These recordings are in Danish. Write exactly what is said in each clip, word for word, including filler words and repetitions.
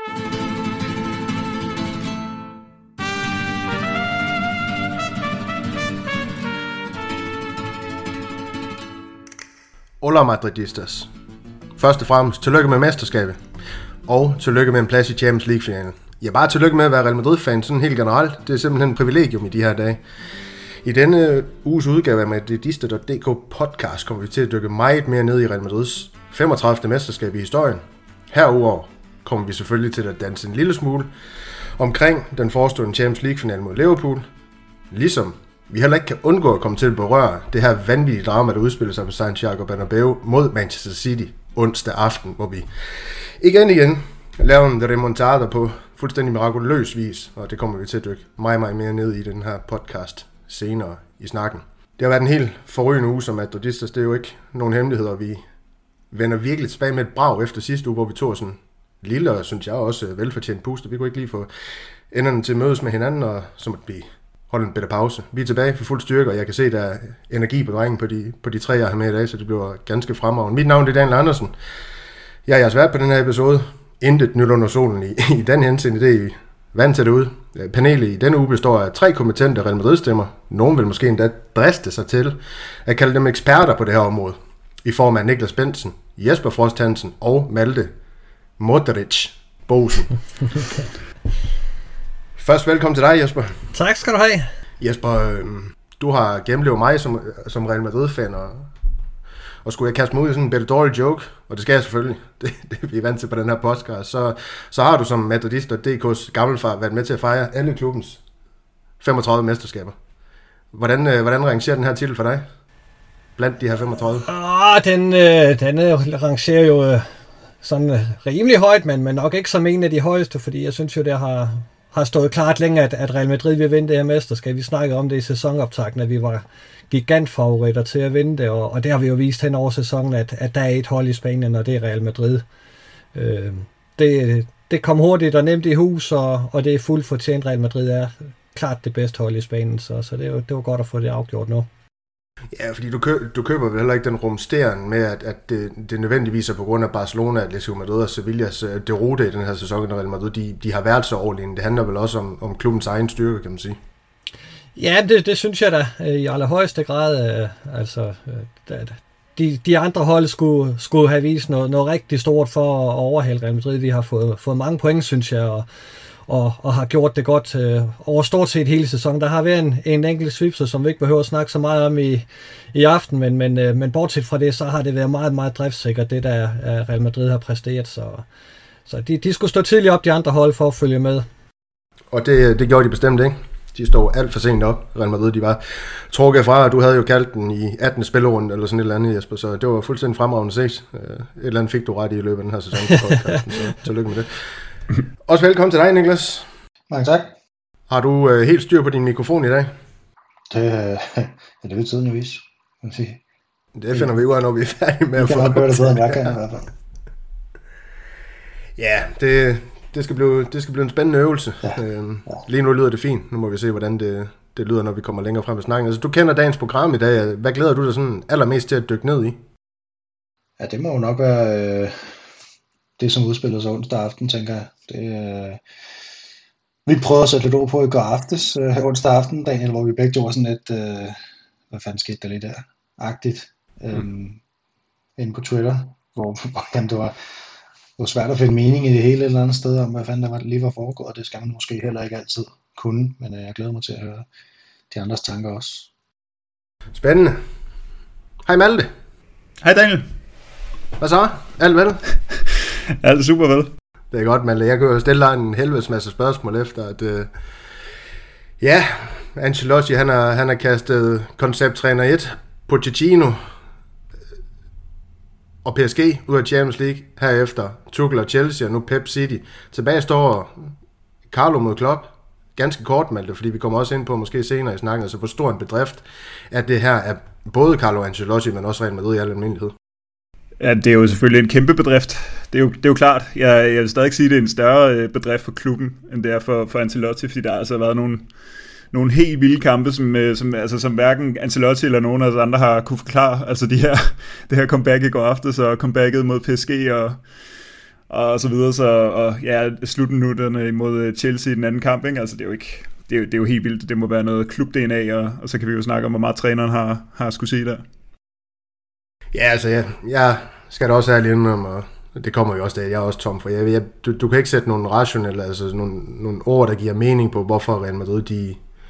Hola Madridistas. Først og fremmest, tillykke med mesterskabet. Og tillykke med en plads i Champions League-finalen. Ja, bare tillykke med at være Real Madrid-fan, sådan helt generelt. Det er simpelthen et privilegium i de her dage. I denne uges udgave af Madridista punktum d k podcast kommer vi til at dykke meget mere ned i Real Madrids femogtredivte mesterskab i historien. Herudover kommer vi selvfølgelig til at danse en lille smule omkring den forestående Champions League-finale mod Liverpool. Ligesom vi heller ikke kan undgå at komme til at berøre det her vanvittige drama, der udspiller sig på Santiago Bernabeu mod Manchester City onsdag aften, hvor vi igen igen laver en remontada på fuldstændig mirakuløs vis, og det kommer vi til at dykke meget, meget mere ned i den her podcast senere i snakken. Det har været en helt forrygende uge som Madridistas, det er jo ikke nogen hemmeligheder, vi vender virkelig tilbage med et brag efter sidste uge, hvor vi tog sådan en lille og synes jeg også velfortjent puster. Vi kunne ikke lige få enderne til at mødes med hinanden, og så måtte vi holde en bedre pause. Vi er tilbage for fuld styrke, og jeg kan se, at der er energi på drengen på de, på de tre, jeg har med i dag, så det bliver ganske fremragende. Mit navn er Daniel Andersen. Jeg er jeres vært på den her episode. Intet nyt under solen i, i den henseende, det er I vant til derude. Panelet i denne uge består af tre kompetente Real Madrid-stemmer. Nogen vil måske endda driste sig til at kalde dem eksperter på det her område, i form af Niklas Bensen, Jesper Frost Hansen og Malte Modric Bosen. Først velkommen til dig, Jesper. Tak skal du have. Jesper, øh, du har gennemlevet mig som, som Real Madrid-fan, og, og skulle jeg kaste mig ud i sådan en bedre dårlig joke, og det skal jeg selvfølgelig, det, det er vi vant til på den her podcast, så, så har du som Madridista punktum d k's gammelfar været med til at fejre alle klubbens femogtredive mesterskaber. Hvordan, øh, hvordan rangerer den her titel for dig? Blandt de her femogtredive? Ah, den, øh, den øh, rangerer jo øh, sådan øh, rimelig højt, men, men nok ikke som en af de højeste, fordi jeg synes jo, det har... har stået klart længe, at, at Real Madrid vil vinde det her mesterskab. Vi snakkede om det i sæsonoptakten, at vi var gigantfavoritter til at vinde det, og, og det har vi jo vist hen over sæsonen, at, at der er et hold i Spanien, og det er Real Madrid. Øh, det, det kom hurtigt og nemt i hus, og, og det er fuldt fortjent. Real Madrid er klart det bedste hold i Spanien, så, så det, var, det var godt at få det afgjort nu. Ja, fordi du, kø, du køber vel heller ikke den rumsteren med, at, at det, det nødvendigvis er på grund af Barcelona, Atletico Madrid og Sevillas derute i den her sæson, når Real Madrid de, de har været så overlegne. Det handler vel også om, om klubbens egen styrke, kan man sige. Ja, det, det synes jeg da i allerhøjeste grad. Øh, altså, øh, de, de andre hold skulle, skulle have vist noget, noget rigtig stort for at overhale Real Madrid. Vi har fået, fået mange point, synes jeg, og Og, og har gjort det godt øh, over stort set hele sæsonen. Der har været en, en enkelt svipser, som vi ikke behøver at snakke så meget om i, i aften, men, men, øh, men bortset fra det, så har det været meget, meget driftssikkert, det der øh, Real Madrid har præsteret. Så, så de, de skulle stå tidligt op, de andre hold, for at følge med. Og det, det gjorde de bestemt ikke. De stod alt for sent op, Real Madrid. De var trukket fra, og du havde jo kaldt den i attende spillerunde, eller sådan et eller andet, Jesper, så det var fuldstændig fremragende set. Et eller andet fik du ret i løbet af den her sæson på podcasten, så tillykke med det. Også velkommen til dig, Niklas. Mange tak. Har du øh, helt styr på din mikrofon i dag? Det, øh, ja, det vil tiden jo vise, kan man sige. Det finder vi ud af, når vi er færdige med I at få kan nok gøre det bedre, end jeg kan i hvert fald. Ja, det, det, skal blive, det skal blive en spændende øvelse. Ja. Øhm, ja. Lige nu lyder det fint. Nu må vi se, hvordan det, det lyder, når vi kommer længere frem i snakken. Altså, du kender dagens program i dag. Hvad glæder du dig sådan allermest til at dykke ned i? Ja, det må jo nok være øh, det, som udspiller sig onsdag aften, tænker jeg. Det, øh, vi prøvede at sætte lidt ord på i går aftes, øh, onsdag aften, Daniel, hvor vi begge gjorde sådan et, øh, hvad fanden skete der lige der, agtigt, øh, mm. inde på Twitter, hvor, hvor jamen, det, var, det var svært at finde mening i det hele et eller andet sted, om hvad fanden der var, lige var foregået, og det skal man måske heller ikke altid kunne, men øh, jeg glæder mig til at høre de andres tanker også. Spændende. Hej Malte. Hej Daniel. Hvad så? Alt vel? Alt super vel. Det er godt, Malte. Jeg kan jo stille dig en helvedes masse spørgsmål efter, at øh, ja, Ancelotti, han har, han har kastet koncepttræner et, Pochettino og P S G ud af Champions League, herefter Tuchel og Chelsea, og nu Pep City. Tilbage står Carlo mod Klopp. Ganske kort, Malte, fordi vi kommer også ind på måske senere i snakken, altså hvor stor en bedrift, at det her er både Carlo Ancelotti, men også Real Madrid i al almindelighed. Ja, det er jo selvfølgelig en kæmpe bedrift. Det er jo, det er jo klart. Jeg, jeg vil stadig sige, at det er en større bedrift for klubben, end det er for, for Ancelotti, fordi der har altså været nogle, nogle helt vilde kampe, som, som, altså, som hverken Ancelotti eller nogen af os andre har kunne forklare. Altså de her, det her comeback i går aftes, og comebacket mod P S G, og, og så videre, så og ja, slutminutterne imod Chelsea i den anden kamp, ikke? Altså det er jo ikke, det er jo, det er jo helt vildt, det må være noget klub-D N A, og, og så kan vi jo snakke om, hvor meget træneren har, har skulle sige der. Ja, altså jeg, jeg skal da også ærlig indrømme, og det kommer jo også der, jeg er også tom for, jeg, jeg, du, du kan ikke sætte nogle rationelle, altså nogle, nogle ord, der giver mening på, hvorfor Real Madrid, de,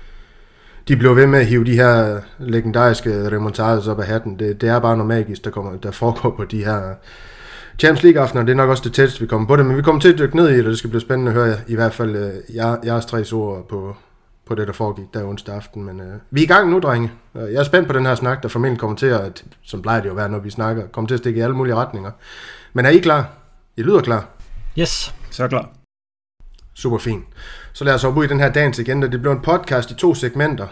de blev ved med at hive de her legendariske remontader op af hatten. Det, det er bare noget magisk, der, kommer, der foregår på de her Champions League-aftener, det er nok også det tætteste, vi kommer på det, men vi kommer til at dykke ned i det, og det skal blive spændende at høre i hvert fald jeg, jeres tre ord på, på det, der foregik der onsdag aften. Men øh, vi er i gang nu, drenge. Jeg er spændt på den her snak, der formentlig kommer til at, som plejer det jo at være, når vi snakker, kommer til at stikke i alle mulige retninger. Men er I klar? I lyder klar? Yes. Så er klar. Super fint. Så lad os hoppe ud i den her dagens agenda. Det bliver en podcast i to segmenter.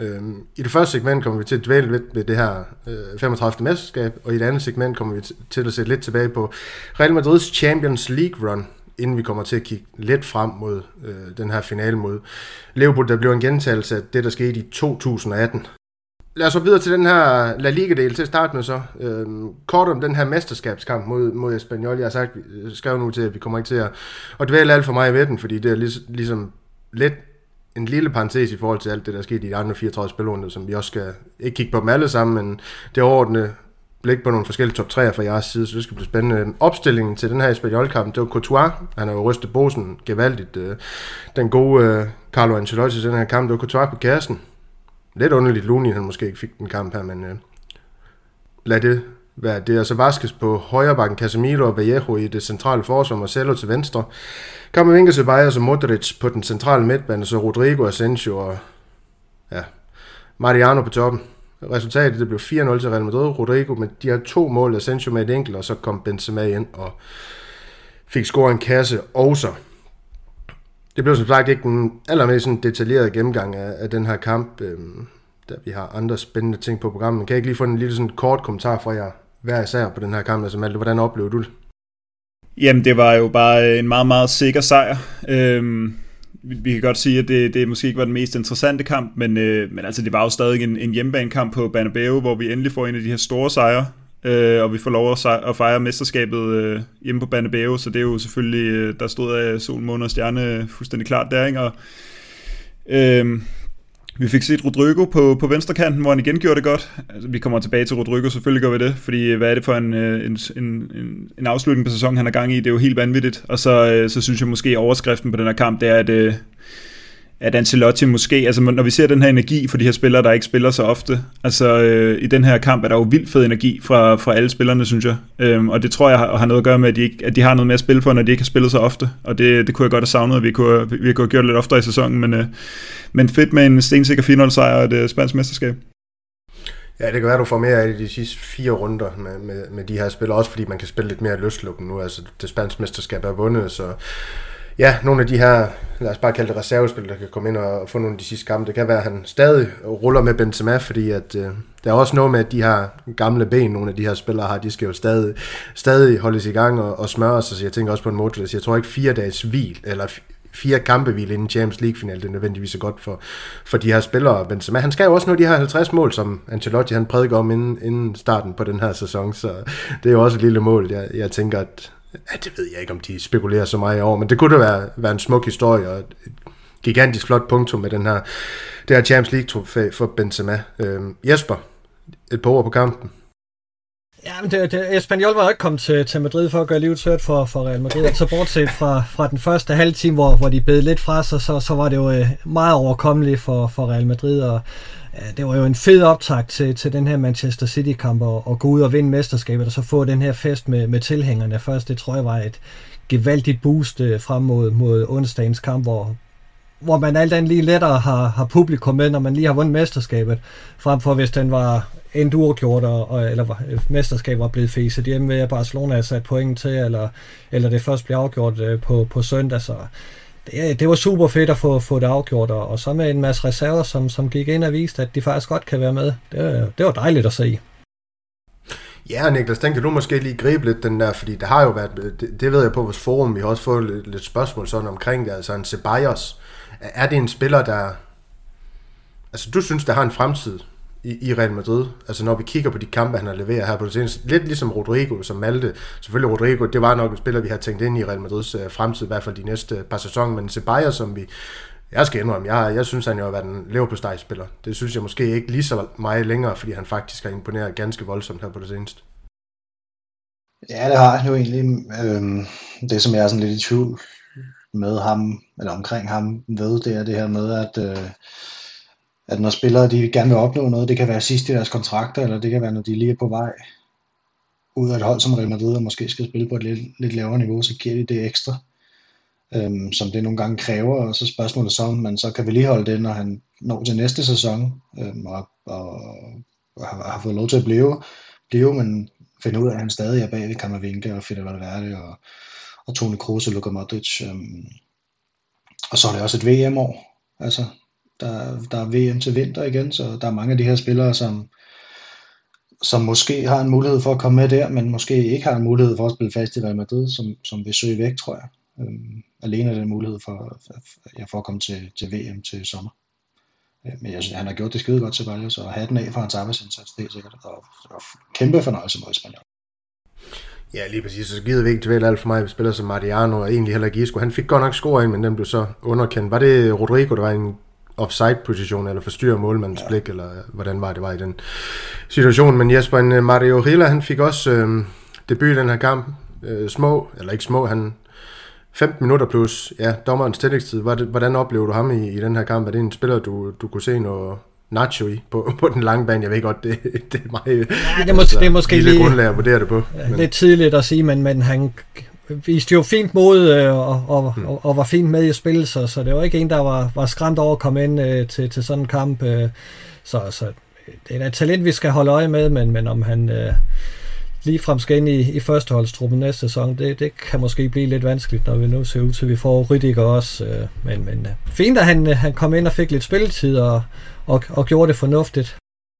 I det første segment kommer vi til at dvæle lidt ved det her femogtredivte mesterskab, og i det andet segment kommer vi til at sætte lidt tilbage på Real Madrids Champions League run, inden vi kommer til at kigge lidt frem mod øh, den her finale mod Liverpool, der bliver en gentagelse af det, der skete i to tusind og atten. Lad os så videre til den her La Liga-del til at starte med så. Øhm, kort om den her mesterskabskamp mod, mod Espanyol. Jeg har sagt, jeg skrev nu til, at vi kommer ikke til at, at dvæle alt for meget ved den, fordi det er lig, ligesom lidt en lille parentes i forhold til alt det, der skete i de andre fireogtredive spilrunder, som vi også skal ikke kigge på dem alle sammen, men det overordnede blik på nogle forskellige top treer fra jeres side, så det skal blive spændende. Opstillingen til den her Espanyol-kamp, det var Courtois, han har jo rystet bosen gevaldigt. Den gode Carlo Ancelotti til den her kamp, det var Courtois på kassen. Lidt underligt, Luni han måske ikke fik den kamp her, men øh, lad det være det. Og så Vasquez på højre bakken, Casemiro og Vallejo i det centrale forsvar, Marcelo til venstre. Camavinga, Ceballos og Modric på den centrale midtbane, så Rodrigo, Asensio og ja, Mariano på toppen. Resultatet det blev fire nul til Real Madrid. Rodrigo med de her to mål, Asensio med et enkelt, og så kom Benzema ind og fik scoret en kasse også. Det blev som sagt ikke den allermest sådan detaljeret gennemgang af, af den her kamp, øhm, da vi har andre spændende ting på programmet. Kan jeg ikke lige få en lille sådan kort kommentar fra jer hver især på den her kamp? Altså Malte, hvordan oplevede du det? Jamen det var jo bare en meget, meget sikker sejr. Øhm, vi, vi kan godt sige, at det, det måske ikke var den mest interessante kamp, men, øh, men altså det var jo stadig en, en hjemmebanekamp på Bernabeu, hvor vi endelig får en af de her store sejre. Øh, og vi får lov at, sej- at fejre mesterskabet øh, hjemme på Bernabeu, så det er jo selvfølgelig, øh, der stod af sol, måne og stjerne fuldstændig klart der, ikke? Og, øh, vi fik set Rodrigo på, på venstrekanten, hvor han igen gjorde det godt. Altså, vi kommer tilbage til Rodrigo, selvfølgelig gør vi det, fordi hvad er det for en, en, en, en afslutning på sæsonen, han er gang i, det er jo helt vanvittigt. Og så, øh, så synes jeg måske, at overskriften på den her kamp, det er, at øh, at Ancelotti måske, altså når vi ser den her energi for de her spillere, der ikke spiller så ofte, altså øh, i den her kamp er der jo vildt fed energi fra, fra alle spillerne, synes jeg, øhm, og det tror jeg har, har noget at gøre med, at de, ikke, at de har noget mere at spille for, når de ikke har spillet så ofte, og det, det kunne jeg godt have savnet, at vi kunne, vi kunne have gjort lidt oftere i sæsonen, men, øh, men fedt med en stensikker fire nul sejr og et spansk mesterskab. Ja, det kan være, du får mere af de sidste fire runder med, med, med de her spillere, også fordi man kan spille lidt mere løsluppen nu, altså det spanske mesterskab er vundet, så ja, nogle af de her, lad os bare kalde det reservespil, der kan komme ind og få nogle af de sidste kampe. Det kan være, at han stadig ruller med Benzema, fordi at, øh, der er også noget med, at de her gamle ben, nogle af de her spillere har, de skal jo stadig, stadig holdes i gang og, og smøre sig. Så jeg tænker også på en Modric. Jeg tror ikke fire dages hvil, eller fire kampehvil inden Champions League-final, det er nødvendigvis så godt for, for de her spillere. Benzema, han skal jo også nå de her halvtreds mål, som Ancelotti han prædiker om inden, inden starten på den her sæson, så det er jo også et lille mål. Jeg, jeg tænker, at ja, det ved jeg ikke, om de spekulerer så meget over, men det kunne da være, være en smuk historie og et gigantisk flot punktum med den her, det her Champions League-trofæ for Benzema. Øhm, Jesper, et par ord på kampen. Ja, men det, det, Espanyol var ikke kommet til, til Madrid for at gøre livet svært for, for Real Madrid. Så bortset fra, fra den første halve time, hvor, hvor de bed lidt fra sig, så, så var det jo øh, meget overkommeligt for, for Real Madrid. Og øh, det var jo en fed optakt til, til den her Manchester City-kamp og, og gå ud og vinde mesterskabet, og så få den her fest med, med tilhængerne først. Det tror jeg var et gevaldigt boost øh, frem mod, mod onsdagens kamp, hvor, hvor man alt andet lige lettere har, har publikum med, når man lige har vundet mesterskabet, frem for hvis den var endt uafgjort, og, eller mesterskabet var blevet fæset hjemme ved, at Barcelona havde sat point til, eller, eller det først blev afgjort øh, på, på søndag, så det, det var super fedt at få, få det afgjort, og, og så med en masse reserver, som, som gik ind og viste, at de faktisk godt kan være med. Det, det var dejligt at se. Ja, Niklas, den kan du måske lige gribe lidt den der, fordi det har jo været, det, det ved jeg på vores forum, vi har også fået lidt, lidt spørgsmål sådan omkring det, altså en Ceballos, er det en spiller, der, altså du synes, der har en fremtid i, i Real Madrid. Altså når vi kigger på de kampe, han har leveret her på det seneste. Lidt ligesom Rodrigo, som Malte. Selvfølgelig Rodrigo, det var nok en spiller, vi har tænkt ind i Real Madrids uh, fremtid, i hvert fald de næste par sæsoner. Men Ceballos, som vi... Jeg skal indrømme, jeg, jeg synes, han jo har været en leverpostejspiller. Det synes jeg måske ikke lige så meget længere, fordi han faktisk har imponeret ganske voldsomt her på det seneste. Ja, det har han jo egentlig. Øhm, det, som jeg er sådan lidt i tvivl med ham, eller omkring ham ved, det er det her med, at, øh, at når spillere de gerne vil opnå noget, det kan være sidst i deres kontrakter, eller det kan være, når de lige er på vej ud af et hold som Real Madrid, og måske skal spille på et lidt, lidt lavere niveau, så giver de det ekstra, øhm, som det nogle gange kræver, og så spørgsmålet så, om man så kan vedligeholde det, når han når til næste sæson, øhm, og, og, og har, har fået lov til at blive, blive men finde ud af, at han stadig er bag ved Camavinga og Fede Valverde og, og Toni Kroos og Luka Modric. Øhm, og så er det også et V M-år. Altså, der, der er V M til vinter igen, så der er mange af de her spillere, som, som måske har en mulighed for at komme med der, men måske ikke har en mulighed for at spille fast i Real Madrid, som, som vil søge væk, tror jeg. Øhm, alene er den mulighed for, for, for at komme til, til V M til sommer. Men jeg synes, han har gjort det skide godt til Ceballos, og hatten af for hans arbejdsindsats, det er sikkert, og, og kæmpe fornøjelse mod Espanyol. Ja, lige præcis, så gider vi ikke dvæle alt for mig, vi spiller som Mariano, og egentlig heller ikke Isco. Han fik godt nok score ind, men den blev så underkendt. Var det Rodrigo, der var i en offside-position, eller forstyrrer målmandens ja. blik, eller hvordan var det var i den situation? Men Jesper, en Mario Rilla, han fik også øh, debut i den her kamp. Øh, små, eller ikke små, han... femten minutter plus, ja, dommerens tillægstid. Hvordan oplever du ham i, i den her kamp? Er det en spiller, du, du kunne se noget Nacho i på, på den lange bane? Jeg ved godt, det, det er meget... Ja, det, må, altså, det er måske lige... grundlag at vurdere det på. Ja, men. Lidt tidligt at sige, men, men han viste jo fint mod øh, og, og, hmm. og, og var fint med i spil, så, så det var ikke en, der var, var skræmt over at komme ind øh, til, til sådan en kamp. Øh, så, så det er et talent, vi skal holde øje med, men, men om han... Øh, ligefrem skal ind i, i førsteholdstruppen næste sæson, det, det kan måske blive lidt vanskeligt, når vi nu ser ud til, at vi får Rüdiger også. Øh, men men øh, fint, at han, han kom ind og fik lidt spilletid og, og, og gjorde det fornuftigt.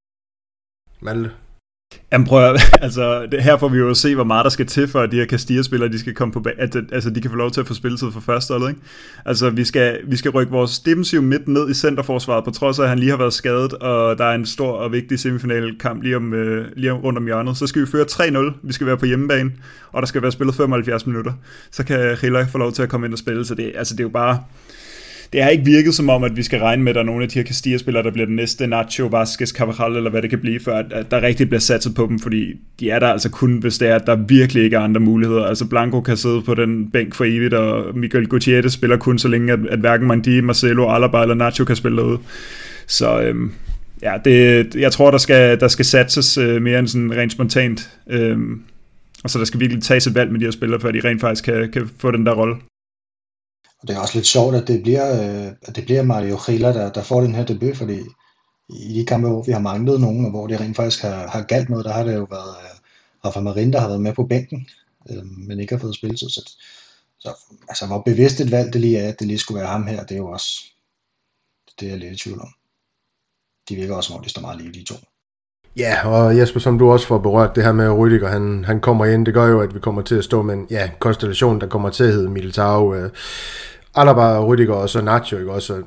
Malte? Jamen prøv at, altså det, her får vi jo at se, hvor meget der skal til, for at de her Castilla-spillere, de skal komme på, at, altså de kan få lov til at få spilletid for førsteholdet, ikke? Altså vi skal, vi skal rykke vores defensiv midt ned i centerforsvaret, på trods af, at han lige har været skadet, og der er en stor og vigtig semifinalkamp lige, om, øh, lige rundt om hjørnet. Så skal vi føre tre nul, vi skal være på hjemmebane, og der skal være spillet femoghalvfjerds minutter. Så kan Rilla få lov til at komme ind og spille, så det, altså, det er jo bare... Det har ikke virket som om, at vi skal regne med, at der er nogle af de her Castilla-spillere, der bliver den næste Nacho, Vázquez, Carvajal, eller hvad det kan blive, før at, at der rigtig bliver satset på dem, fordi de er der altså kun, hvis det er, at der virkelig ikke er andre muligheder. Altså Blanco kan sidde på den bænk for evigt, og Miguel Gutierrez spiller kun så længe, at, at hverken Mandi, Marcelo, Alaba eller Nacho kan spille derude. Så øhm, ja, det, jeg tror, der skal, der skal satses øh, mere end sådan rent spontant. Øhm, og så der skal virkelig tages et valg med de her spillere, før de rent faktisk kan, kan få den der rolle. Og det er også lidt sjovt, at det bliver, øh, at det bliver Mario Rilla, der, der får den her debut, fordi i de kampe, hvor vi har manglet nogen, og hvor det rent faktisk har, har galt noget, der har det jo været øh, Rafa Marin, der har været med på bænken, øh, men ikke har fået spilletid. Så, så altså, hvor bevidst et valg det lige er, at det lige skulle være ham her, det er jo også, det er jeg lidt i tvivl om. De virker også, som om de står meget lige, de to. Ja, og Jesper, som du også får berørt, det her med Rüdiger, han, han kommer ind, det gør jo, at vi kommer til at stå med en ja, konstellation, der kommer til at hedde Militao, øh, Alaba, Rüdiger og så Nacho, ikke også?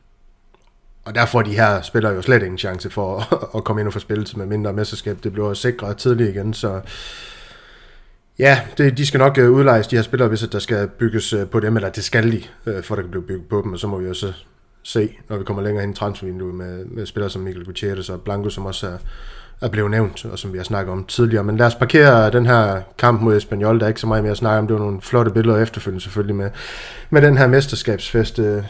Og der får de her spillere jo slet ingen chance for at, at komme ind og få spilletid med mindre mesterskab. Det bliver sikret tidligt igen, så ja, det, de skal nok udlejes, de her spillere, hvis der skal bygges på dem, eller det skal de, for der kan blive bygget på dem, og så må vi jo så se, når vi kommer længere hen i transfervinduet med, med spillere som Miguel Gutierrez og Blanco, som også er, er blevet nævnt, og som vi har snakket om tidligere. Men lad os parkere den her kamp mod Espanyol, der er ikke så meget mere at snakke om. Det var nogle flotte billeder efterfølgende selvfølgelig med, med den her mesterskabsfest øh,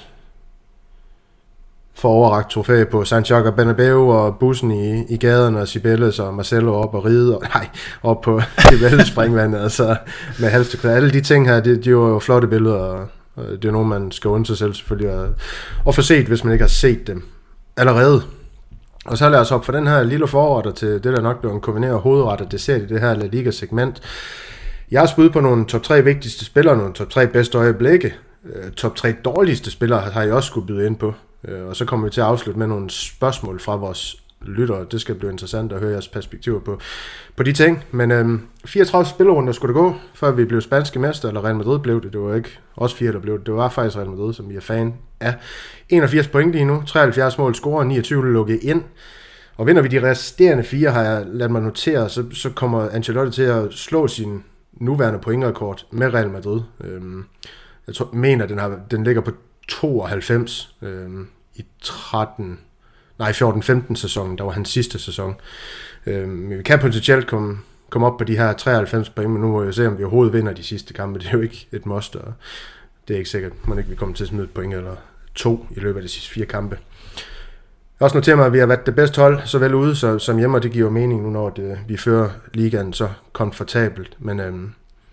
for overrakt trofæ på Santiago Bernabeu og bussen i, i gaderne og Cibeles og Marcelo op og ride, og nej, op på Cibeles springvandet, altså med halvstekvæd. Alle de ting her, de, de var jo flotte billeder, og det er nogen, man skal undre sig selv selvfølgelig at, at få set, hvis man ikke har set dem allerede. Og så lad os op for den her lille forretter til det, der nok bliver en kombineret hovedret og dessert i det her La Liga-segment. Jeg har spurgt på nogle top tre vigtigste spillere, nogle top tre bedste øjeblikke. Top tre dårligste spillere har jeg også skulle byde ind på. Og så kommer vi til at afslutte med nogle spørgsmål fra vores lyttere. Det skal blive interessant at høre jeres perspektiver på, på de ting. Men øhm, fireogtredive spillerunder skulle det gå, før vi blev spanske mester, eller Real Madrid blev det. Det var ikke os fire, der blev det. Det var faktisk Real Madrid, som vi er fan af. enogfirs point lige nu, treoghalvfjerds mål scorer, niogtyve lukket ind. Og vinder vi de resterende fire, har jeg ladet mig notere, så, så kommer Ancelotti til at slå sin nuværende pointrekord med Real Madrid. Øhm, jeg tror, mener, den, har, den ligger på tooghalvfems øhm, i tretten, nej, fjorten femten sæsonen, der var hans sidste sæson. Øhm, vi kan potentielt komme, komme op på de her treoghalvfems point, men nu må jeg se, om vi overhovedet vinder de sidste kampe. Det er jo ikke et must, og det er ikke sikkert, man ikke vil komme til at smide et point eller to i løbet af de sidste fire kampe. Jeg også noterer mig, at vi har været det bedste hold, såvel ude så, som hjemme, og det giver mening nu, når det, vi fører ligaen så komfortabelt. Men øhm,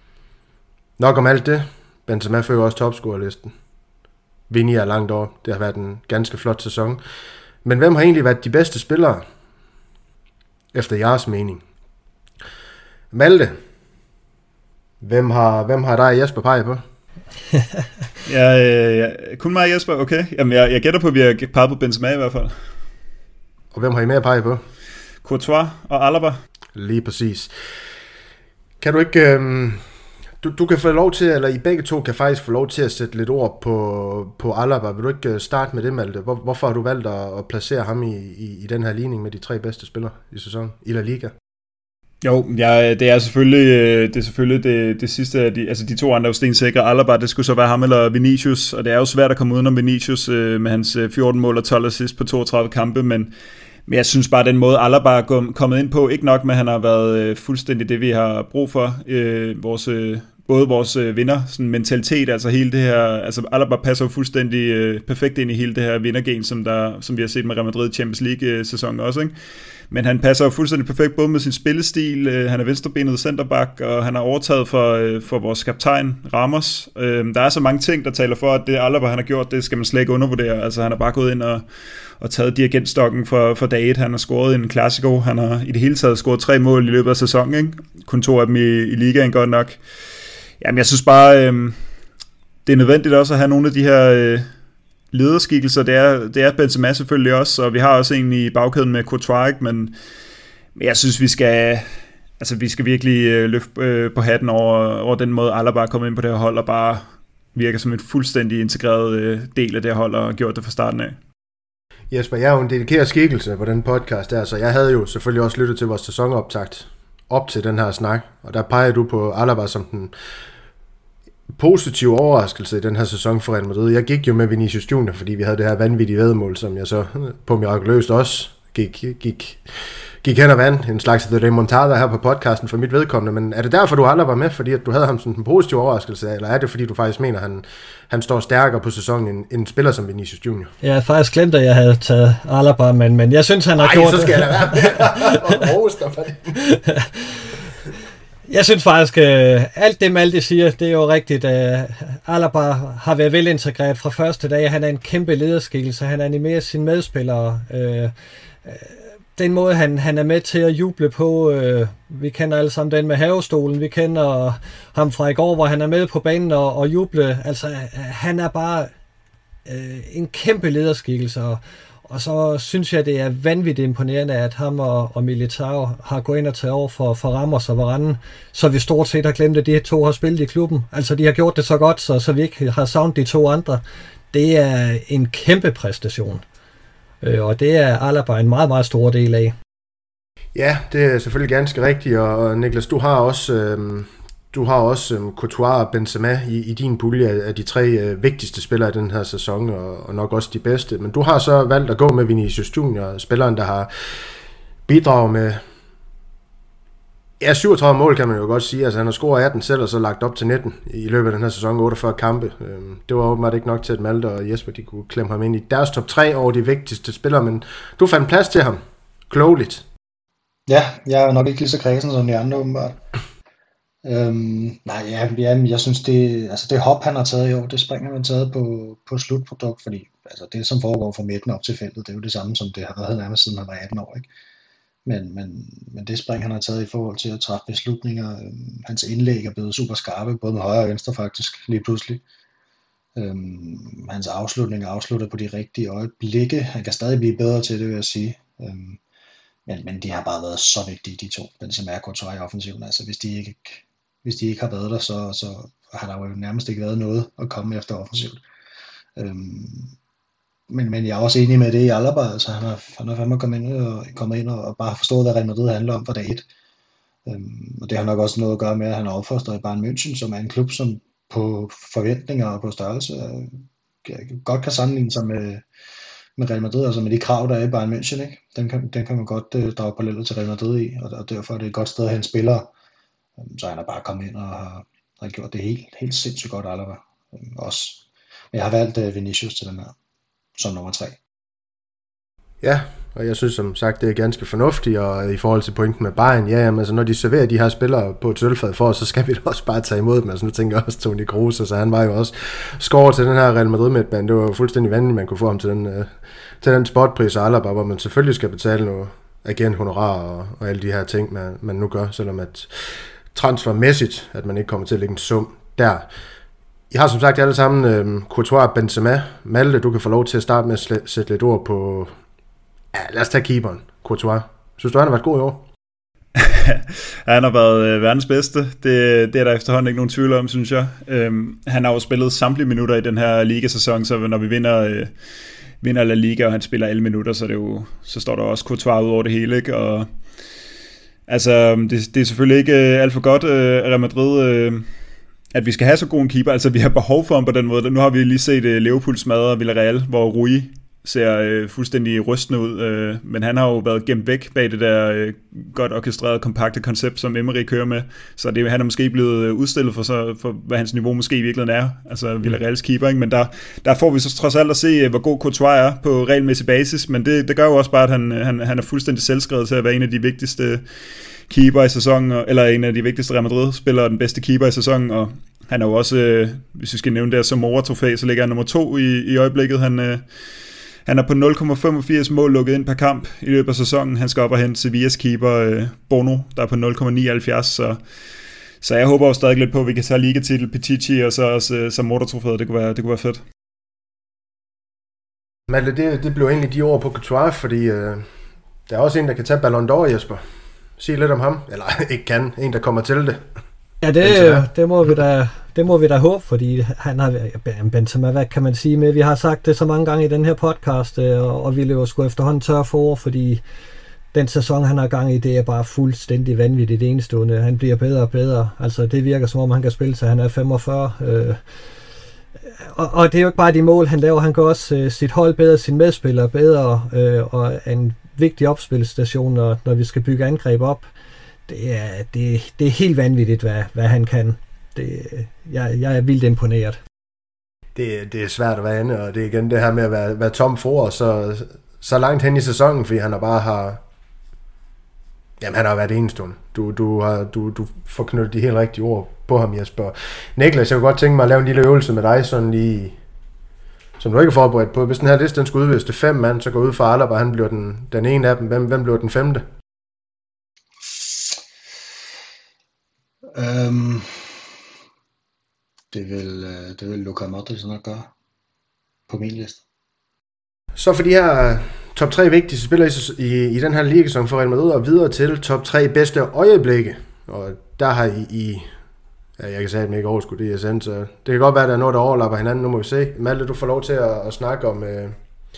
nok om alt det. Benzema fører også topscorerlisten. Vini er langt over. Det har været en ganske flot sæson. Men hvem har egentlig været de bedste spillere? Efter jeres mening. Malte. Hvem har, hvem har dig Jesper peget på? ja, øh, kun mig Jesper, okay. Jamen, jeg, jeg gætter på, at vi har peget på Benzema i hvert fald. Og hvem har I mere peget på? Courtois og Alaba. Lige præcis. Kan du ikke... Øhm, du, du kan få lov til, eller I begge to kan faktisk få lov til at sætte lidt ord på, på Alaba. Vil du ikke starte med det, Malte? Hvor, hvorfor har du valgt at, at placere ham i, i, i den her ligning med de tre bedste spillere i sæsonen i La Liga? Jo, ja, det er selvfølgelig det, er selvfølgelig det, det sidste af de, altså de to andre stensikre. Alaba, det skulle så være ham eller Vinicius, og det er jo svært at komme udenom Vinicius øh, med hans fjorten mål og tolv assist på toogtredive kampe, men, men jeg synes bare, den måde Alaba er kommet ind på, ikke nok med, at han har været øh, fuldstændig det, vi har brug for, øh, vores, øh, både vores øh, vinder, sådan mentalitet, altså hele det her, altså Alaba passer jo fuldstændig øh, perfekt ind i hele det her vindergen, som, der, som vi har set med Real Madrid Champions League-sæsonen også, ikke? Men han passer jo fuldstændig perfekt både med sin spillestil, øh, han er venstrebenet centerback, og han har overtaget for, øh, for vores kaptajn Ramos. Øh, der er så mange ting, der taler for, at det Alaba han har gjort, det skal man slet ikke undervurdere. Altså han har bare gået ind og, og taget dirigentstokken for, for dag et. Han har scoret en Clasico, han har i det hele taget scoret tre mål i løbet af sæsonen, ikke? Kun to af dem i, i ligaen godt nok. Jamen jeg synes bare, øh, det er nødvendigt også at have nogle af de her... Øh, lederskikkelser, det er, det er Benzema selvfølgelig også, og vi har også en i bagkæden med Courtois, men, men jeg synes, vi skal altså vi skal virkelig øh, løfte øh, på hatten over, over den måde, Alaba er kommet ind på det her hold, og bare virker som en fuldstændig integreret øh, del af det her hold, og gjort det fra starten af. Jesper, jeg er jo en dedikeret skikkelse på den podcast der, så jeg havde jo selvfølgelig også lyttet til vores sæsonoptakt op til den her snak, og der peger du på Alaba som den positiv overraskelse i den her sæson for Real Madrid. Jeg gik jo med Vinicius Junior, fordi vi havde det her vanvittige væddemål, som jeg så på mirakuløst også gik, gik, gik hen og vand. En slags The Remontada her på podcasten for mit vedkommende. Men er det derfor, du aldrig var med, fordi at du havde ham som en positiv overraskelse, eller er det fordi, du faktisk mener, at han, han står stærkere på sæsonen end en spiller som Vinicius Junior? Jeg har faktisk glemt, at jeg havde taget Alaba, men, men jeg synes, han har Ej, gjort så skal jeg lade være med at rose dig for det. Jeg synes faktisk, at alt det Malte siger, det er jo rigtigt. Alaba har været velintegreret fra første dag. Han er en kæmpe lederskikkelse. Han animerer sine medspillere. Den måde, han, han er med til at juble på, vi kender alle sammen den med havestolen. Vi kender ham fra i går, hvor han er med på banen og, og juble. Altså, han er bare en kæmpe lederskikkelse. Og så synes jeg, det er vanvittigt imponerende, at ham og, og Militao har gået ind og taget over for, for Ramos og Varane, så vi stort set har glemt, at de to har spillet i klubben. Altså, de har gjort det så godt, så, så vi ikke har savnet de to andre. Det er en kæmpe præstation. Øh, og det er Alaba en meget, meget stor del af. Ja, det er selvfølgelig ganske rigtigt, og Niklas, du har også... Øh... Du har også um, Courtois og Benzema i, i din pulje af de tre uh, vigtigste spillere i den her sæson, og, og nok også de bedste. Men du har så valgt at gå med Vinicius Junior, spilleren, der har bidraget med ja, syvogtredive mål, kan man jo godt sige. Altså han har scoret atten selv, og så lagt op til nitten i løbet af den her sæson, otteogfyrre kampe. Um, det var åbenbart ikke nok til, at Malte og Jesper de kunne klemme ham ind i deres top tre over de vigtigste spillere, men du fandt plads til ham. Klogeligt. Ja, jeg er nok ikke lige så kredsen som de andre, åbenbart. Øhm, nej, ja, ja, jeg synes det, altså det hop han har taget i år, det spring han har taget på, på slutprodukt, fordi altså det som foregår fra midten op til feltet, det er jo det samme som det har været nærmest siden han var atten år, ikke? Men, men, men det spring han har taget i forhold til at træffe beslutninger, øhm, hans indlæg er blevet super skarpe, både med højre og venstre faktisk, lige pludselig. Øhm, hans afslutning er afsluttet på de rigtige øjeblikke, han kan stadig blive bedre til det, vil jeg sige. Øhm, men, men de har bare været så vigtige, de to, Benzema og Courtois i offensiven, altså hvis de ikke Hvis de ikke har været der, så, så har der jo nærmest ikke været noget at komme efter offensivt. Øhm, men, men jeg er også enig med det i Alaba, altså han har, han har fandme kommet ind, og, kommet ind og, og bare forstået, hvad Real Madrid handler om fra dag et. Øhm, og det har nok også noget at gøre med, at han er opfostret i Bayern München, som er en klub, som på forventninger og på størrelse øh, godt kan sammenligne sig med, med Real Madrid, altså med de krav, der er i Bayern München, ikke? Den kan, den kan man godt øh, drage paralleller til Real Madrid i, og, og derfor er det et godt sted at hente spillere. Øhm, så han er bare kommet ind og har, har gjort det helt, helt sindssygt godt, Alaba. Øhm, også. Men jeg har valgt øh, Vinicius til den her, som nummer tre. Ja, og jeg synes som sagt, det er ganske fornuftigt, og i forhold til pointen med Bayern, ja, jamen, altså, når de serverer de her spillere på et sølvfad for os, så skal vi da også bare tage imod dem. Altså, nu tænker jeg også Toni Kroos, så han var jo også skåret til den her Real Madrid midtbane. Det var jo fuldstændig vanvittigt, man kunne få ham til den, uh, til den spotpris og Alaba, hvor man selvfølgelig skal betale noget agent honorar og, og alle de her ting, man, man nu gør, selvom at transfermæssigt, at man ikke kommer til at lægge en sum der. I har som sagt alle sammen øh, Courtois, Benzema, Malte, du kan få lov til at starte med at sl- sætte lidt ord på. Ja, lad os tage keeperen, Courtois. Synes du, han har været god i år? Han har været øh, verdens bedste. Det, det er der efterhånden ikke nogen tvivl om, synes jeg. Øhm, han har jo spillet samtlige minutter i den her ligasæson, så når vi vinder, øh, vinder La Liga, og han spiller alle minutter, så, det jo, så står der også Courtois ud over det hele. Ikke? Og, altså, det, det er selvfølgelig ikke øh, alt for godt, øh, Real Madrid, øh, at vi skal have så god en keeper. Altså, vi har behov for ham på den måde. Nu har vi lige set øh, Liverpool smadre Villarreal, hvor Rui ser øh, fuldstændig rystende ud, øh, men han har jo været gemt væk bag det der øh, godt orkestrerede, kompakte koncept, som Emery kører med, så det, han er måske blevet udstillet for, så, for, hvad hans niveau måske i virkeligheden er, altså Villarreals keeper, ikke? Men der, der får vi så trods alt at se, hvor god Courtois er på regelmæssig basis, men det, det gør jo også bare, at han, han, han er fuldstændig selvskrevet til at være en af de vigtigste keeper i sæsonen, eller en af de vigtigste Real Madrid-spillere, den bedste keeper i sæsonen, og han er jo også, øh, hvis vi skal nævne det som Zamora-trofæ, så ligger han nummer to i, i øjeblikket. Han øh, Han er på nul komma femogfirs mål lukket ind per kamp i løbet af sæsonen. Han skal op og hente Sevillas keeper øh, Bono, der er på nul komma nioghalvfjerds. Så, så jeg håber jo stadig lidt på, at vi kan tage ligatitel Pichichi og så også øh, som motortrofæet. Det kunne være, det kunne være fedt. Malte, det, det blev egentlig de ord på Courtois, fordi øh, der er også en, der kan tage Ballon d'Or, Jesper. Sig lidt om ham. Eller ikke kan. En, der kommer til det. Ja, det, det, må vi da, det må vi da håbe, fordi han har Benzema, hvad kan man sige med? Vi har sagt det så mange gange i den her podcast, og, og vi løber sgu efterhånden tør for ord, fordi den sæson, han har gang i, det er bare fuldstændig vanvittigt enestående. Han bliver bedre og bedre. Altså, det virker som om, han kan spille sig. Han er femogfyrre. Øh, og, og det er jo ikke bare de mål, han laver. Han gør også øh, sit hold bedre, sine medspillere bedre, øh, og er en vigtig opspilstation, når, når vi skal bygge angreb op. Det er, det, det er helt vanvittigt, hvad, hvad han kan. Det, jeg, jeg er vildt imponeret. Det, det er svært at være inde, og det er igen det her med at være, være tom for, så, så langt hen i sæsonen, fordi han har bare har... Jamen, han har været enestående. Du, du, har, du, du får knyttet de helt rigtige ord på ham, Jesper. Niklas, jeg kunne godt tænke mig at lave en lille øvelse med dig, sådan lige... Som du ikke er forberedt på. Hvis den her liste den skulle udvides til fem mand, så går ud fra Alaba, han bliver den, den ene af dem. Hvem, hvem bliver den femte? Um, det vil det vil Luka Modric nok gøre på min liste. Så for de her top tre vigtigste spillere i, i, i den her ligasæson for Real Madrid, og videre til top tre bedste øjeblikke. Og der har I, I ja, jeg kan sige, at man ikke overskud det i S N, så det kan godt være, at der er noget, der overlapper hinanden. Nu må vi se. Malte, du får lov til at, at snakke om... Øh,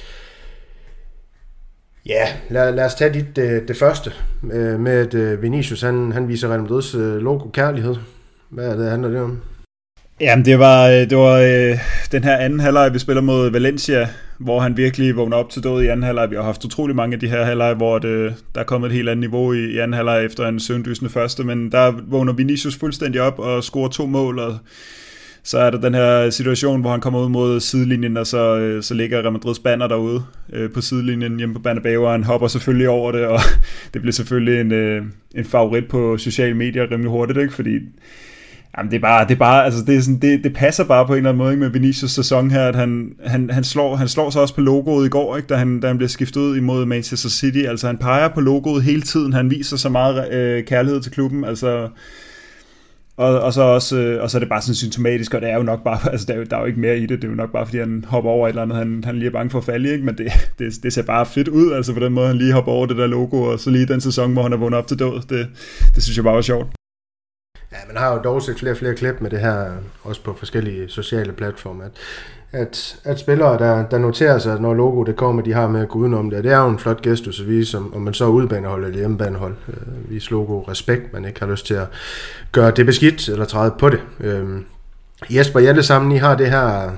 Ja, lad, lad os tage dit, det, det første øh, med, at øh, Vinicius han, han viser Real Madrids øh, logo kærlighed. Hvad er det, handler det om? Jamen, det var, det var øh, den her anden halvleg, vi spiller mod Valencia, hvor han virkelig vågner op til død i anden halvleg. Vi har haft utrolig mange af de her halvleg, hvor det, der er kommet et helt andet niveau i, i anden halvleg efter en søvndysende første, men der vågner Vinicius fuldstændig op og scorer to mål, og så er der den her situation, hvor han kommer ud mod sidelinjen, og så, øh, så ligger Real Madrids banner derude øh, på sidelinjen hjemme på Bernabeu, og han hopper selvfølgelig over det, og det bliver selvfølgelig en, øh, en favorit på sociale medier rimelig hurtigt, ikke? Fordi jamen, det er bare, det er bare, altså det, er sådan, det, det passer bare på en eller anden måde, ikke, med Vinicius sæson her, at han, han, han, slår, han slår sig også på logoet i går, ikke, da, han, da han bliver skiftet ud imod Manchester City. Altså han peger på logoet hele tiden, han viser så meget øh, kærlighed til klubben, altså. Og, og, så også, øh, og så er det bare sådan symptomatisk, og det er jo nok bare, altså der er jo, der er jo ikke mere i det, det er jo nok bare fordi han hopper over et eller andet, han, han lige er bange for at falde, ikke? Men det, det, det ser bare fedt ud, altså på den måde, han lige hopper over det der logo, og så lige den sæson, hvor han er vundet op til død, det, det synes jeg bare var sjovt. Ja, man har jo dog set flere og flere klip med det her, også på forskellige sociale platforme, at, at, at spillere, der, der noterer sig, når logo det kommer, de har med at gå udenom det, det er jo en flot gestus at vise, om, om man så er udebanehold eller hjemmebanehold. Øh, vise logo respekt, man ikke har lyst til at gøre det beskidt eller træde på det. Øh, Jesper, I alle sammen, I har det her,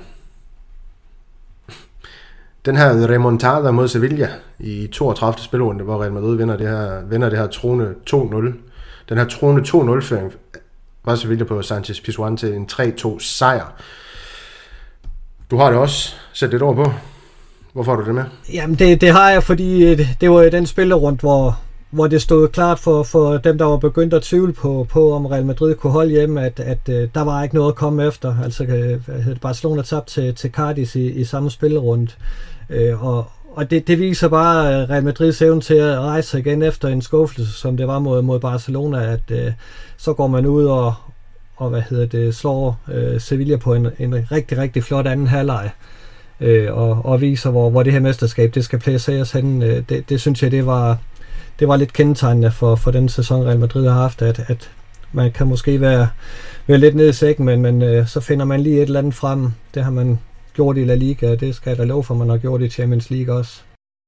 den her remontada mod Sevilla i toogtredivte spilrunde, hvor Real Madrid vinder det her, vinder det her trone to nul. Den her trone to nul-føring var Sevilla på Sanchez Pizjuan til en tre to sejr. Du har det også. Sæt lidt over på. Hvorfor har du det med? Jamen det, det har jeg, fordi det, det var i den spillerunde, hvor, hvor det stod klart for, for dem, der var begyndt at tvivle på, på om Real Madrid kunne holde hjemme, at, at, at der var ikke noget at komme efter. Altså havde Barcelona tabt til, til Cardis i, i samme spillerunde. Øh, og og det, det viser bare Real Madrids evne til at rejse sig igen efter en skuffelse, som det var mod, mod Barcelona, at øh, så går man ud og, og hvad hedder det, slår øh, Sevilla på en, en rigtig, rigtig flot anden halvleg, øh, og, og viser, hvor, hvor det her mesterskab det skal placeres hen. Øh, det, det synes jeg, det var, det var lidt kendetegnende for, for den sæson, Real Madrid har haft, at, at man kan måske være, være lidt nede i sækken, men, men øh, så finder man lige et eller andet frem. Det har man gjort i La Liga, det skal jeg da love for, man har gjort i Champions League også.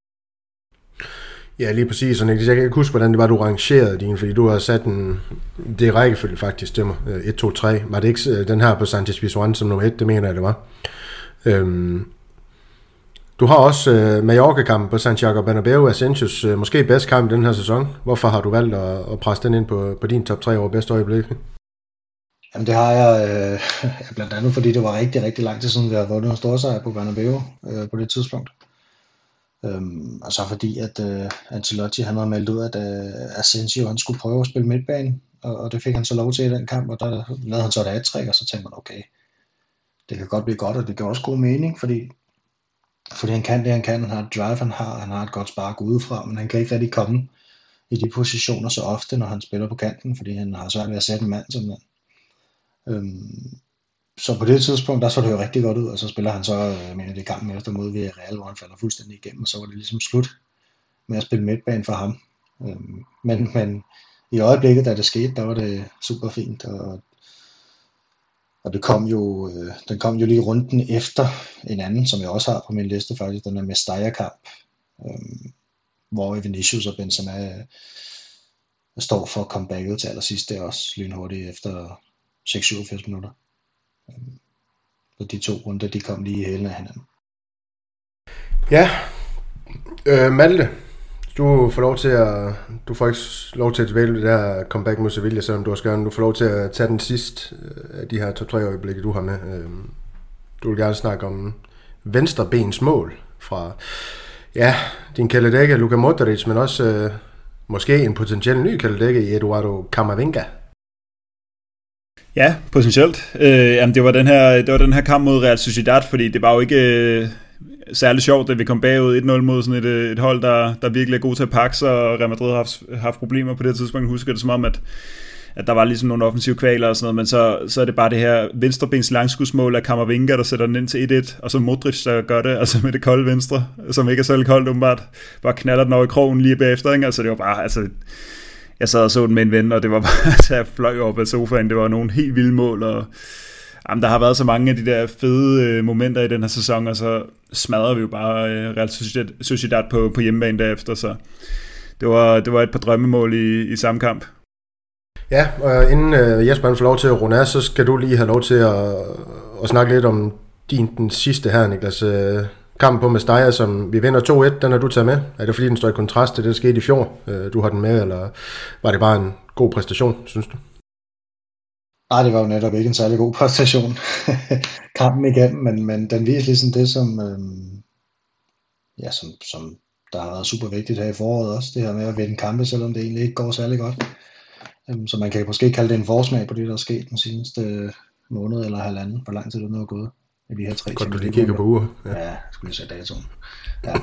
Ja, lige præcis. Og jeg kan ikke huske, hvordan det var, du rangerede din, fordi du har sat en, det er rækkefølge faktisk, stemmer, et, to, tre. Var det ikke den her på Sanchez Pizjuan som nummer et? Det mener jeg, det var. Øhm, du har også uh, Mallorca-kampen på Santiago Bernabeu, Asensios uh, måske bedste kamp i den her sæson. Hvorfor har du valgt at, at presse den ind på, på din top tre over bedste øjeblik? Jamen det har jeg øh, blandt andet, fordi det var rigtig, rigtig lang tid siden, vi har vundet en storsejr på Bernabeu øh, på det tidspunkt. Øhm, og så fordi, at øh, Ancelotti han havde meldt ud, at øh, Asensio han skulle prøve at spille midtbane, og, og det fik han så lov til i den kamp, og der lavede han så et hat-trick, og så tænkte man, okay, det kan godt blive godt, og det gør også god mening, fordi, fordi han kan det, han kan, han har et drive, han har, han har et godt spark udefra, men han kan ikke rigtig komme i de positioner så ofte, når han spiller på kanten, fordi han har svært ved at sætte en mand som mand. Øhm, så på det tidspunkt, der så det jo rigtig godt ud, og så spiller han så, jeg mener, det kampen efter mod Villarreal, hvor han falder fuldstændig igennem, og så var det ligesom slut med at spille midtbane for ham. Øhm, men, men i øjeblikket, da det skete, der var det super fint, og, og det kom jo, øh, den kom jo lige runden efter en anden, som jeg også har på min liste faktisk, den der Mestalla-kamp, øhm, hvor Vinicius og Benzema øh, står for comebacket til allersidst, det er også lynhurtigt efter seks til syvogfirs minutter. Og de to runder, de kom lige i hælene af hinanden. Ja, øh, Malte, du får lov til at, du får ikke lov til at vælge det der comeback mod Sevilla, selvom du også gerne, du får lov til at tage den sidste af de her top tre øjeblikke, du har med. Du vil gerne snakke om venstrebens mål fra, ja, din kæledække, Luka Modric, men også øh, måske en potentiel ny kæledække i Eduardo Camavinga. Ja, potentielt. Øh, jamen det var den her det var den her kamp mod Real Sociedad, fordi det var jo ikke øh, særlig sjovt, at vi kom bagud et nul mod sådan et, et hold, der, der virkelig er god til at pakke sig, og Real Madrid har haft, haft problemer på det tidspunkt. Jeg husker det som om, at, at der var ligesom nogle offensive kvaler og sådan noget, men så, så er det bare det her venstrebens langskudsmål af Camavinga, der sætter den ind til et et, og så Modric, der gør det, altså med det kolde venstre, som ikke er særlig koldt åbenbart, bare knaller den over i krogen lige bagefter, ikke? Altså det var bare, altså jeg sad og så den med en ven, og det var bare, at jeg fløj op af sofaen. Det var nogle helt vilde mål, og jamen, der har været så mange af de der fede øh, momenter i den her sæson, og så smadrer vi jo bare øh, Real Sociedad på, på hjemmebane derefter, så det var, det var et par drømmemål i, i samme kamp. Ja, og inden øh, Jesper får lov til at runde af, så skal du lige have lov til at, at snakke lidt om din den sidste her, Niklas. Øh, kampen på Mestalla, som vi vinder to et, den har du taget med. Er det fordi, den står i kontrast til det, der skete i fjor? Du har den med, eller var det bare en god præstation, synes du? Nej, det var jo netop ikke en særlig god præstation. Kampen igennem, men, men den viser ligesom det, som, øhm, ja, som, som der har været super vigtigt her i foråret også. Det her med at vinde kampe, selvom det egentlig ikke går særlig godt. Øhm, så man kan måske kalde det en forsmag på det, der er sket den seneste måned eller halvanden. Hvor lang tid det nu er gået. I de her tre godt, du lige kigger på uger. Ja, ja, skulle lige sætte datoen. Ja.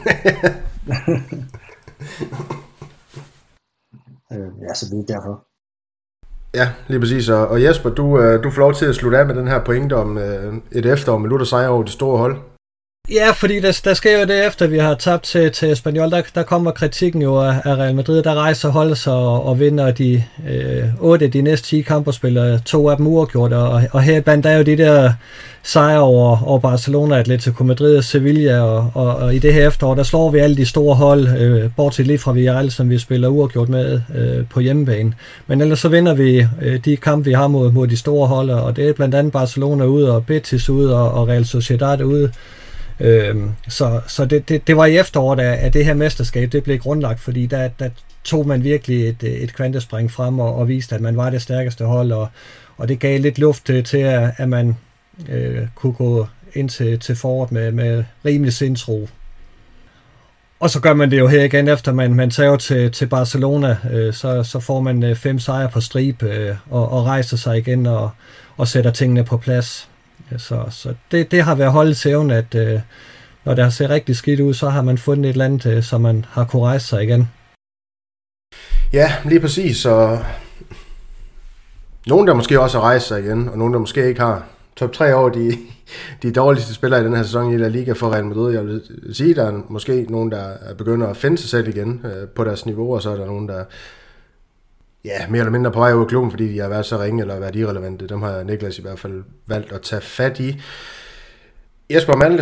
øh, ja, så det er derfor. Ja, lige præcis. Og Jesper, du, du får lov til at slutte af med den her pointe om et efterår med lutter sejr over de store hold. Ja, fordi der, der sker jo det, efter vi har tabt til, til Espanyol, der, der kommer kritikken jo af, af Real Madrid, der rejser holdet sig og, og vinder de øh, otte af de næste ti kampe, spiller to af dem uafgjort, og, og her blandt der er jo de der sejre over, over Barcelona, Atletico Madrid og Sevilla, og, og, og i det her efterår, der slår vi alle de store hold, øh, bortset lige fra Villarreal, som vi spiller uafgjort med øh, på hjemmebane. Men ellers så vinder vi øh, de kampe, vi har mod, mod de store hold, og det er blandt andet Barcelona ude, og Betis ude, og, og Real Sociedad ude. Øhm, så så det, det, det var i efteråret, at det her mesterskab det blev grundlagt, fordi der, der tog man virkelig et, et kvantespring frem og, og viste, at man var det stærkeste hold, og, og det gav lidt luft til, til at, at man øh, kunne gå ind til, til foråret med, med rimelig sindsro. Og så gør man det jo her igen, efter man, man tager til, til Barcelona, øh, så, så får man øh, fem sejre på stribe øh, og, og rejser sig igen og, og sætter tingene på plads. Så, så det, det har været holdets evne, at øh, når det har set rigtig skidt ud, så har man fundet et eller andet, øh, så man har kunnet rejse sig igen. Ja, lige præcis. Så nogen, der måske også har rejst sig igen, og nogen, der måske ikke har. Top tre år, de, de dårligste spillere i den her sæson i La Liga for Real Madrid. Jeg vil sige, der er måske nogen, der begynder at finde sig selv igen øh, på deres niveau, og så er der nogen, der ja, mere eller mindre på vej ud af klubben, fordi de har været så ringe eller været irrelevante. Dem har Niklas i hvert fald valgt at tage fat i. Jesper og Malte,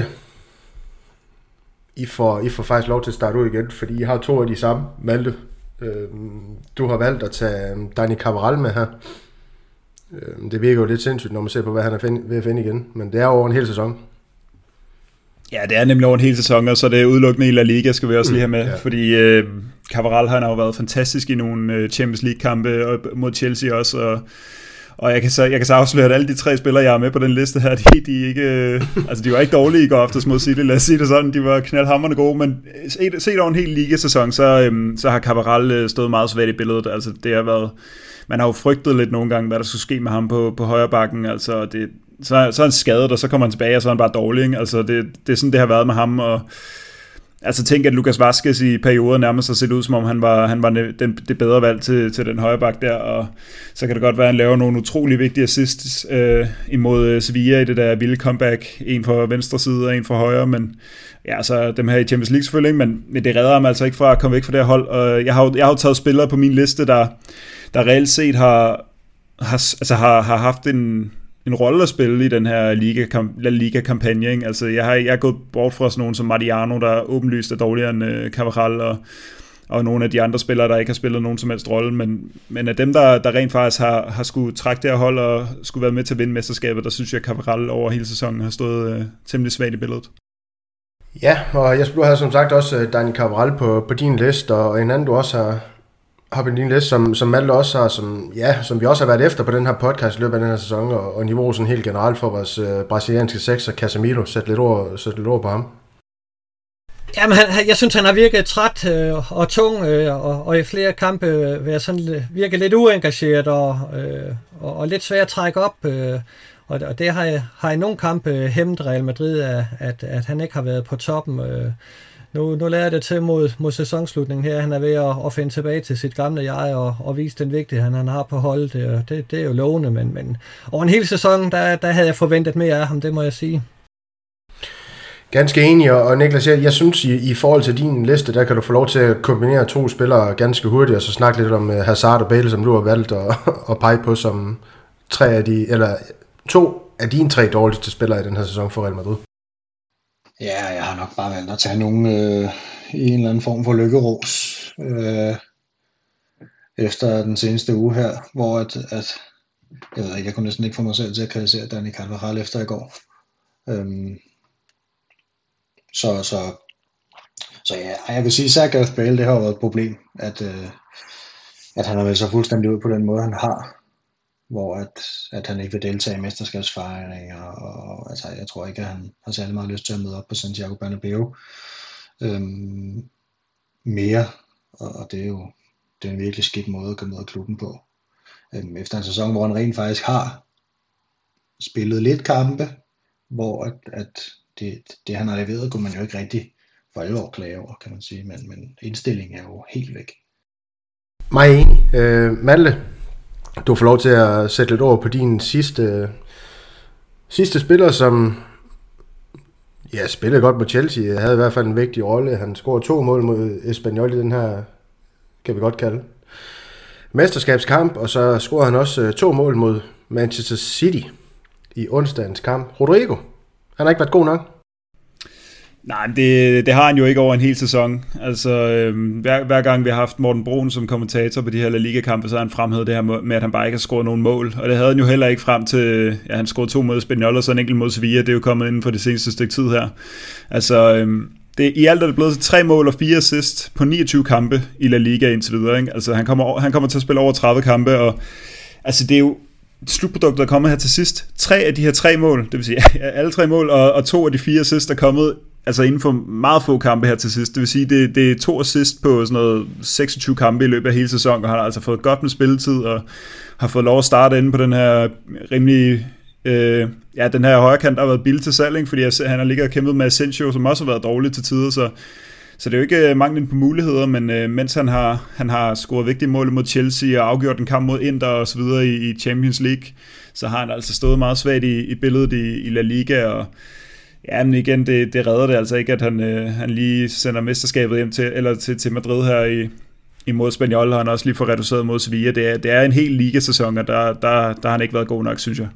I får, I får faktisk lov til at starte ud igen, fordi I har to af de samme. Malte, øh, du har valgt at tage Dani Cabral med her. Øh, det virker jo lidt sindssygt, når man ser på, hvad han er find, ved at finde igen, men det er over en hel sæson. Ja, det er nemlig over en hel sæson, og så er det udelukkende i La Liga, skal vi også lige have med, mm, ja. Fordi øh, Cabral, han har jo været fantastisk i nogle Champions League-kampe, og mod Chelsea også, og, og jeg, kan så, jeg kan så afsløre, at alle de tre spillere, jeg har med på den liste her, de, de, ikke, øh, altså, de var ikke dårlige i går aftes mod City, lad os sige det sådan, de var knaldhamrende gode, men set, set over en hel ligasæson, så, øh, så har Cabral stået meget svært i billedet, altså det har været, man har jo frygtet lidt nogle gange, hvad der skulle ske med ham på, på højre bakken, altså det Så, så er han skadet, og så kommer han tilbage, og så er han bare dårlig, ikke? Altså det, det er sådan, det har været med ham, og altså tænk, at Lucas Vazquez i perioder nærmest har set ud, som om han var, han var den, det bedre valg til, til den højre bak der, og så kan det godt være, at han laver nogle utrolig vigtige assists øh, imod Sevilla i det der vilde comeback, en fra venstre side og en fra højre, men ja, så dem her i Champions League selvfølgelig, ikke? Men, men det redder ham altså ikke fra at komme væk fra det her hold, og jeg har jo, jeg har jo taget spillere på min liste, der, der reelt set har, har, altså har, har haft en en rolle at spille i den her Liga, La Liga-kampagne. Ikke? Altså, jeg har, jeg har gået bort fra sådan nogen som Mariano, der åbenlyst er dårligere end uh, Cabral, og, og nogle af de andre spillere, der ikke har spillet nogen som helst rolle, men, men af dem, der, der rent faktisk har, har skulle trække det her hold, og skulle være med til at vinde mesterskabet, der synes jeg, at Cabral over hele sæsonen har stået uh, temmelig svagt i billedet. Ja, og Jesper, du havde som sagt også uh, Dani Cabral på, på din liste, og en anden, du også har har på din liste, som, som Malte også har, som, ja, som vi også har været efter på den her podcast i løbet af den her sæson, og, og niveau sådan helt generelt for vores øh, brasilianske sekser, Casemiro, sæt lidt ord, sæt lidt ord på ham. Jamen, han, jeg synes, han har virket træt øh, og tung, øh, og, og i flere kampe øh, været sådan virket lidt uengageret og, øh, og, og lidt svært at trække op, øh, og, og det har, har i nogle kampe hæmmet Real Madrid, at, at, at han ikke har været på toppen. Øh, Nu, nu lærer det til mod, mod sæsonslutningen her. Han er ved at, at finde tilbage til sit gamle jeg og, og vise den vigtige, han, han har på holdet. Det, det, det er jo lovende, men, men over en hel sæson, der, der havde jeg forventet mere af ham, det må jeg sige. Ganske enig, og Niklas, jeg, jeg synes i, i forhold til din liste, der kan du få lov til at kombinere to spillere ganske hurtigt, og så snakke lidt om Hazard og Bale, som du har valgt at, at pege på som tre af de, eller to af dine tre dårligste spillere i den her sæson for Real Madrid. Ja, jeg har nok bare valgt at tage nogen øh, i en eller anden form for lykkeros øh, efter den seneste uge her, hvor at, at jeg ved ikke, jeg kunne næsten ikke få mig selv til at kritisere Dani Carvajal efter i går. Øhm, så, så, så ja, jeg vil sige, at Gareth Bale, det har været et problem, at, øh, at han har været så fuldstændig ud på den måde, han har, hvor at, at han ikke vil deltage i mesterskabsfejringer, og altså, jeg tror ikke, at han har særlig meget lyst til at møde op på Santiago Bernabeu øhm, mere, og det er jo det er en virkelig skidt måde at gå med klubben på. Øhm, efter en sæson, hvor han rent faktisk har spillet lidt kampe, hvor at, at det, det, han har leveret, kunne man jo ikke rigtig for alvor klage over, kan man sige, men, men indstillingen er jo helt væk. Mig enig. Øh, Malte, du får lov til at sætte lidt ord på din sidste, sidste spiller, som Ja, spillede godt mod Chelsea. Havde i hvert fald en vigtig rolle. Han scorede to mål mod Espanyol i den her, kan vi godt kalde, mesterskabskamp, og så scorede han også to mål mod Manchester City i onsdagens kamp. Rodrigo, han har ikke været god nok. Nej, det, det har han jo ikke over en hel sæson. Altså, øhm, hver, hver gang vi har haft Morten Brun som kommentator på de her La Liga-kampe, så har han fremhævet det her med, at han bare ikke har scoret nogen mål. Og det havde han jo heller ikke frem til, ja, han scorede to mod Espanyol og så en enkelt mod Sevilla. Det er jo kommet inden for det seneste stykke tid her. Altså, øhm, det, i alt er det blevet til tre mål og fire assist på niogtyve kampe i La Liga indtil videre. Ikke? Altså, han kommer, han kommer til at spille over tredive kampe, og altså, det er jo slutproduktet er kommet her til sidst. Tre af de her tre mål, det vil sige alle tre mål, og, og to af de fire assist er kommet altså inden for meget få kampe her til sidst. Det vil sige, det, det er to assist på sådan noget seksogtyve kampe i løbet af hele sæsonen, og han har altså fået godt med spilletid, og har fået lov at starte inde på den her rimelig, øh, ja, den her højre kant, der har været billig til salg, ikke? Fordi han har ligget og kæmpet med Asensio, som også har været dårlig til tider, så, så det er jo ikke manglen på muligheder, men øh, mens han har, han har scoret vigtige mål mod Chelsea, og afgjort en kamp mod Inter og så videre i, i Champions League, så har han altså stået meget svagt i, i billedet i, i La Liga, og ja, men igen, det, det redder det altså ikke, at han, øh, han lige sender mesterskabet hjem til, eller til, til Madrid her i, imod Espanyol, og han også lige får reduceret mod Sevilla. Det er, det er en hel ligasæson, og der, der, der har han ikke været god nok, synes jeg.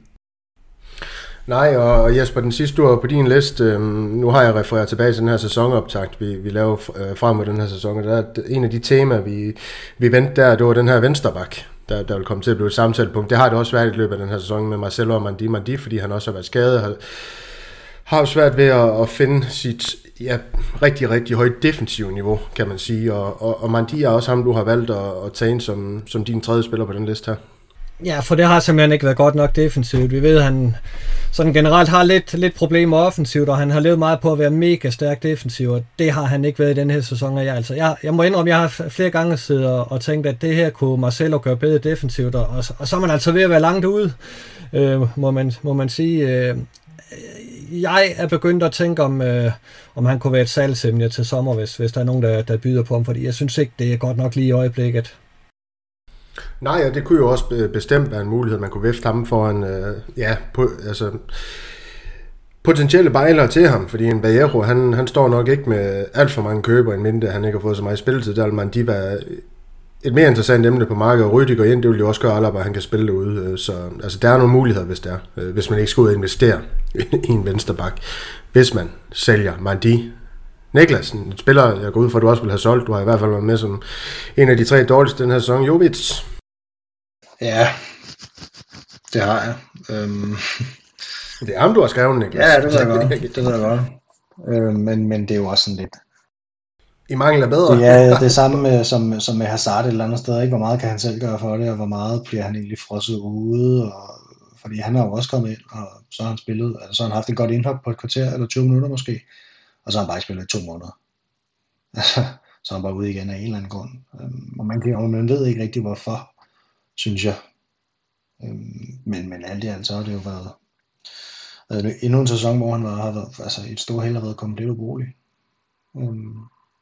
Nej, og Jesper, den sidste uge på din liste, øh, nu har jeg refereret tilbage til den her sæsonoptakt, vi, vi laver øh, frem mod den her sæson, og der er en af de temaer, vi, vi vendte der, det var den her vensterbak, der, der vil komme til at blive et samtalepunkt. Det har det også været i løbet af den her sæson med Marcelo og Mandi Mandi, fordi han også har været skadet, har, har jo svært ved at, at finde sit ja, rigtig, rigtig højt defensive niveau, kan man sige, og, og, og Mandi er også ham, du har valgt at, at tage ind som, som din tredje spiller på den liste her. Ja, for det har simpelthen ikke været godt nok defensivt. Vi ved, at han sådan generelt har lidt, lidt problemer offensivt, og han har levet meget på at være mega stærk defensiv, og det har han ikke været i den her sæson. Jeg, altså, jeg, jeg må indrømme, jeg har flere gange siddet og, og tænkt, at det her kunne Marcelo gøre bedre defensivt, og, og, og så er man altså ved at være langt ude, øh, må, man, må man sige. Øh, jeg er begyndt at tænke, om, øh, om han kunne være et salgsemne til sommer, hvis, hvis der er nogen, der, der byder på ham, fordi jeg synes ikke, det er godt nok lige i øjeblikket. Nej, og det kunne jo også bestemt være en mulighed, man kunne vifte ham foran, øh, ja, på, altså, potentielle bejlere til ham, fordi en Vallejo, han, han står nok ikke med alt for mange køber, en mindre han ikke har fået så meget spilletid, der vil man de være et mere interessant emne på markedet, og Rüdiger ind, det vil jo også gøre Alaba, han kan spille derude, så altså, der er nogle muligheder, hvis det er, hvis man ikke skal ud og investere i en vensterbak, hvis man sælger Mandi. Niklas, en spiller, jeg går ud fra, at du også vil have solgt. Du har i hvert fald været med som en af de tre dårligste den her sæson. Jovic. Ja, det har jeg. Øhm. Det er ham, du har skrevet, Niklas. Ja, det ved jeg godt. Det ved jeg godt. Øhm, men, men det er jo også sådan lidt... I mangler bedre. Ja, det er samme med, som, som med Hazard et eller andet sted. Ikke? Hvor meget kan han selv gøre for det, og hvor meget bliver han egentlig frosset ude. Og, fordi han har jo også kommet ind, og så har han spillet... Altså, så har han haft et godt indhop på et kvarter eller tyve minutter måske. Og så har han bare ikke spillet i to måneder. Altså, så er han bare ude igen af en eller anden grund. Øhm, og, man kan, og man ved ikke rigtig hvorfor, synes jeg. Øhm, men, men alt i alt så har det jo været øh, endnu en sæson, hvor han var, har været, altså et stort held har været komplet ubrugelig. Øhm,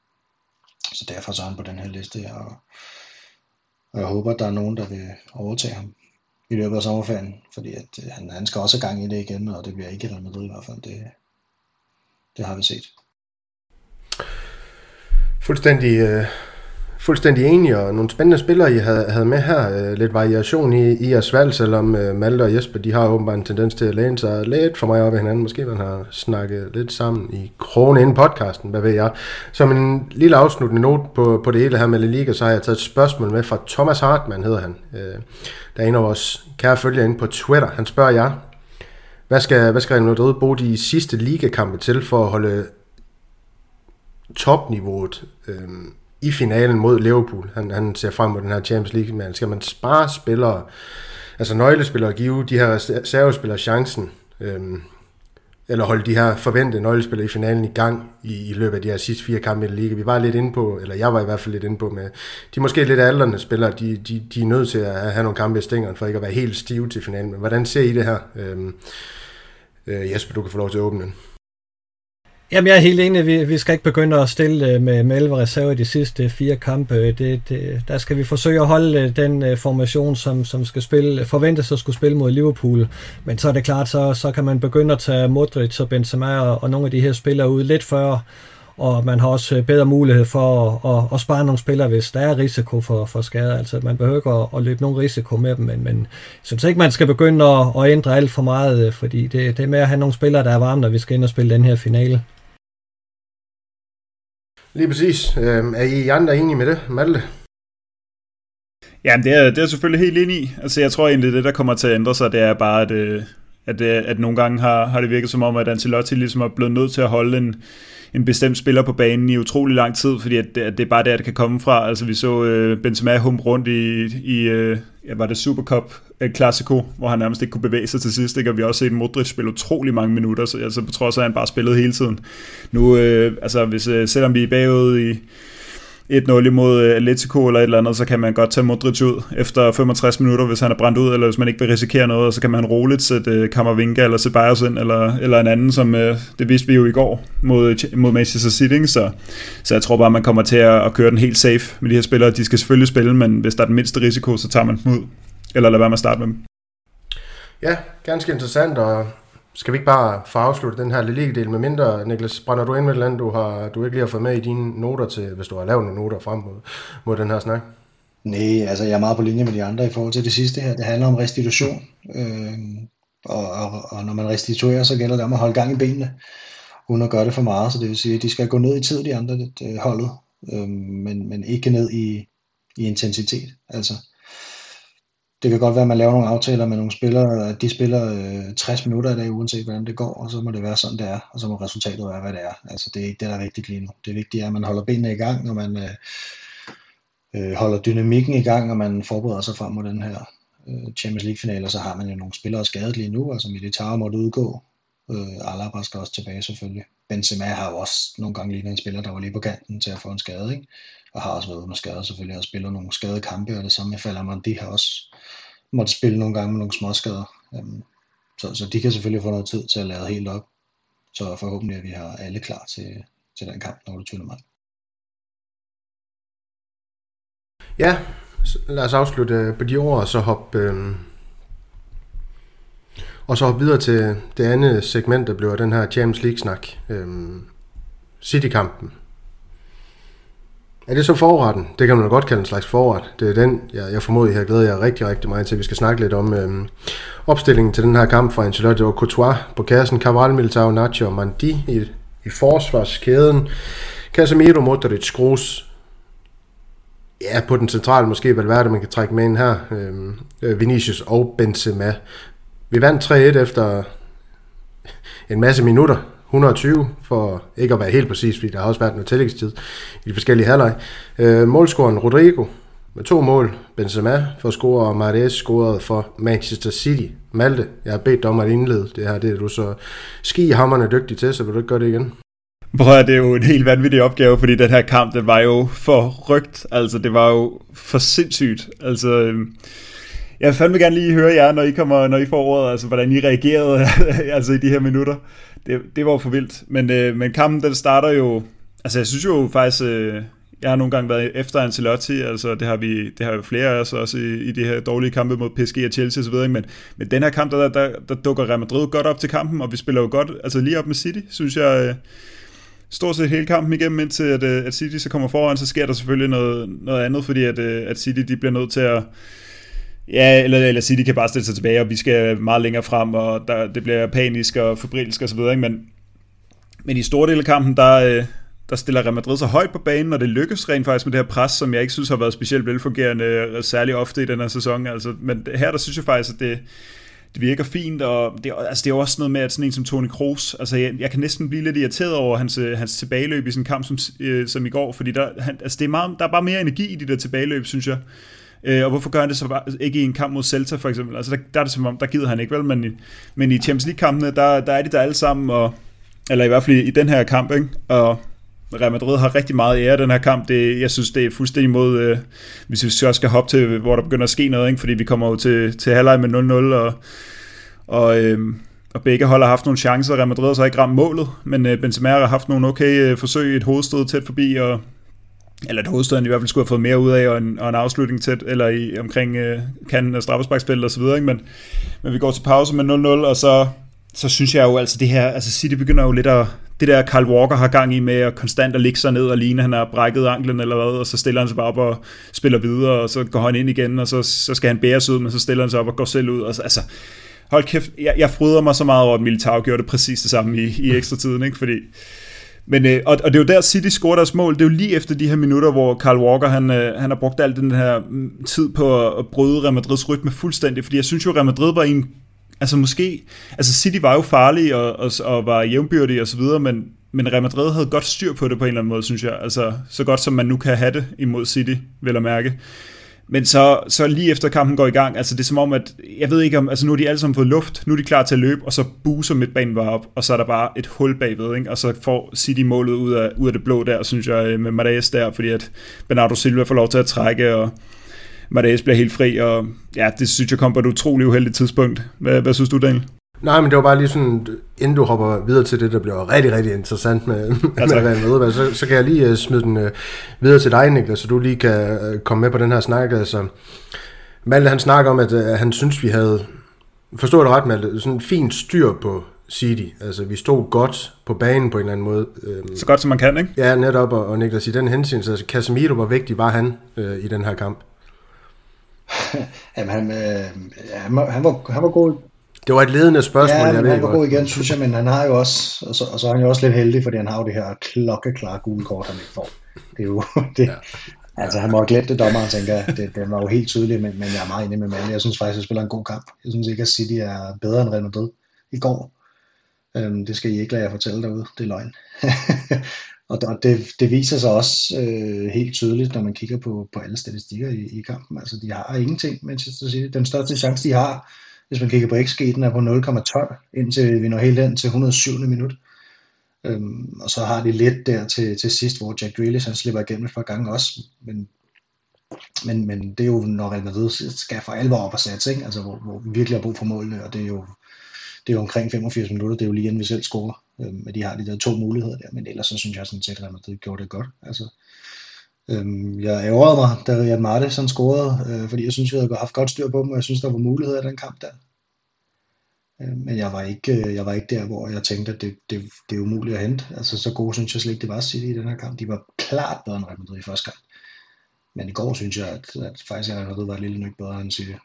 så derfor så er han på den her liste her. Og, og jeg håber, at der er nogen, der vil overtage ham i løbet af sommerferien. Fordi at, øh, han, han skal også have gang i det igen, og det bliver ikke Real Madrid i hvert fald. Det, Det har vi set. Fuldstændig, øh, fuldstændig enige, og nogle spændende spillere, I havde, havde med her. Øh, lidt variation i, i jeres valg, selvom øh, Malte og Jesper, de har åbenbart en tendens til at læne sig lidt for mig op i hinanden. Måske man har snakket lidt sammen i krone inden podcasten, hvad ved jeg. Som en lille afsluttende note på, på det hele her med La Liga, så har jeg taget et spørgsmål med fra Thomas Hartmann, hedder han. Øh, der er en af vores kære følgere inde på Twitter. Han spørger jer, Hvad skal, hvad skal Real Madrid bruge de sidste ligakampe til for at holde topniveauet øh, i finalen mod Liverpool? Han, han ser frem mod den her Champions League, men skal man spare spillere, altså nøglespillere, give de her reservespillere chancen, øh, eller holde de her forventede nøglespillere i finalen i gang i, i løbet af de her sidste fire kampe i liga? Vi var lidt inde på, eller jeg var i hvert fald lidt inde på, med de måske lidt aldrende spillere, de, de, de er nødt til at have nogle kampe i stængeren, for ikke at være helt stive til finalen. Men hvordan ser I det her? Øh, Jesper, du kan få lov til at åbne den. Jamen, jeg er helt enig. Vi, vi skal ikke begynde at stille med, med elleve reserver i de sidste fire kampe. Det, det, der skal vi forsøge at holde den uh, formation, som, som skal spille, forventes at skulle spille mod Liverpool. Men så er det klart, så, så kan man begynde at tage Modric og Benzema og, og nogle af de her spillere ud lidt før. Og man har også bedre mulighed for at, at, at spare nogle spillere, hvis der er risiko for, for skade. Altså, man behøver ikke at, at løbe nogen risiko med dem, men, men jeg synes ikke, man skal begynde at, at ændre alt for meget, fordi det, det er med at have nogle spillere, der er varme, når vi skal ind og spille den her finale. Lige præcis. Øh, er I andre enige med det, Malte? Ja, det er, det er selvfølgelig helt enig i. Altså, jeg tror egentlig, det der kommer til at ændre sig, det er bare, at, at, at, at nogle gange har, har det virket som om, at Ancelotti ligesom er blevet nødt til at holde en, en bestemt spiller på banen i utrolig lang tid, fordi at det, at det er bare der, det kan komme fra. Altså, vi så øh, Benzema humpe rundt i, i øh, ja, var det Supercup Clasico, hvor han nærmest ikke kunne bevæge sig til sidst, ikke? Og vi har også set Modric spille utrolig mange minutter, så, altså, på trods af, at han bare spillede hele tiden. Nu, øh, altså, hvis, øh, selvom vi er bagud i et nul imod Atletico eller et eller andet, så kan man godt tage Modric ud efter femogtres minutter, hvis han er brændt ud, eller hvis man ikke vil risikere noget, og så kan man roligt sætte Camavinga eller Ceballos ind, eller, eller en anden, som det viste vi jo i går mod, mod Manchester City, så, så jeg tror bare, man kommer til at, at køre den helt safe med de her spillere. De skal selvfølgelig spille, men hvis der er den mindste risiko, så tager man dem ud, eller lad være med at starte med dem. Ja, ganske interessant, og skal vi ikke bare få afslutte den her Liga-del med mindre, Niklas, brænder du ind med et eller andet, du, har, du ikke lige har fået med i dine noter til, hvis du har lavet nogle noter frem mod, mod den her snak? Nej, altså jeg er meget på linje med de andre i forhold til det sidste her. Det handler om restitution, øh, og, og, og når man restituerer, så gælder det om at holde gang i benene, uden at gøre det for meget, så det vil sige, at de skal gå ned i tid, de andre det, holdet, øh, men, men ikke ned i, i intensitet, altså. Det kan godt være, at man laver nogle aftaler med nogle spillere, at de spiller øh, tres minutter i dag, uanset hvordan det går, og så må det være sådan, det er, og så må resultatet være, hvad det er. Altså, det er ikke det, der er vigtigt lige nu. Det vigtige er, at man holder benene i gang, og man øh, øh, holder dynamikken i gang, og man forbereder sig frem mod den her øh, Champions League-finale, og så har man jo nogle spillere skadet lige nu, altså Militao måtte udgå, øh, Alaba skal også tilbage selvfølgelig. Benzema har jo også nogle gange lige en spiller, der var lige på kanten til at få en skade, ikke? Og har også været under skade selvfølgelig, og spiller nogle skadede kampe, og det samme med Falhamandi har også måtte spille nogle gange med nogle småskader. Um, så, så de kan selvfølgelig få noget tid til at lade helt op. Så forhåbentlig at vi har alle klar til, til den kamp, når du tyder mig. Ja, lad os afslutte på de ord, og så hoppe, øh, og så hoppe videre til det andet segment, der bliver den her Champions League-snak. Øh, City-kampen. Er det så forretten? Det kan man jo godt kalde en slags forret. Det er den, jeg, jeg formoder, jeg glæder jer rigtig, rigtig meget til. Vi skal snakke lidt om øhm, opstillingen til den her kamp fra Ancelotti og Courtois på kassen. Carvalho, Militao, Nacho og Mandi i, i forsvarskæden. Casemiro, Modric, Kroos. Ja, på den centrale måske Valverde, man kan trække med ind her. Øhm, Vinicius og Benzema. Vi vandt tre et efter en masse minutter. et hundrede og tyve, for ikke at være helt præcis, fordi der har også været noget tillægstid i de forskellige halvleg. Øh, målscoren Rodrigo med to mål. Benzema for at score, og Mahrez scorede for Manchester City. Malte, jeg har bedt dig om at indlede det her. Det er du så skihammerne dygtig til, så vil du ikke gøre det igen? Prøv, det er jo en helt vanvittig opgave, fordi den her kamp, den var jo for rygt. Altså, det var jo for sindssygt. Altså, jeg vil fandme gerne lige høre jer, når I, kommer, når I får ordet, altså hvordan I reagerede altså, i de her minutter. Det, det var jo for vildt. Men, øh, men kampen, den starter jo... Altså, jeg synes jo faktisk... Øh, jeg har nogle gange været efter Ancelotti, altså det har vi, det har jo flere af os også i, i de her dårlige kampe mod P S G og Chelsea og så videre, men, men den her kamp, der, der, der dukker Real Madrid godt op til kampen, og vi spiller jo godt, altså lige op med City, synes jeg, øh, stort set hele kampen igennem, indtil at, at City så kommer foran, så sker der selvfølgelig noget, noget andet, fordi at, at City, de bliver nødt til at... Ja, eller, eller City kan bare stille sig tilbage, og vi skal meget længere frem, og der, det bliver panisk og febrilsk og så videre, ikke? Men, men i store del af kampen, der, der stiller Real Madrid så højt på banen, og det lykkes rent faktisk med det her pres, som jeg ikke synes har været specielt velfungerende særlig ofte i den her sæson. Altså, men her, der synes jeg faktisk, at det, det virker fint, og det, altså, det er også noget med, at sådan en som Toni Kroos, altså jeg, jeg kan næsten blive lidt irriteret over hans, hans tilbageløb i sådan en kamp som, øh, som i går, fordi der, han, altså, det er meget, der er bare mere energi i de der tilbageløb, synes jeg. Øh, og hvorfor gør han det så bare ikke i en kamp mod Celta for eksempel? Altså der, der er det som om, der gider han ikke vel, men i, men i Champions League-kampene, der, der er de der alle sammen, og, eller i hvert fald i, i den her kamp, ikke? Og Real Madrid har rigtig meget ære den her kamp. Det, jeg synes, det er fuldstændig imod, øh, hvis vi så skal hoppe til, hvor der begynder at ske noget, ikke? Fordi vi kommer jo til, til halvleg med nul nul, og, og, øh, og begge hold har haft nogle chancer. Real Madrid har så ikke ramt målet, men øh, Benzema har haft nogle okay øh, forsøg, et hovedstød tæt forbi, og eller et hovedstød, han i hvert fald skulle have fået mere ud af, og en, og en afslutning tæt, eller i, omkring øh, kanten af straffesparksfeltet og så videre, ikke? Men, men vi går til pause med nul nul, og så, så synes jeg jo altså det her, altså City begynder jo lidt at, det der Kyle Walker har gang i med at konstant at ligge sig ned og ligne, han har brækket anklen eller hvad, og så stiller han sig bare op og spiller videre, og så går han ind igen, og så, så skal han bæres ud, men så stiller han sig op og går selv ud, og så, altså, hold kæft, jeg, jeg fryder mig så meget over, at Militao gjorde det præcis det samme i, i ekstra tiden, ikke? Fordi Men, øh, og, og det er jo der City scorer deres mål. Det er jo lige efter de her minutter, hvor Kyle Walker han, øh, han har brugt al den her tid på at, at bryde Real Madrids rytme fuldstændig, fordi jeg synes jo, Real Madrid var en, altså måske, altså City var jo farlig og, og, og var jævnbyrdig og så videre, men, men Real Madrid havde godt styr på det på en eller anden måde, synes jeg. Altså så godt som man nu kan have det imod City, vil jeg mærke. Men så, så lige efter kampen går i gang, altså det er som om, at jeg ved ikke om, altså nu er de alle sammen fået luft, nu er de klar til at løbe, og så buser midtbanen bare op, og så er der bare et hul bagved, ikke? Og så får City målet ud af, ud af det blå der, synes jeg, med Mahrez der, fordi at Bernardo Silva får lov til at trække, og Mahrez bliver helt fri, og ja, det synes jeg kom på et utroligt uheldigt tidspunkt. Hvad, hvad synes du, Daniel? Nej, men det var bare lige sådan, inden du hopper videre til det, der bliver rigtig, rigtig interessant med, ja, med Real Madrid, så, så kan jeg lige uh, smide den uh, videre til dig, Niklas, så du lige kan uh, komme med på den her snak. Altså, Malte, han snakker om, at uh, han synes, vi havde, forstår det ret, Malte, sådan fint styr på City. Altså, vi stod godt på banen på en eller anden måde. Um, så godt som man kan, ikke? Ja, netop, og, og Niklas, i den hensyn, så altså, Casemiro, hvor vigtig var han uh, i den her kamp? Jamen, han, øh, han, var, han, var, han var god. Det var et ledende spørgsmål, ja, jeg ved han var god godt. igen, synes jeg, men han har jo også, og så, og så er han jo også lidt heldig, fordi han har jo det her klokkeklare gule kort, han ikke får. Det er jo, det, ja. Altså han må have glemt det, dommeren, tænker jeg. Det, det var jo helt tydeligt, men, men jeg er meget enig med Malle. Jeg synes faktisk, at jeg spiller en god kamp. Jeg synes ikke, at City er bedre end Real Madrid i går. Øhm, det skal I ikke lade jer fortælle derude, det er løgn. Og det, det viser sig også øh, helt tydeligt, når man kigger på, på alle statistikker i, i kampen. Altså de har ingenting, Manchester City. Den største chance, de har, hvis man kigger på X G, den er på nul komma tolv, indtil vi når helt ind til et hundrede og syvende minut. Øhm, og så har de lidt der til, til sidst, hvor Jack Grealish han slipper igennem et par gange også. Men, men, men det er jo, når Real Madrid skal for alvor op og satse, ikke? Altså, hvor, hvor vi virkelig har brug for målene, og det er jo, det er jo omkring femogfirs minutter, det er jo lige inden vi selv scorer. Øhm, men de har de der to muligheder der, men ellers så synes jeg sådan set, at Real Madrid gjorde det godt. Altså, øhm, jeg ærgerede mig, da Riyad Mahrez han scorede, øh, fordi jeg synes, vi havde haft godt styr på dem, og jeg synes, der var muligheder i den kamp der. Men jeg var ikke, jeg var ikke der, hvor jeg tænkte, at det, det, det er umuligt at hente. Altså så gode synes jeg slet ikke, det var City i den her kamp. De var klart bedre end Real Madrid i første kamp. Men i går synes jeg, at, at faktisk Real Madrid var et lille nyt bedre end City.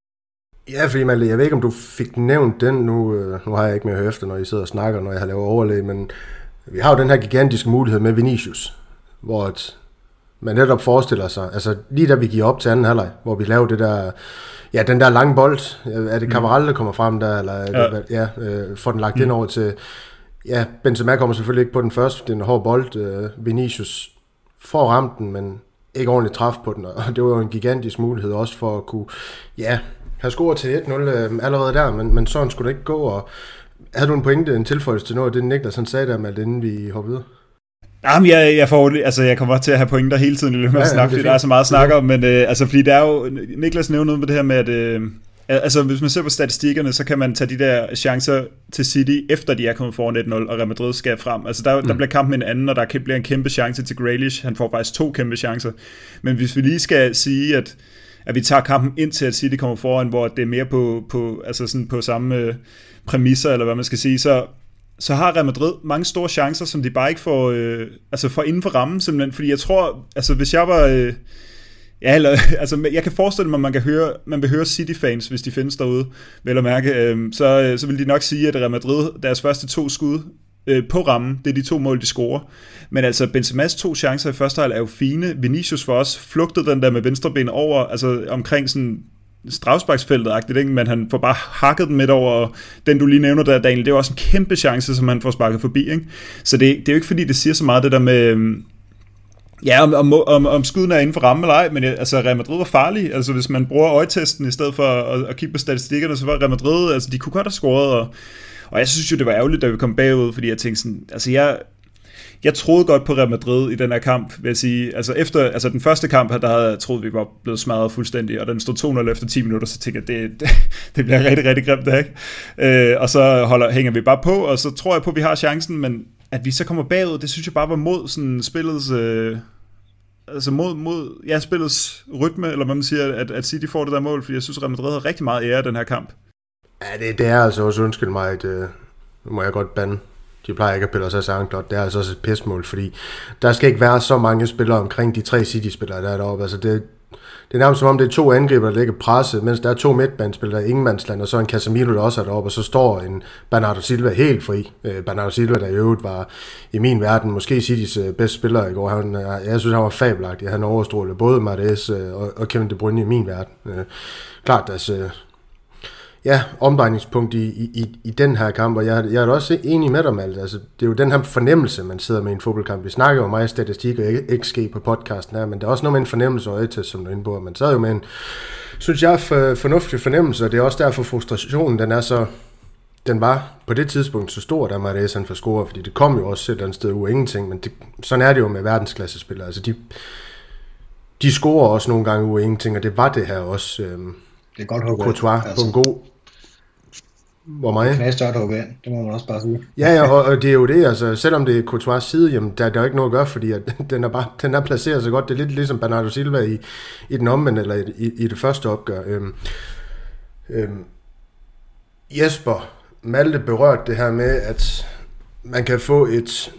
Ja, fordi Malte, jeg ved ikke, om du fik nævnt den. Nu, nu har jeg ikke mere at høre efter, når I sidder og snakker, når jeg har lavet overlæg. Men vi har jo den her gigantiske mulighed med Vinicius, hvor et, man netop forestiller sig, altså lige da vi giver op til anden halvleg, hvor vi laver det der... Ja, den der lange bold, er det Cavaral, der kommer frem der, eller er det, ja, ja øh, får den lagt mm. ind over til, ja, Benzema kommer selvfølgelig ikke på den første, det er en hård bold, øh, Vinicius får ramt den, men ikke ordentligt træf på den, og det var jo en gigantisk mulighed også for at kunne, ja, have scoret til et nul øh, allerede der, men, men sådan skulle det ikke gå, og havde du en pointe, en tilføjelse til noget af det, Niklas han sagde der med, inden vi hopper videre? Jamen, jeg, jeg, får, altså, jeg kommer til at have pointer hele tiden i løbet af ja, snak, fordi der er så meget at snakke om, men øh, altså, fordi der er jo, Niklas nævnte noget med det her med, at øh, altså, hvis man ser på statistikkerne, så kan man tage de der chancer til City, efter de er kommet foran et nul, og Real Madrid skal frem. Altså, der, mm. der bliver kampen en anden, og der bliver en kæmpe chance til Grealish. Han får faktisk to kæmpe chancer. Men hvis vi lige skal sige, at, at vi tager kampen ind til, at City kommer foran, hvor det er mere på, på, altså sådan på samme øh, præmisser, eller hvad man skal sige, så så har Real Madrid mange store chancer, som de bare ikke får, øh, altså får inden for rammen, simpelthen, fordi jeg tror, altså hvis jeg var, øh, ja, eller, altså jeg kan forestille mig, at man kan høre, man vil høre City-fans, hvis de findes derude, vel at mærke, øh, så, øh, så vil de nok sige, at Real Madrid, deres første to skud øh, på rammen, det er de to mål, de scorer, men altså Benzemas to chancer i første halvleg er jo fine, Vinicius for os flugtede den der med venstreben over, altså omkring sådan, strafsparksfeltet-agtigt, ikke? Men han får bare hakket den midt over, og den du lige nævner der, Daniel, det er også en kæmpe chance, som han får sparket forbi, ikke? Så det, det er jo ikke fordi, det siger så meget det der med, ja, om, om, om, om skuden er inden for ramme eller ej, men altså Real Madrid var farlig, altså hvis man bruger øjetesten i stedet for at, at kigge på statistikkerne, så var Real Madrid, altså de kunne godt have scoret, og, og jeg synes jo, det var ærgerligt, da vi kom bagud, fordi jeg tænkte sådan, altså jeg jeg troede godt på Real Madrid i den her kamp, vil jeg sige. Altså efter altså den første kamp her, der havde jeg troet, vi var blevet smadret fuldstændig, og den stod to nul efter ti minutter, så tænkte jeg, det, det, det bliver rigtig, rigtig grimt, det ikke? Øh, og så holder, hænger vi bare på, og så tror jeg på, at vi har chancen, men at vi så kommer bagud, det synes jeg bare var mod sådan spillets... Øh, altså mod, mod ja, spillets rytme, eller hvad man siger, at, at City får det der mål, fordi jeg synes, at Real Madrid havde rigtig meget ære i den her kamp. Ja, det, det er altså også, undskyld mig, at, øh, nu må jeg godt bande. De plejer ikke at pille sig sangklot. Det er altså også et pismål, fordi der skal ikke være så mange spillere omkring de tre City-spillere, der er deroppe. Altså det, det er nærmest som om, det er to angriber, der ligger presset, mens der er to midtbanespillere, Ingemannsland, og så en Casemiro, der også er deroppe, og så står en Bernardo Silva helt fri. Øh, Bernardo Silva, der i øvrigt var i min verden måske Citys øh, bedste spiller i går. Han, jeg synes, han var fabelagtig. Han overstrålede både Mahrez øh, og, og Kevin De Bruyne i min verden. Øh, klart, altså... Øh, Ja, omdrejningspunkt i, i, i den her kamp, og jeg, jeg er da også enig med dig, Malte. Altså, det er jo den her fornemmelse, man sidder med i en fodboldkamp. Vi snakker jo meget statistik og X G på podcasten her, men der er også noget med en fornemmelse og øjetest, som du er inde på. Man sidder jo med en, synes jeg, for, fornuftig fornemmelse, og det er også derfor frustrationen, den er så, den var på det tidspunkt så stor, da Mahrez han får score, fordi det kom jo også et eller andet sted ud af ingenting, men det, sådan er det jo med verdensklassespillere. Altså, de, de scorer også nogle gange ud af ingenting, og det var det her også. Øhm, det er godt håbe. Courtois altså. På en god... Hvor meget? Det er større håbe ind, det må man også bare sige. Ja, ja, og, og det er jo det, altså selvom det er Courtois' side, jamen der, der er ikke noget at gøre, fordi at, den er bare, den er placeret så godt, det er lidt ligesom Bernardo Silva i, i den omvendte, eller i, i, i det første opgør. Øhm, øhm, Jesper, Malte berørte det her med, at man kan få et,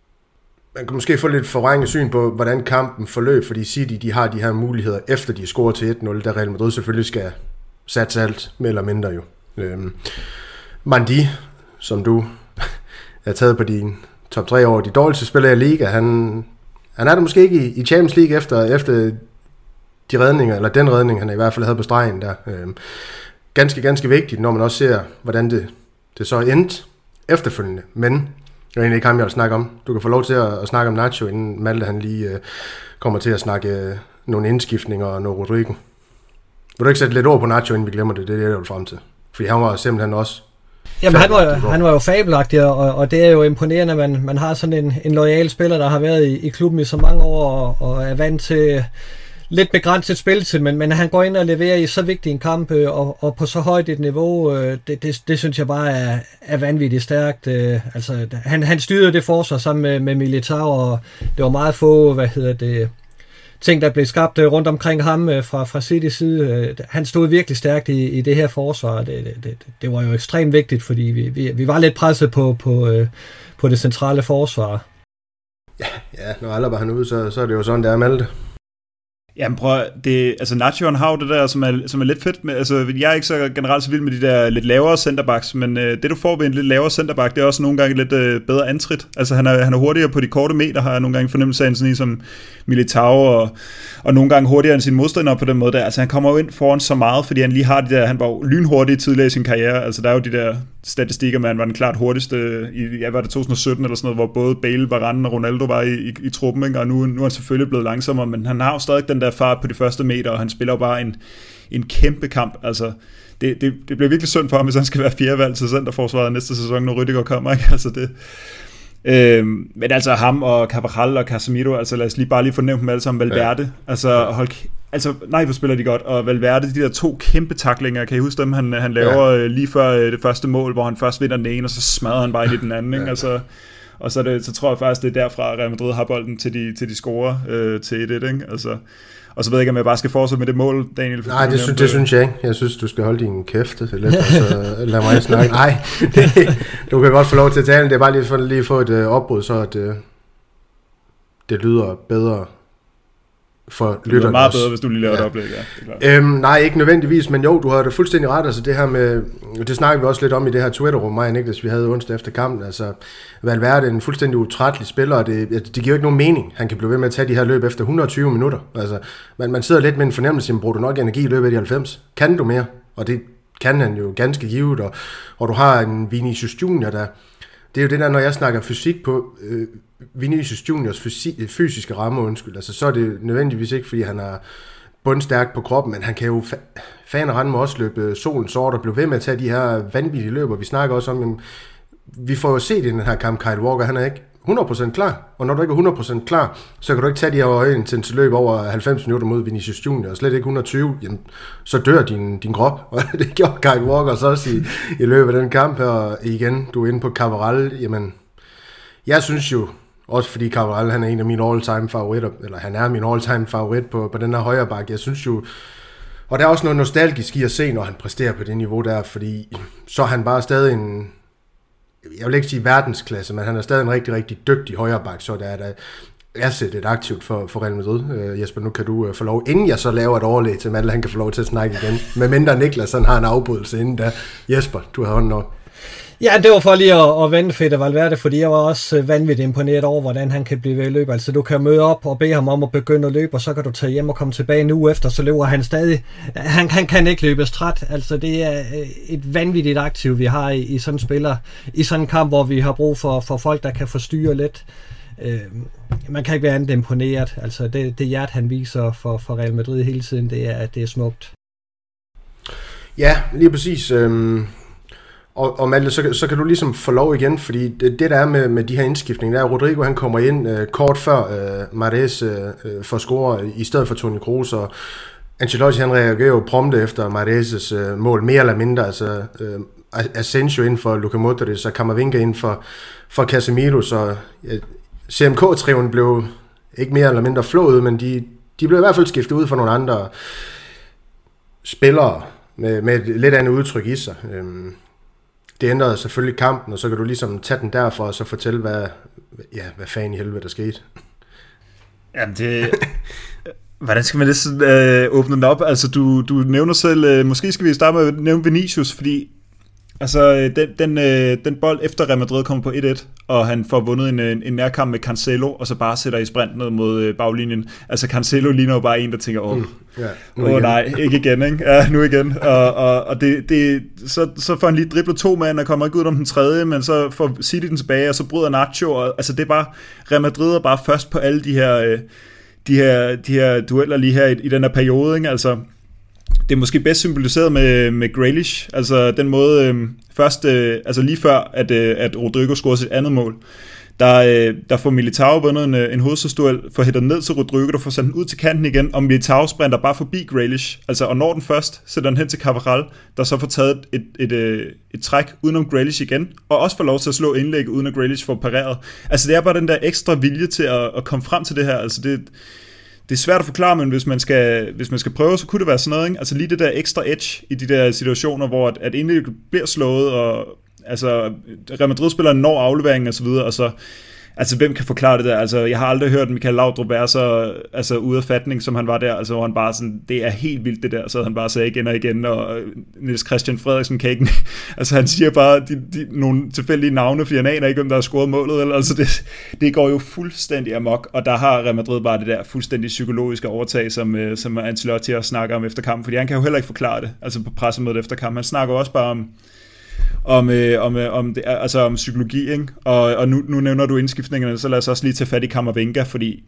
man kan måske få lidt forvrænget syn på, hvordan kampen forløb, fordi City, de har de her muligheder, efter de scorer til et nul, der Real Madrid selvfølgelig skal satse alt, mere eller mindre jo. Øhm, Mandi, som du er taget på din top tre over de dårligste spillere i Liga, han, han er der måske ikke i, i Champions League efter, efter de redninger, eller den redning, han i hvert fald havde på stregen der. Øhm, ganske, ganske vigtigt, når man også ser, hvordan det, det så endte efterfølgende. Men det er egentlig ikke ham, jeg vil snakke om. Du kan få lov til at, at snakke om Nacho, inden Malte han lige øh, kommer til at snakke øh, nogle indskiftninger og noget Rodrigo. Vil du ikke sætte lidt ord på Nacho, inden vi glemmer det? Det er det, jeg vil frem til. Fordi han var simpelthen også... Jamen han var, jo, han var jo fabelagtig, og, og det er jo imponerende, at man, man har sådan en, en loyal spiller, der har været i, i klubben i så mange år, og, og er vant til lidt begrænset spilletid, men, men han går ind og leverer i så vigtig en kamp, og, og på så højt et niveau, det, det, det synes jeg bare er, er vanvittigt stærkt. Altså, han, han styrede det forsvar sammen med, med Militao, og det var meget få, hvad hedder det... ting, der blev skabt rundt omkring ham fra, fra Citys side. Han stod virkelig stærkt i, i det her forsvar. Det, det, det, det var jo ekstremt vigtigt, fordi vi, vi, vi var lidt presset på, på, på det centrale forsvar. Ja, ja når Alaba han ude, så, så er det jo sådan, det er Malte. Jamen prøv, det, altså Nacho har det der, som er, som er lidt fedt med, altså jeg er ikke så generelt så vild med de der lidt lavere centerbacks, men øh, det du får ved en lidt lavere centerback, det er også nogle gange lidt øh, bedre antrit. Altså han er, han er hurtigere på de korte meter, har jeg nogle gange fornemmelse af sådan en som Militao, og, og nogle gange hurtigere end sine modstandere på den måde der. Altså han kommer jo ind foran så meget, fordi han lige har de der, han var jo lynhurtig tidligere i sin karriere, altså der er jo de der statistikker, man var den klart hurtigste i, ja, var det to tusind og sytten eller sådan noget, hvor både Bale, Varane og Ronaldo var i, i, i truppen, ikke? Og nu, nu er han selvfølgelig blevet langsommere, men han har jo stadig den der fart på de første meter, og han spiller jo bare en, en kæmpe kamp. Altså, det, det, det bliver virkelig synd for ham, hvis han skal være fjerdevalg til centerforsvaret næste sæson, når Rüdiger kommer, ikke? Altså det... Øhm, men altså ham og Cabral og Casemiro, altså lad os lige bare lige fornemme dem alle sammen. Valverde, ja. altså hold, altså nej, hvor spiller de godt, og Valverde, de der to kæmpe tacklinger, kan I huske dem, han, han laver ja. lige før det første mål, hvor han først vinder den ene, og så smadrer han bare ind i den anden, ja. Ikke? Altså, og så, det, så tror jeg faktisk, det er derfra, at Real Madrid har bolden til de, til de scorer øh, til et et, ikke? Altså, og så ved jeg ikke, om jeg bare skal fortsætte med det mål, Daniel. Nej, det, synes, det synes jeg ikke. Jeg synes, du skal holde din kæft lidt, og så lad mig snakke. Nej, det, du kan godt få lov til at tale. Det er bare lige for lige at få et øh, opbrud, så at, øh, det lyder bedre for lytterne. Det lyder meget bedre, hvis du lige laver ja. et oplæg, ja. Det er øhm, nej, ikke nødvendigvis, men jo, du har det fuldstændig ret. Altså det her med, det snakker vi også lidt om i det her Twitter-rum, mig og Niklas, vi havde onsdag efter kampen. Altså, Valverde er en fuldstændig utrættelig spiller, og det, det giver jo ikke nogen mening. Han kan blive ved med at tage de her løb efter et hundrede og tyve minutter. Altså, man, man sidder lidt med en fornemmelse, at bruger du nok energi i løbet af de halvfems? Kan du mere? Og det kan han jo ganske givet, og, og du har en Vinicius Junior, der... Det er jo det der, når jeg snakker fysik på øh, Vinicius Juniors fysi- fysiske ramme, undskyld, altså så er det nødvendigvis ikke, fordi han er bundstærk på kroppen, men han kan jo fa- fan og rende må også løbe solen sort og blive ved med at tage de her vanvittige løber. Vi snakker også om, jamen, vi får jo set i den her kamp, Kyle Walker, han er ikke hundrede procent klar, og når du ikke er hundrede procent klar, så kan du ikke tage de her højintense løb over halvfems minutter mod Vinicius Junior, og slet ikke et hundrede og tyve, jamen, så dør din, din krop, og det gjorde Kyle Walker så også i, i løbet af den kamp her, og igen, du er inde på Cabral, jamen, jeg synes jo, også fordi Cabral, han er en af mine all-time favoritter, eller han er min all-time favorit på, på den her højre bakke, jeg synes jo, og der er også noget nostalgisk i at se, når han præsterer på det niveau der, fordi så er han bare stadig en, jeg vil ikke sige verdensklasse, men han er stadig en rigtig, rigtig dygtig højreback, så der er der asset et aktivt for, for Real Madrid. Uh, Jesper, nu kan du uh, få lov, inden jeg så laver et overlæg til Malle, han kan få lov til at snakke igen, med mindre Niklas, han har en afbrydelse inden da. Jesper, du har hånden op. Ja, det var for lige at, at vende Fede Valverde, fordi jeg var også vanvittigt imponeret over, hvordan han kan blive ved at løbe. Altså, du kan møde op og bede ham om at begynde at løbe, og så kan du tage hjem og komme tilbage en uge efter, så løber han stadig. Han, han kan ikke løbes træt. Altså, det er et vanvittigt aktiv, vi har i, i sådan en spiller, i sådan en kamp, hvor vi har brug for, for folk, der kan forstyrre lidt. Øh, man kan ikke være andet imponeret. Altså, det, det hjert, han viser for, for Real Madrid hele tiden, det er, det er smukt. Ja, lige præcis. Øhm Og, og Malte, så, så kan du ligesom få lov igen, fordi det, det der er med, med de her indskiftninger, der er Rodrigo, han kommer ind øh, kort før øh, Mahrez øh, får score i stedet for Toni Kroos, og Ancelotti, han reagerer jo prompte efter Mahrez's øh, mål, mere eller mindre, altså øh, Asensio ind for Luka Modric, og Camavinga ind for, for Casemiro, så øh, C M K-triven blev ikke mere eller mindre flået, men de, de blev i hvert fald skiftet ud for nogle andre spillere, med, med et lidt andet udtryk i sig. Øh, Det ændrede selvfølgelig kampen, og så kan du ligesom tage den derfra, og så fortælle, hvad, ja, hvad fanden i helvede der skete. Jamen det... Hvordan skal man det øh, åbne den op? Altså du, du nævner selv, øh, måske skal vi starte med at nævne Vinicius, fordi altså, den, den, øh, den bold efter Real Madrid kommer på et et, og han får vundet en, en, en nærkamp med Cancelo, og så bare sætter i sprint ned mod øh, baglinjen. Altså Cancelo ligner jo bare en, der tænker, åh, mm, yeah, åh nej, ikke igen, ikke? Ja, nu igen. Og, og, og det, det, så, så får han lige driblet to mand, og kommer ikke ud om den tredje, men så får City den tilbage, og så bryder Nacho, og altså det er bare, Real Madrid er bare først på alle de her, øh, de her, de her dueller lige her i, i den her periode, ikke? Altså det er måske bedst symboliseret med, med Grealish, altså den måde, øh, først, øh, altså lige før, at, øh, at Rodrigo scorede sit andet mål, der, øh, der får Militao vundet en, en hovedstødsduel, får hættet ned til Rodrigo, der får sendt den ud til kanten igen, og Militao sprinter bare forbi Grealish, altså og når den først, sætter den hen til Cabral, der så får taget et, et, et, et træk udenom Grealish igen, og også får lov til at slå indlægget, uden at Grealish får pareret. Altså det er bare den der ekstra vilje til at, at komme frem til det her, altså det Det er svært at forklare, men hvis man skal, hvis man skal prøve, så kunne det være sådan noget, ikke? Altså lige det der ekstra edge i de der situationer, hvor at, at indlæg bliver slået, og altså Real Madrid-spilleren når afleveringen og så videre, og så altså hvem kan forklare det der? Altså jeg har aldrig hørt Michael Laudrup være så altså ude af fatning, som han var der, altså hvor han bare sådan, det er helt vildt det der, så han bare sagde igen og igen, og Niels Christian Frederiksen kan ikke, altså han siger bare de, de, nogle tilfældige navne, fordi han aner ikke, hvem der har scoret målet, eller, altså det, det går jo fuldstændig amok, og der har Real Madrid bare det der fuldstændig psykologiske overtag, som, som Ancelotti også snakker om efter kampen, fordi han kan jo heller ikke forklare det, altså på pressemødet efter kampen, han snakker også bare om om, øh, om, øh, om, det, altså om psykologi, ikke? Og, og nu, nu nævner du indskiftningerne, så lad os også lige tage fat i Camavinga, fordi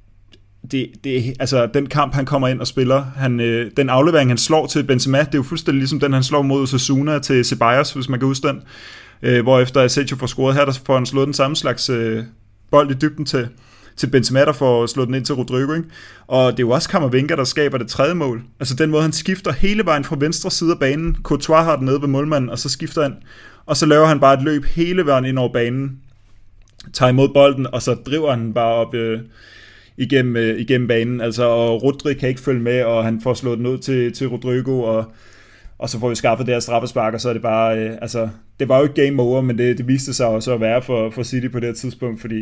det, det, altså, den kamp, han kommer ind og spiller, han, øh, den aflevering, han slår til Benzema, det er jo fuldstændig ligesom den, han slår mod Osasuna til Ceballos, hvis man kan huske den, øh, hvor efter Asensio får scoret her, der får han slået den samme slags øh, bold i dybden til til Benzema, der får slået den ind til Rodrigo, ikke? Og det er jo også Camavinga, der skaber det tredje mål. Altså den måde, han skifter hele vejen fra venstre side af banen. Courtois har den nede ved målmanden, og så skifter han, og så laver han bare et løb hele vejen ind over banen, tager imod bolden, og så driver han bare op øh, igennem, øh, igennem banen. Altså, og Rodri kan ikke følge med, og han får slået den ud til, til Rodrigo, og og så får vi skaffet det her straffespark, og så er det bare, øh, altså, det var jo ikke game over, men det, det viste sig også at være for, for City på det her tidspunkt, fordi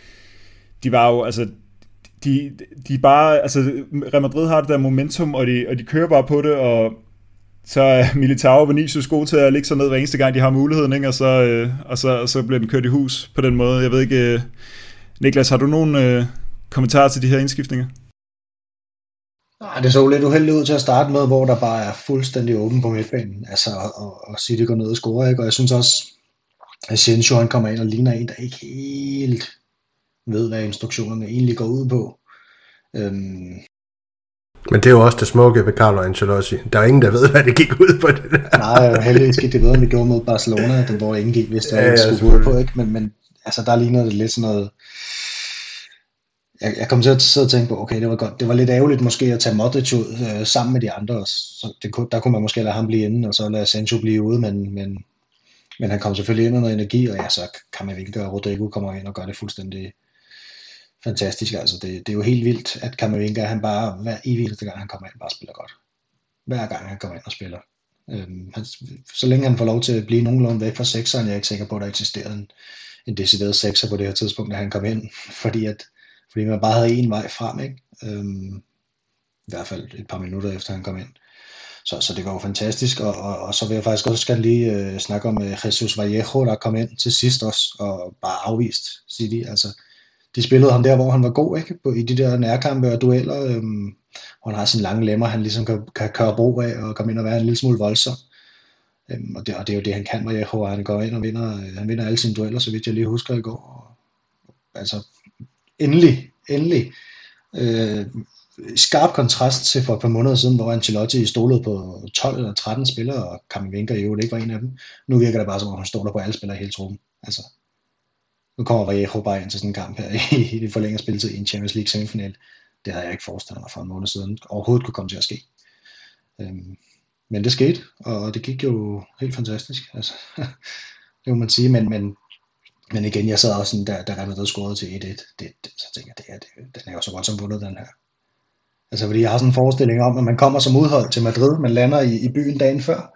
de var jo, altså, de, de bare, altså, Real Madrid har det der momentum, og de, og de kører bare på det, og så er Militao og Vinicius gode til at ligge sig ned hver eneste gang, de har muligheden, ikke? Og, så, øh, og, så, og så bliver den kørt i hus på den måde. Jeg ved ikke, øh, Niklas, har du nogen øh, kommentarer til de her indskiftninger? Nej, det så lidt uheldigt ud til at starte med, hvor der bare er fuldstændig åben på midtbanen, altså, og, og City går ned og scorer, ikke? Og jeg synes også, at Asensio, han kommer ind og ligner en, der ikke helt ved, hvad instruktionerne egentlig går ud på. Øhm. Men det er jo også det smukke ved Carlo Ancelotti. Der er ingen, der ved, hvad det gik ud på det der. Nej, heldigvis gik det bedre, end det gjorde mod Barcelona, den hvor ingen gik, hvis det ja, ja, skulle gå ud på, ikke? Men, men altså der lignede det lidt sådan noget, jeg, jeg kom til at sidde og tænke på, okay, det var godt, det var lidt ærgerligt måske at tage Modric ud øh, sammen med de andre, så det, der kunne man måske lade ham blive inde, og så lade Sancho blive ude, men, men, men han kom selvfølgelig ind med noget energi, og ja, så kan man virkelig gøre, at Rodrigo kommer ind og gør det fuldstændig fantastisk, altså det, det er jo helt vildt, at Camavinga, han bare, hver eneste gang han kommer ind, bare spiller godt. Hver gang han kommer ind og spiller. Øhm, han, så længe han får lov til at blive nogenlunde væk fra sekseren, jeg er ikke sikker på, at der eksisterer en, en decideret sekser på det her tidspunkt, da han kom ind, fordi at fordi man bare havde en vej frem, ikke? Øhm, i hvert fald et par minutter efter han kom ind. Så, så det var jo fantastisk, og, og, og så vil jeg faktisk også gerne lige øh, snakke om øh, Jesus Vallejo, der kom ind til sidst også, og bare afvist City. Altså, de spillede ham der, hvor han var god, ikke? På, i de der nærkampe og dueller, øhm, hvor han har sin lange lemmer, han ligesom kan, kan køre brug af, og komme ind og være en lille smule voldsom. Øhm, og, det, og det er jo det, han kan, Vallejo, og han går ind og vinder, øh, han vinder alle sine dueller, så vidt jeg lige husker i går. Og, altså, endelig, endelig. Øh, skarp kontrast til for et par måneder siden, hvor Ancelotti stolede på tolv eller tretten spillere, og Camavinga i øvrigt ikke var en af dem. Nu virker det bare som om, han stoler på alle spillere i hele truppen. Altså, nu kommer Vallejo bare ind til sådan en kamp her i, i det forlængede spilletid i en Champions League semifinal. Det havde jeg ikke forestillet mig for en måned siden. Overhovedet kunne komme til at ske. Øhm, men det skete, og det gik jo helt fantastisk. Altså, det må man sige, men, men Men igen, jeg sad også sådan, der, der Real Madrid scorede til et et, det, det, så tænker jeg, det er, det, den er jo så godt som vundet, den her. Altså, fordi jeg har sådan en forestilling om, at man kommer som udhold til Madrid, man lander i, i byen dagen før,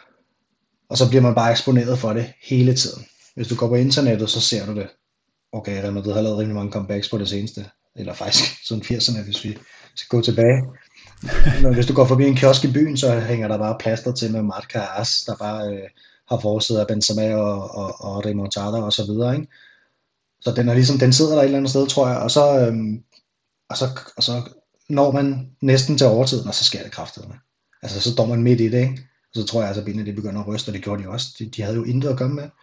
og så bliver man bare eksponeret for det hele tiden. Hvis du går på internettet, så ser du det. Okay, Real Madrid har lavet rimelig mange comebacks på det seneste, eller faktisk sådan firserne, hvis vi skal gå tilbage. Men hvis du går forbi en kiosk i byen, så hænger der bare plaster til med Marca As, der bare øh, har forsædet af Benzema og, og, og Remontada og så videre, ikke? Så den er ligesom, den sidder der et eller andet sted, tror jeg, og så, øhm, og så, og så når man næsten til overtiden, og så sker det kraftedeme. Altså, så står man midt i det, ikke? Og så tror jeg, altså, benene de begynder at ryste, og det gjorde de også. De, de havde jo intet at komme med.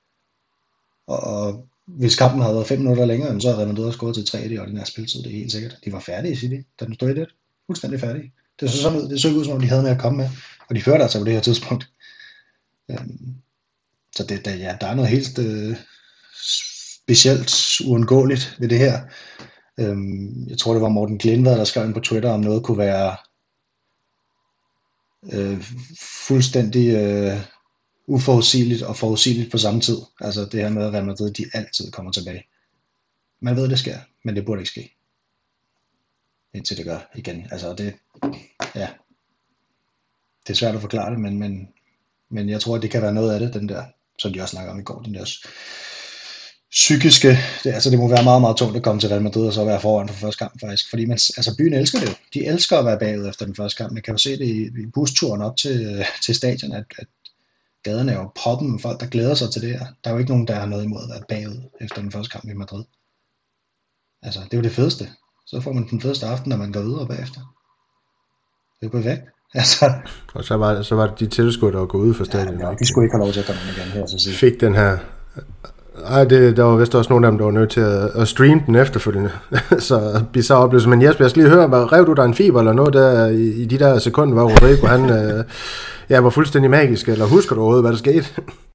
Og, og hvis kampen havde været fem minutter længere, så havde Real Madrid skåret til tre i det ordinære spilletid, det er helt sikkert. De var færdige i City, da den stod i det. Fuldstændig færdige. Det så sådan ud, det så ud, som om de havde med at komme med, og de førte altså på det her tidspunkt. Øhm, så det, der, ja, der er noget helt øh, specielt uundgåeligt ved det her. Øhm, jeg tror, det var Morten Glindvad, der skrev ind på Twitter, om noget kunne være øh, fuldstændig øh, uforudsigeligt og forudsigeligt på samme tid. Altså det her med, at Real Madrid, de altid kommer tilbage. Man ved, det sker, men det burde ikke ske. Indtil det gør igen. Altså det, ja, det er svært at forklare det, men, men, men jeg tror, at det kan være noget af det, den der, som de også snakker om i går, den der psykiske, det, altså det må være meget, meget tungt at komme til Real Madrid og så være foran for første kamp faktisk, fordi man, altså byen elsker det jo. De elsker at være bagud efter den første kamp. Man kan jo se det i, i busturen op til, til stadion, at, at gaderne er jo proppen med folk, der glæder sig til det her. Der er jo ikke nogen, der har noget imod at være bagud efter den første kamp i Madrid. Altså, det er jo det fedeste. Så får man den fedeste aften, når man går videre bagefter. Det er jo perfekt. Altså. Og så var, så var det de tilskud, der var gået ud for stadion. Ja, ja, de skulle ikke have lov til at komme ind igen her. Så sige. Fik den her. Ej, det, der var vist også nogle af dem, der var nødt til at, at streame den efterfølgende. Så bizarre oplevelse. Men Jesper, jeg skal lige høre, rev du der en fiber eller noget der i, i de der sekunder, hvor Rodrigo han øh, ja, var fuldstændig magisk, eller husker du overhovedet, hvad der skete?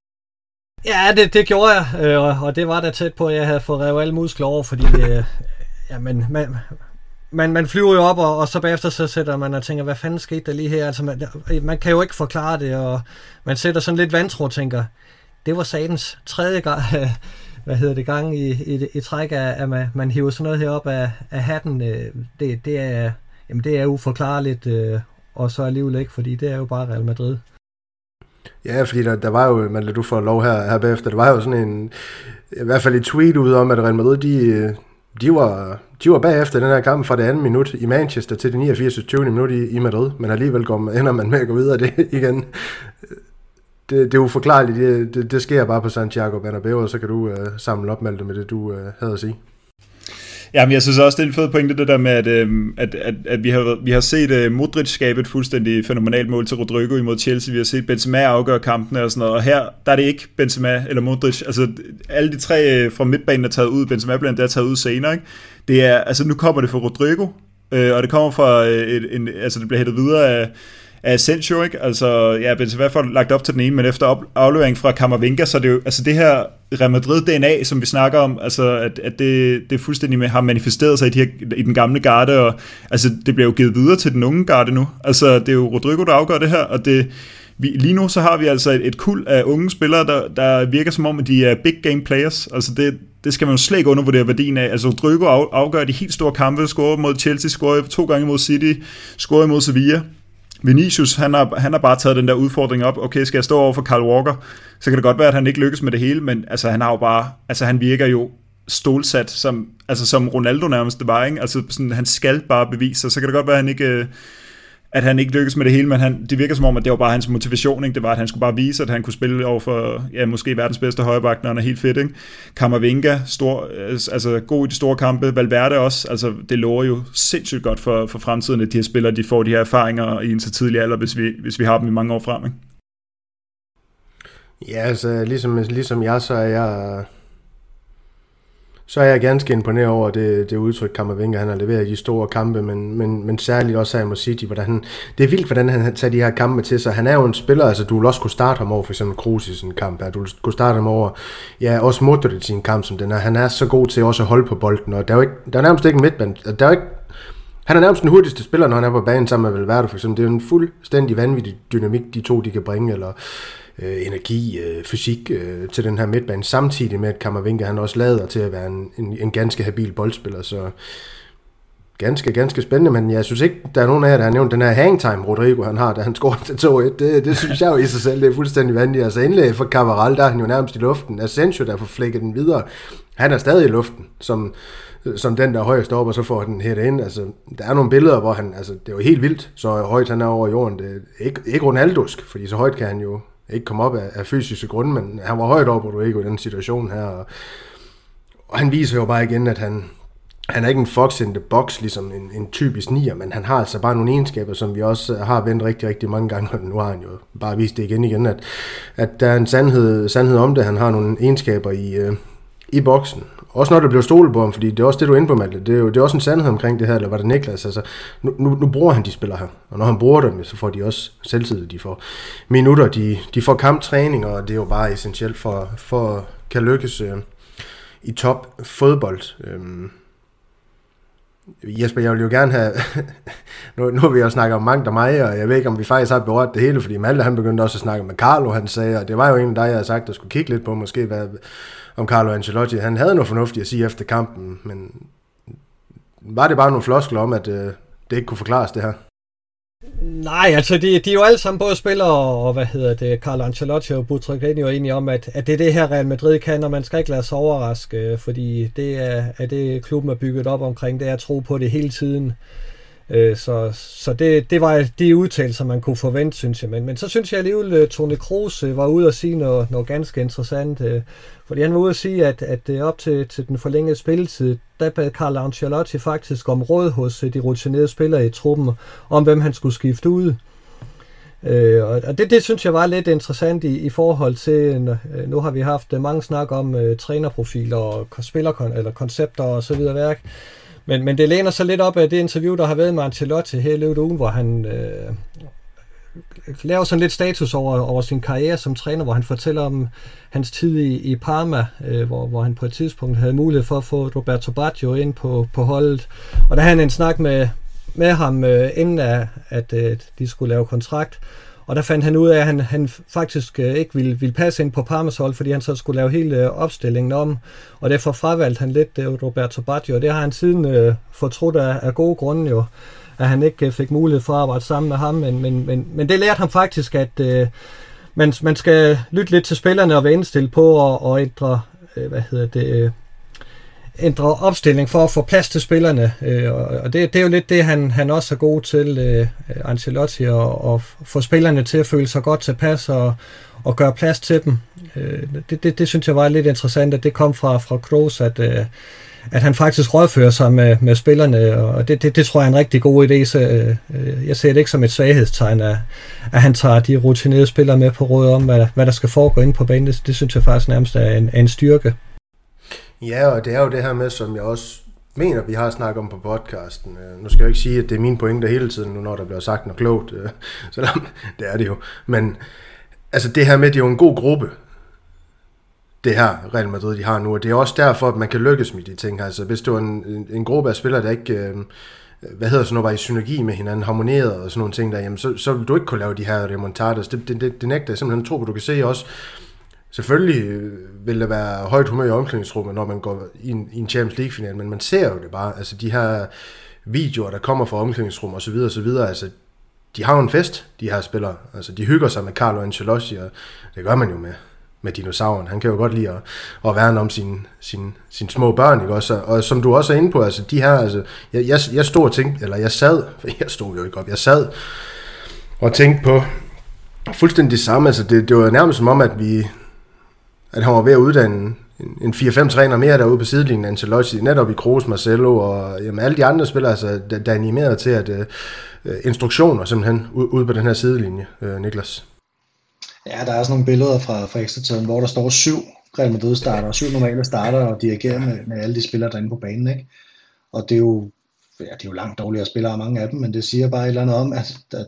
Ja, det, det gjorde jeg, øh, og det var da tæt på, at jeg havde fået revet alle muskler over, fordi øh, ja, men, man, man, man flyver jo op, og, og så bagefter så sætter man og tænker, hvad fanden skete der lige her? Altså, man, man kan jo ikke forklare det, og man sætter sådan lidt vantro og tænker, det var satans tredje gang, hvad hedder det, gang i, i, i træk, af, at man, man hiver sådan noget herop af, af hatten. Det, det, er, jamen det er uforklarligt, og så alligevel ikke, fordi det er jo bare Real Madrid. Ja, fordi der, der var jo, man lader du få lov her, her bagefter, der var jo sådan en, i hvert fald et tweet ud om, at Real Madrid, de, de, var, de var bagefter den her kamp fra det andet minut i Manchester til det niogfirs tyvende minut i, i Madrid, men alligevel går, ender man med at gå videre det igen. Det, det er uforklarligt, det, det, det sker bare på Santiago Bernabeu, og så kan du uh, samle op med det, med det, du uh, havde at sige. Jamen, jeg synes også, det er en fed pointe, det der med, at, at, at, at vi, har, vi har set uh, Modric skabe et fuldstændig fænomenalt mål til Rodrigo imod Chelsea. Vi har set Benzema afgøre kampene og sådan noget, og her der er det ikke Benzema eller Modric. Altså, alle de tre fra midtbanen er taget ud. Benzema bliver endda taget ud senere, ikke? Det er, altså, nu kommer det fra Rodrigo, øh, og det kommer fra et, en, altså, det bliver hættet videre af af Asensio, ikke? Altså, ja, det er i hvert fald lagt op til den ene, men efter op- aflevering fra Camavinga, så er det jo, altså det her Real Madrid D N A, som vi snakker om, altså at, at det, det fuldstændig med, har manifesteret sig i, de her, i den gamle garde, og altså det bliver jo givet videre til den unge garde nu. Altså det er jo Rodrigo, der afgør det her, og det, vi, lige nu så har vi altså et, et kuld af unge spillere, der, der virker som om, at de er big game players. Altså det, det skal man jo slet ikke undervurdere værdien af. Altså Rodrigo af, afgør de helt store kampe, scorer mod Chelsea, scorer to gange mod City, scorer mod Sevilla. Vinicius, han har, han har bare taget den der udfordring op. Okay, skal jeg stå over for Kyle Walker? Så kan det godt være, at han ikke lykkes med det hele, men altså han har jo bare, altså han virker jo stålsat, som, altså som Ronaldo nærmest det var, ikke? Altså sådan, han skal bare bevise sig. Så kan det godt være, at han ikke, at han ikke lykkes med det hele, men han, det virker som om, at det var bare hans motivation, ikke? Det var, at han skulle bare vise, at han kunne spille over for, ja, måske verdens bedste højreback, når han er helt fedt, ikke? Camavinga, stor, altså god i de store kampe, Valverde også, altså det lover jo sindssygt godt for, for fremtiden, at de her spillere, de får de her erfaringer i en så tidlig alder, hvis vi, hvis vi har dem i mange år frem, ikke? Ja, altså ligesom, ligesom jeg, så er jeg... Så er jeg ganske imponeret over det, det udtryk, Camavinga han har leveret i de store kampe, men, men, men særligt også her mod City, hvordan han, det er vildt, hvordan han tager de her kampe til sig. Han er jo en spiller, altså du vil også kunne starte ham over for eksempel Kroos i sådan en kamp her, du vil kunne starte ham over, ja, også Modric i en kamp som den her. Han er så god til også at holde på bolden, og der er jo ikke, der er nærmest ikke en midtband, der er jo ikke, han er nærmest den hurtigste spiller, når han er på banen sammen med Valverde for eksempel. Det er jo en fuldstændig vanvittig dynamik, de to de kan bringe, eller øh, energi, øh, fysik øh, til den her midtbane, samtidig med at Camavinga han også lader til at være en, en, en ganske habil boldspiller, så ganske, ganske spændende, men jeg synes ikke, der er nogen af jer, der har nævnt den her hangtime, Rodrigo han har, da han scorede til to et, det, det synes jeg jo i sig selv, det er fuldstændig vanvittigt. Altså indlæg for Cavaral, der er han jo nærmest i luften, Asensio der får flækket den videre, han er stadig i luften, som som den der højest op, og så får den hættet ind. Altså, der er nogle billeder, hvor han, altså, det er jo helt vildt, så højt han er over jorden. Det er ikke, ikke Ronaldosk, fordi så højt kan han jo ikke komme op af, af fysiske grunde, men han var højt over på Rodrigo i den situation her, og, og han viser jo bare igen, at han, han er ikke en fox in the box, ligesom en, en typisk nier, men han har altså bare nogle egenskaber, som vi også har vendt rigtig, rigtig mange gange, og nu har han jo bare vist det igen igen, at, at der er en sandhed, sandhed om det. Han har nogle egenskaber i, øh, i boksen. Også når det bliver stolet på ham, fordi det er også det, du er inde på, Malte. Det er jo det er også en sandhed omkring det her, eller var det Niklas? Altså, nu, nu, nu bruger han de spillere her, og når han bruger dem, så får de også selvtid, de får minutter, de, de får kamptræning, og det er jo bare essentielt for, for at kan lykkes øh, i top fodbold. Øhm. Jesper, jeg vil jo gerne have, nu, nu har vi jo snakket om mangt og mig, og jeg ved ikke, om vi faktisk har berørt det hele, fordi Malte han begyndte også at snakke med Carlo, han sagde, og det var jo en af dig, jeg havde sagt, der skulle kigge lidt på, måske hvad, om Carlo Ancelotti. Han havde noget fornuftigt at sige efter kampen, men var det bare nogle floskler om, at øh, det ikke kunne forklares det her? Nej, altså de, de er jo alle sammen både spillere og, hvad hedder det, Carlo Ancelotti og Butragueño er enige om, at, at det er det her Real Madrid kan, og man skal ikke lade sig overraske, fordi det er, er det klubben er bygget op omkring, det er at tro på det hele tiden. Så, så det, det var de udtalelser, man kunne forvente, synes jeg. Men, men så synes jeg alligevel, at Toni Kroos var ude at sige noget, noget ganske interessant. Fordi han var ude at sige, at, at op til, til den forlængede spilletid, der bad Carlo Ancelotti faktisk om råd hos de rutinerede spillere i truppen, om hvem han skulle skifte ud. Og det, det synes jeg var lidt interessant i, i forhold til, nu har vi haft mange snak om uh, trænerprofiler og spiller eller koncepter og så videre værk. Men, men det læner sig lidt op af det interview, der har været med Ancelotti her i løbet af ugen, hvor han øh, laver sådan lidt status over, over sin karriere som træner, hvor han fortæller om hans tid i, i Parma, øh, hvor, hvor han på et tidspunkt havde mulighed for at få Roberto Baggio ind på, på holdet. Og der havde han en snak med, med ham, øh, inden at, at øh, de skulle lave kontrakt. Og der fandt han ud af, at han, han faktisk øh, ikke ville, ville passe ind på Parmas hold, fordi han så skulle lave hele øh, opstillingen om. Og derfor fravalgte han lidt øh, Roberto Baggio, og det har han siden øh, fortrudt af, af gode grunde jo, at han ikke øh, fik mulighed for at arbejde sammen med ham. Men, men, men, men det lærte ham faktisk, at øh, man, man skal lytte lidt til spillerne og være indstillet på at, at ændre, øh, hvad hedder det, øh, ændre opstilling for at få plads til spillerne, øh, og det, det er jo lidt det, han, han også er god til, øh, Ancelotti, og, og få spillerne til at føle sig godt tilpas og, og gøre plads til dem. Øh, det, det, det synes jeg var lidt interessant, at det kom fra, fra Kroos, at, øh, at han faktisk rådfører sig med, med spillerne, og det, det, det tror jeg er en rigtig god idé, så øh, jeg ser det ikke som et svaghedstegn, at, at han tager de rutinerede spillere med på råd om, hvad, hvad der skal foregå inde på banen. Det, det synes jeg faktisk nærmest er en, er en styrke. Ja, og det er jo det her med, som jeg også mener, vi har snakket om på podcasten. Nu skal jeg ikke sige, at det er mine pointer hele tiden, nu når der bliver sagt noget klogt, selvom det er det jo. Men altså det her med, det er jo en god gruppe, det her Real Madrid, de har nu, og det er også derfor, at man kan lykkes med de ting. Altså hvis du er en, en, en gruppe af spillere, der ikke, øh, hvad hedder sådan noget, var i synergi med hinanden, harmoneret og sådan nogle ting der, jamen så, så vil du ikke kunne lave de her remontadas. Det, det, det, det nægter jeg simpelthen tro på. Du kan se også, selvfølgelig vil der være højt humør i omklædningsrummet, når man går i en, i en Champions League-final, men man ser jo det bare. Altså de her videoer, der kommer fra omklædningsrum og så videre og så videre, altså de har jo en fest, de her spillere. Altså de hygger sig med Carlo Ancelotti, og det gør man jo med, med dinosauren. Han kan jo godt lide at, at værne om sine sin, sin små børn, ikke også? Og som du også er inde på, altså de her, altså jeg, jeg, jeg stod og tænkte, eller jeg sad, jeg stod jo ikke op, jeg sad og tænkte på fuldstændig det samme. Altså det, det var nærmest som om, at vi at han var ved at uddanne en fire fem træner mere derude på sidelinjen, Ancelotti, netop i Kroos, Marcelo og jamen, alle de andre spillere, altså, der, der er animeret til at uh, instruktioner simpelthen ude på den her sidelinje, uh, Niklas. Ja, der er sådan nogle billeder fra, fra ekstratiden, hvor der står syv Real Madrid starter, syv normale starter og dirigerer med, med alle de spillere derinde på banen, ikke? Og det er jo, ja, det er jo langt dårligere spillere, mange af dem, men det siger bare et eller andet om, at, at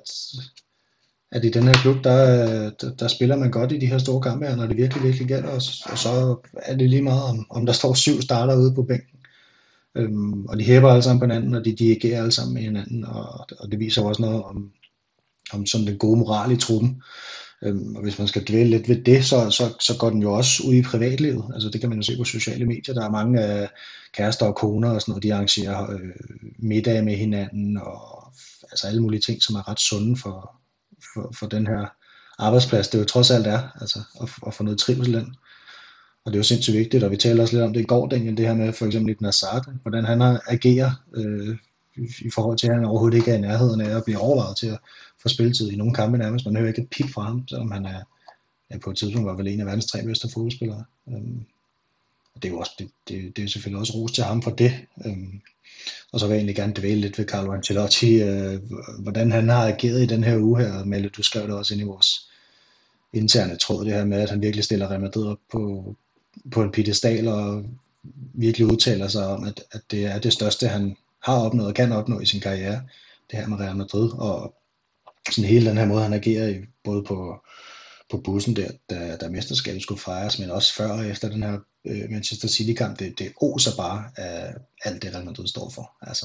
at i den her klub, der, der, der spiller man godt i de her store kampe her, når det virkelig, virkelig gælder, og, og så er det lige meget, om, om der står syv starter ude på bænken. Øhm, og de hæber alle sammen på hinanden, og de dirigerer alle sammen med hinanden, og, og det viser også noget om, om sådan den gode moral i truppen. Øhm, og hvis man skal dvæle lidt ved det, så, så, så går den jo også ud i privatlivet. Altså det kan man jo se på sociale medier. Der er mange øh, kærester og koner og sådan noget, de arrangerer øh, middag med hinanden, og altså alle mulige ting, som er ret sunde for For, for den her arbejdsplads, det jo trods alt er, altså at, at få noget trivsel ind. Og det er jo sindssygt vigtigt, og vi taler også lidt om det i går, Daniel, det her med for eksempel Eden Hazard, hvordan han har agerer øh, i, i forhold til, at han overhovedet ikke er i nærheden af at blive overvejet til at få spilletid i nogle kampe nærmest. Man hører ikke et pip fra ham, selvom han er ja, på et tidspunkt var vel en af verdens tre bedste fodboldspillere. Um, og det er jo også, det, det, det er selvfølgelig også ros til ham for det. Um, Og så vil jeg egentlig gerne dvæle lidt ved Carlo Ancelotti, øh, hvordan han har ageret i den her uge her. Melle, du skrev det også ind i vores interne tråd, det her med, at han virkelig stiller Real Madrid op på, på en piedestal og virkelig udtaler sig om, at, at det er det største, han har opnået og kan opnå i sin karriere, det her med Real Madrid. Og sådan hele den her måde, han agerer i, både på, på bussen, der, der, der mesterskabet skulle fejres, men også før og efter den her øh, Manchester City-kamp, det, det oser bare af alt det, Real Madrid står for. Altså,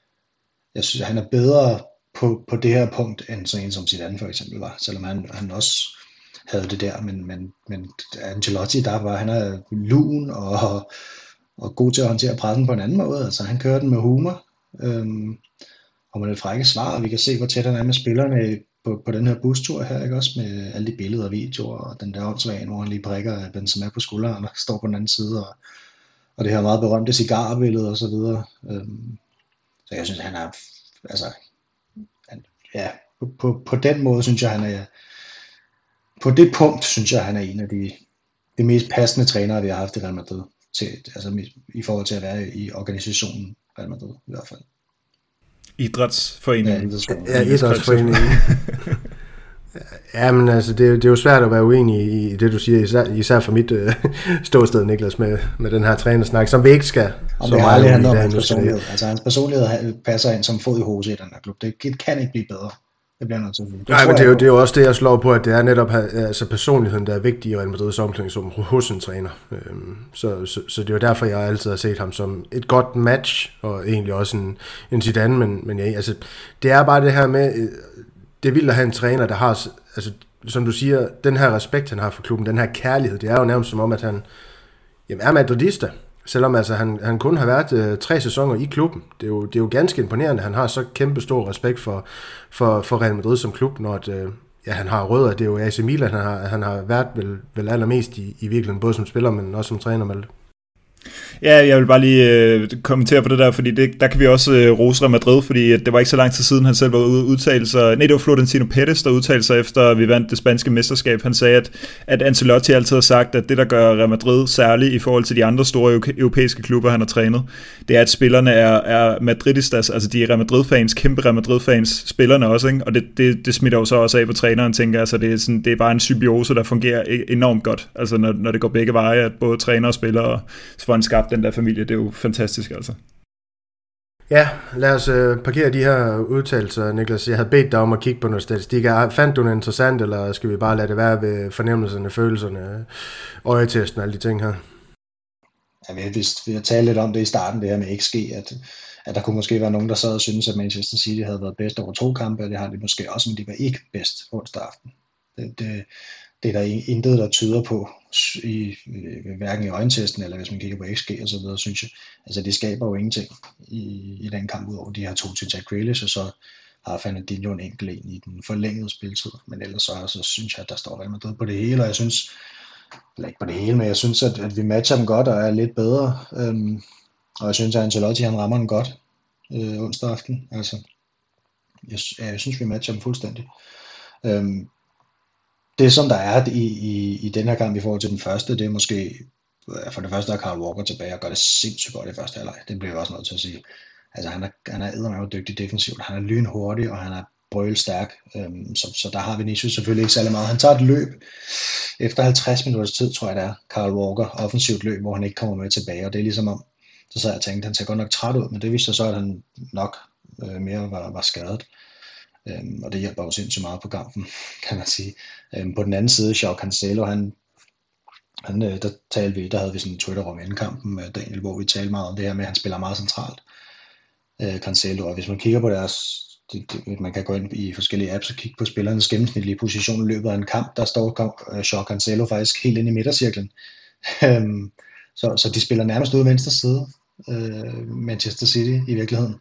jeg synes, at han er bedre på, på det her punkt, end sådan en som Zidane for eksempel var, selvom han, han også havde det der, men, men, men Ancelotti, der var, han er lun og, og god til at håndtere pressen på en anden måde, altså han kører den med humor, øhm, og med lidt frække svar, og vi kan se, hvor tæt han er med spillerne på, på den her bustur her, ikke også, med alle de billeder og videoer, og den der åndsvagen, hvor han lige prikker Benzema på skulderen, og står på den anden side, og, og det her meget berømte cigarbillede og så videre. Øhm, så jeg synes, han er, altså, han, ja, på, på, på den måde synes jeg, han er, på det punkt synes jeg, han er en af de, de mest passende trænere, vi har haft i Real Madrid, til, altså i forhold til at være i organisationen Real Madrid i hvert fald. Idrætsforeningen. Ja, idrætsforeningen. Ja, men altså, det, det er jo svært at være uenig i det, du siger, især, især for mit øh, ståsted, Niklas, med, med den her trænersnak, som vi ikke skal. Og det har aldrig handlet om hans personlighed. Altså, hans personlighed passer ind som fod i hose i den her klub. Det kan ikke blive bedre. Det bliver noget til. Nej, men det er, jo, det er jo også det, jeg slår på, at det er netop altså personligheden, der er vigtig i Real Madrids omklædningsrum hos en træner. Så, så, så det er jo derfor, jeg altid har set ham som et godt match, og egentlig også en, en Zidane, men, men ja, altså, det er bare det her med, det er vildt at have en træner, der har, altså, som du siger, den her respekt, han har for klubben, den her kærlighed, det er jo nærmest som om, at han jamen, er madridista. Selvom altså, han, han kun har været øh, tre sæsoner i klubben. Det er, jo, det er jo ganske imponerende. Han har så kæmpe stor respekt for, for, for Real Madrid som klub, når at, øh, ja, han har rødder. Det er jo A C Milan, han har, han har været vel, vel allermest i, i virkeligheden, både som spiller, men også som træner med det. Ja, jeg vil bare lige øh, kommentere på det der, fordi det, der kan vi også øh, rose Real Madrid, fordi det var ikke så lang tid siden, han selv var ude udtalt sig. Nej, det var Florentino Pérez, der udtalte sig efter, vi vandt det spanske mesterskab. Han sagde, at, at Ancelotti altid har sagt, at det, der gør Real Madrid særligt i forhold til de andre store europæiske klubber, han har trænet, det er, at spillerne er, er madridistas, altså de er Real Madrid-fans, kæmpe Real Madrid-fans, spillerne også, ikke? Og det, det, det smitter jo så også af på træneren, tænker jeg, altså det er, sådan, det er bare en symbiose, der fungerer enormt godt, altså når, når det går begge veje, at både træner og spillere får en skabt den der familie, det er jo fantastisk altså. Ja, lad os øh, parkere de her udtalelser, Niklas. Jeg havde bedt dig om at kigge på noget statistik. Fandt du noget interessant, eller skal vi bare lade det være ved fornemmelserne, følelserne, øjetesten og alle de ting her? Ja, vi, vi, vi har talt lidt om det i starten, det her med X G, at, at der kunne måske være nogen, der sad og synes, at Manchester City havde været bedst over to kampe, og det har de måske også, men de var ikke bedst onsdag aften. Det, det, det er der intet, der tyder på, i, hverken i øjentesten, eller hvis man kigger på X G og så videre, synes jeg. Altså, det skaber jo ingenting i, i den kamp, udover de her to til Jack Grealish, og så har Fernandinho en enkelt en i den forlængede spiltid. Men ellers så, så synes jeg, at der står Real Madrid på det hele, og jeg synes, eller ikke på det hele, men jeg synes, at, at vi matcher dem godt og er lidt bedre. Øhm, og jeg synes, at Ancelotti, han rammer den godt øh, onsdag aften. Altså, jeg, jeg synes, vi matcher dem fuldstændig. Øhm, det, som der er i, i, i den her kamp i forhold til den første, det er måske, for det første er Kyle Walker tilbage og gør det sindssygt godt i første halvleg. Det bliver jeg også nødt til at sige. Altså, han er, han er eddermame dygtig defensivt, han er lynhurtig, og han er brølstærk, øhm, så, så der har Vinicius selvfølgelig ikke særlig meget. Han tager et løb efter halvtreds minutters tid, tror jeg det er, Kyle Walker, offensivt løb, hvor han ikke kommer med tilbage, og det er ligesom om, så sad jeg og tænkte, han ser godt nok træt ud, men det viste sig så, at han nok øh, mere var, var skadet, øhm, og det hjælper jo sindssygt meget på kampen, kan man sige. Øhm, på den anden side, Joao Cancelo, han, han øh, der talte vi, der havde vi sådan en Twitter-rum inden kampen med Daniel, hvor vi talte meget om det her med, at han spiller meget centralt, øh, Cancelo, og hvis man kigger på deres Det, det, man kan gå ind i forskellige apps og kigge på spillernes gennemsnitlige position i løbet af en kamp. Der står uh, Joao Cancelo faktisk helt inde i midtercirklen. um, så, så de spiller nærmest ude venstre side, uh, Manchester City i virkeligheden.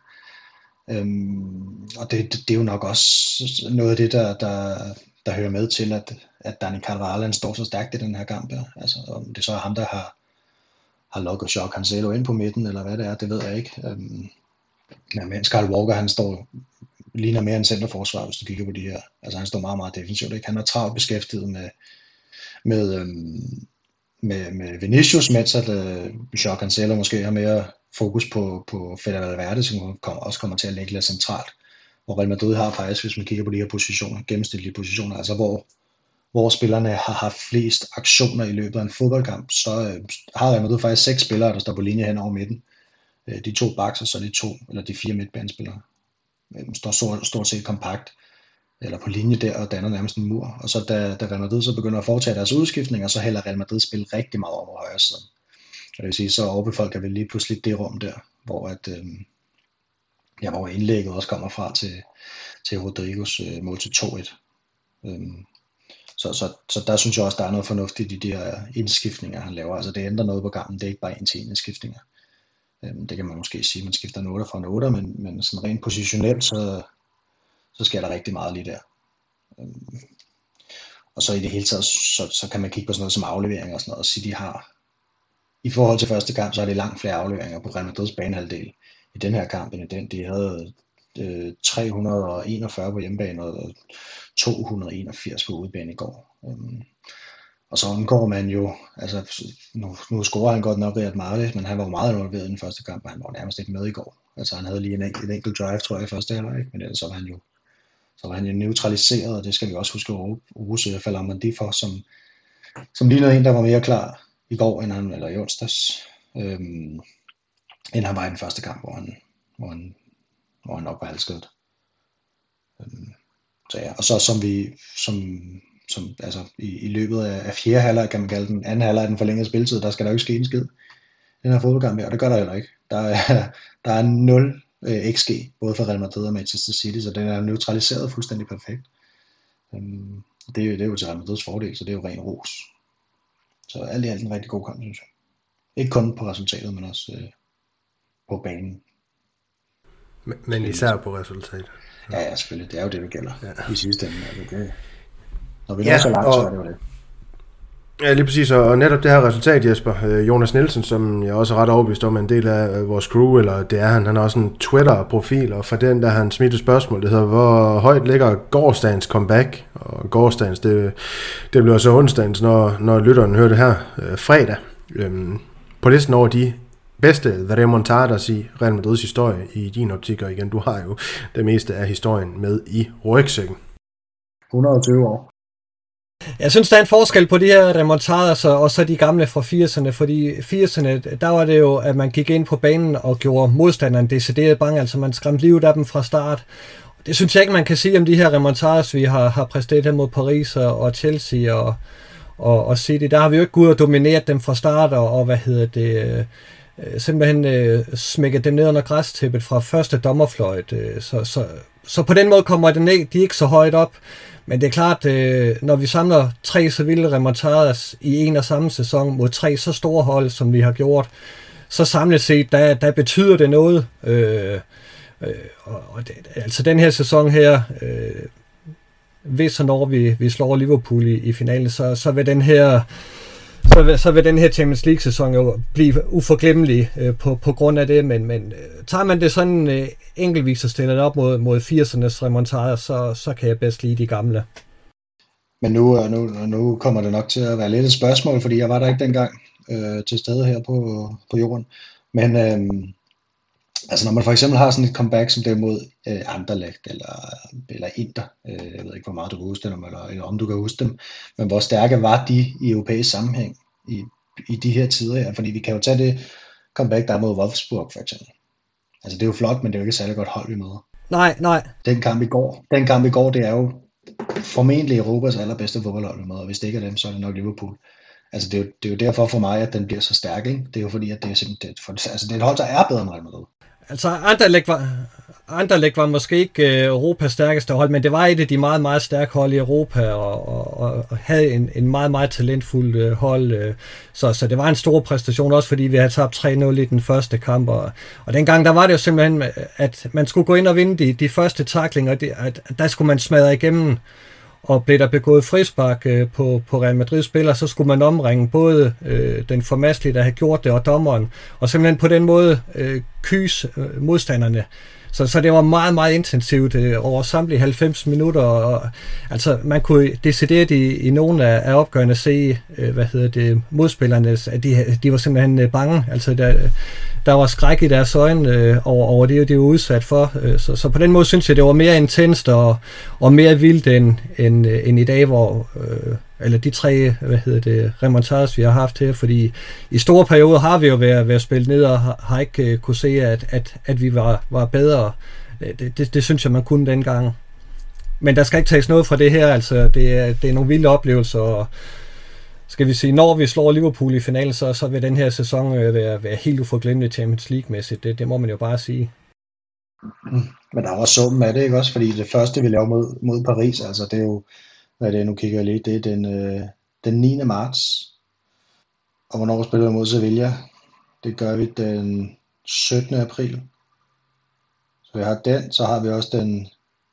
Um, og det, det, det er jo nok også noget af det, der, der, der hører med til, at, at Dani Carvajal står så stærkt i den her kamp. Ja. Altså, om det så er ham, der har, har lukket Joao Cancelo ind på midten, eller hvad det er, det ved jeg ikke. Um, ja, mens Kyle Walker, han står ligner mere en centerforsvar, hvis du kigger på de her. Altså han står meget, meget defensivt. Ikke? Han er travlt beskæftiget med, med, øhm, med, med Vinicius, mens at øh, Joao Cancelo måske har mere fokus på, på Fede Valverde, som kommer, også kommer til at ligge lidt centralt. Hvor Real Madrid har faktisk, hvis man kigger på de her positioner, gennemsnitlige positioner, altså hvor, hvor spillerne har haft flest aktioner i løbet af en fodboldkamp, så øh, har Real Madrid faktisk seks spillere, der står på linje hen over midten. Øh, de to backs, og så de to, eller de fire midtbanespillere. Står stort, stort set kompakt eller på linje der og danner nærmest en mur, og så da, da Real Madrid så begynder at foretage deres udskiftninger, så hælder Real Madrid spil rigtig meget over højre siden. Og det vil sige, så overbefolker vi lige pludselig det rum der, hvor at øhm, ja, hvor indlægget også kommer fra til, til Rodrigos øh, mål til to et. Øhm, så, så, så der synes jeg også, der er noget fornuftigt i de her indskiftninger, han laver. Altså det ændrer noget på gangen, det er ikke bare en til en indskiftninger. Det kan man måske sige, at man skifter en otter fra en otter, men, men sådan rent positionelt, så, så sker der rigtig meget lige der. Og så i det hele taget, så, så kan man kigge på sådan noget som afleveringer og sådan noget, og sige, de har, i forhold til første kamp, så er det langt flere afleveringer på Real Madrids banehalvdel i den her kamp, end i den. De havde øh, tre hundrede og enogfyrre på hjemmebane og to hundrede og enogfirs på udebane i går. Um, Og så undgår man jo, altså nu, nu scorer han godt nok Riyad Mahrez, men han var jo meget involveret i den første kamp, og han var nærmest ikke med i går. Altså han havde lige en enkelt, en enkelt drive, tror jeg, i første halvleg, men ellers så var han jo, så var han jo neutraliseret, og det skal vi også huske at rose Falcao for, som, som lignede en, der var mere klar i går, end han, eller i onsdags, øhm, end han var i den første kamp, hvor han, hvor han, hvor han nok var halvskadet. Øhm, så ja, og så som vi, som som altså i, i løbet af, af fjerde halvleg, kan man kalde den, anden halvleg af den forlængede spilletid, der skal der jo ikke ske en skid. Den her fodboldkamp her, og det gør der heller ikke. Der er, der er nul øh, X G, både for Real Madrid og Manchester City, så den er neutraliseret fuldstændig perfekt. Um, det, er jo, det er jo til Real Madrids fordel, så det er jo ren ros. Så alt i alt en rigtig god kamp, synes jeg. Ikke kun på resultatet, men også øh, på banen. Men, men især på resultatet. Ja, ja, selvfølgelig. Det er jo det, det gælder ja. I sidste ende. Altså, det, når vi ja, når så langt, og, så er det jo det. Ja, lige præcis. Og netop det her resultat, Jesper, Jonas Nielsen, som jeg også er ret overbevist om, en del af vores crew, eller det er han, han har også en Twitter-profil, og fra den, der han smidt et spørgsmål, det hedder, hvor højt ligger gårdsdagens comeback? Og gårdsdagens, det, det bliver så onsdagens, når, når lytteren hører det her øh, fredag. Øhm, på listen over de bedste The Remontadas i Real Madrids historie i din optik, og igen, du har jo det meste af historien med i rygsækken. hundrede og tyve år. Jeg synes, der er en forskel på de her remontader og så de gamle fra firserne, fordi firserne, der var det jo, at man gik ind på banen og gjorde modstanderen decideret bange, altså man skræmte livet af dem fra start. Det synes jeg ikke, man kan sige om de her remontader, vi har, har præsteret her mod Paris og, og Chelsea og, og, og City. Der har vi jo ikke gået og domineret dem fra start og, og hvad hedder det, øh, simpelthen øh, smækket dem ned under græstæppet fra første dommerfløjt. Øh, så, så, så på den måde kommer de ikke så højt op. Men det er klart, øh, når vi samler tre så vilde remontader i en og samme sæson mod tre så store hold, som vi har gjort, så samlet set, der, der betyder det noget. Øh, øh, og det, altså den her sæson her, øh, hvis og når vi, vi slår Liverpool i, i finalen, så, så vil den her så vil, så vil den her Champions League-sæson jo blive uforglemmelig øh, på, på grund af det, men, men øh, tager man det sådan øh, enkeltvis og stiller det op mod, mod firsernes remontader, så, så kan jeg bedst lide de gamle. Men nu, nu, nu kommer det nok til at være lidt et spørgsmål, fordi jeg var der ikke dengang øh, til stede her på, på jorden. Men øh, altså når man for eksempel har sådan et comeback som det mod øh, Anderlecht eller, eller Inter, øh, jeg ved ikke hvor meget du kan huske dem, eller, eller om du kan huske dem, men hvor stærke var de i europæisk sammenhæng i, i de her tider her, fordi vi kan jo tage det comeback der mod Wolfsburg for eksempel. Altså det er jo flot, men det er jo ikke særlig godt hold vi møder. Nej, nej. Den kamp i går, den kamp i går, det er jo formentlig Europas allerbedste fodboldhold vi møder, og hvis det ikke er dem, så er det nok Liverpool. Altså det er, jo, det er jo derfor for mig, at den bliver så stærk, ikke? Det er jo fordi, at det er simpelthen, for, altså det er et hold, der er bedre end Real Madrid. Altså Anderlecht var, Anderlecht var måske ikke uh, Europas stærkeste hold, men det var et af de meget, meget stærke hold i Europa, og, og, og havde en, en meget, meget talentfuld uh, hold. Uh, så, så det var en stor præstation, også fordi vi havde tabt tre nul i den første kamp. Og, og dengang, der var det jo simpelthen, at man skulle gå ind og vinde de, de første tacklinger, at, at der skulle man smadre igennem. Og blev der begået frispark øh, på, på Real Madrid spiller, så skulle man omringe både øh, den formaslige, der havde gjort det, og dommeren, og simpelthen på den måde øh, kys øh, modstanderne. Så, så det var meget, meget intensivt øh, over samtlige halvfems minutter, og, altså man kunne decideret i, i nogle af, af opgørende se, øh, hvad hedder det, modspillernes, at de, de var simpelthen øh, bange, altså der, der var skræk i deres øjne øh, over, over det, de var udsat for, øh, så, så på den måde synes jeg, det var mere intenst og, og mere vildt end, end, end i dag, hvor øh, eller de tre, hvad hedder det, remontades, vi har haft her, fordi i store perioder har vi jo været, været spillet ned og har, har ikke uh, kunne se, at, at, at vi var, var bedre. Det, det, det synes jeg, man kunne dengang. Men der skal ikke tages noget fra det her, altså det er, det er nogle vilde oplevelser, og skal vi sige, når vi slår Liverpool i finalen, så, så vil den her sæson uh, være, være helt uforglemmelig Champions League-mæssigt. Det, det må man jo bare sige. Men der var summen af det, ikke også? Fordi det første, vi laver mod, mod Paris, altså det er jo, hvad det er, nu kigger jeg lige, det er den, øh, den niende marts. Og hvornår spiller vi mod Sevilla? Det gør vi den syttende april. Så vi har den, så har vi også den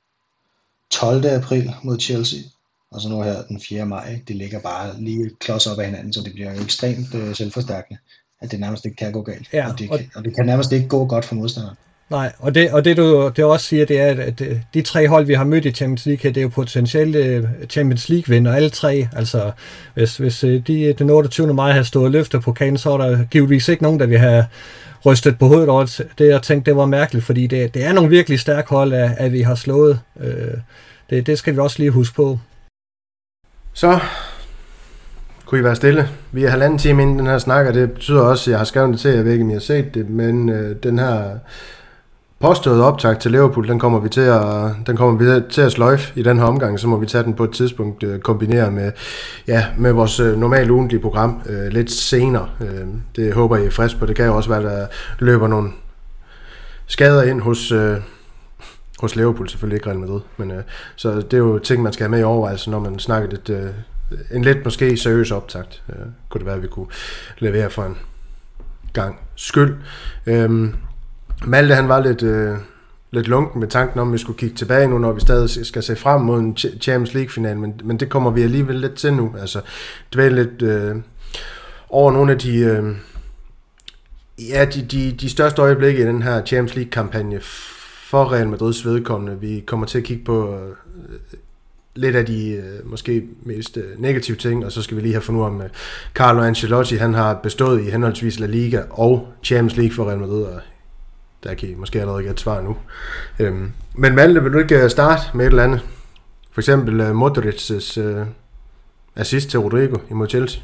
tolvte april mod Chelsea. Og så nu her den fjerde maj. Det ligger bare lige klods op af hinanden, så det bliver jo ekstremt øh, selvforstærkende, at det nærmest ikke kan gå galt. Ja, og, det og... kan, og det kan nærmest ikke gå godt for modstanderen. Nej, og det, og det du det også siger, det er, at de tre hold, vi har mødt i Champions League her, det er jo potentielt Champions League-vinder, alle tre. Altså, hvis, hvis de den otteogtyvende maj havde stået og løftet pokalen, så var der givetvis ikke nogen, der ville have rystet på hovedet over det, jeg tænkte, det var mærkeligt, fordi det, det er nogle virkelig stærke hold, at, at vi har slået. Det, det skal vi også lige huske på. Så kunne I være stille. Vi er halvanden time inden den her snak, og det betyder også, at jeg har skrevet det til, jeg ved ikke, om I har set det, men øh, den her påståede optag til Liverpool, den kommer vi til at, den kommer vi til at sløjfe i den her omgang, så må vi tage den på et tidspunkt øh, kombinere med, ja, med vores øh, normale ugentlige program øh, lidt senere. Øh, det håber I er frisk på. Det kan jo også være, der løber nogle skader ind hos, øh, hos Liverpool, selvfølgelig ikke Real Madrid, men øh, så det er jo ting, man skal have med i overvejelse, når man snakker lidt, øh, en lidt måske seriøs optakt. Øh, kunne det være, at vi kunne levere for en gang skyld. Øh, Malte, han var lidt, øh, lidt lunken med tanken om, at vi skulle kigge tilbage nu, når vi stadig skal se frem mod en Champions League-final, men, men det kommer vi alligevel lidt til nu. Altså, dvæle lidt øh, over nogle af de, øh, ja, de, de, de største øjeblikke i den her Champions League-kampagne for Real Madrids vedkommende. Vi kommer til at kigge på øh, lidt af de øh, måske mest øh, negative ting, og så skal vi lige have fundet ud om øh, Carlo Ancelotti, han har bestået i henholdsvis La Liga og Champions League for Real Madrid, og der kan I måske allerede ikke et svar nu. Øhm, men Malte, vil du ikke starte med et eller andet? For eksempel uh, Modric's uh, assist til Rodrigo imod Chelsea.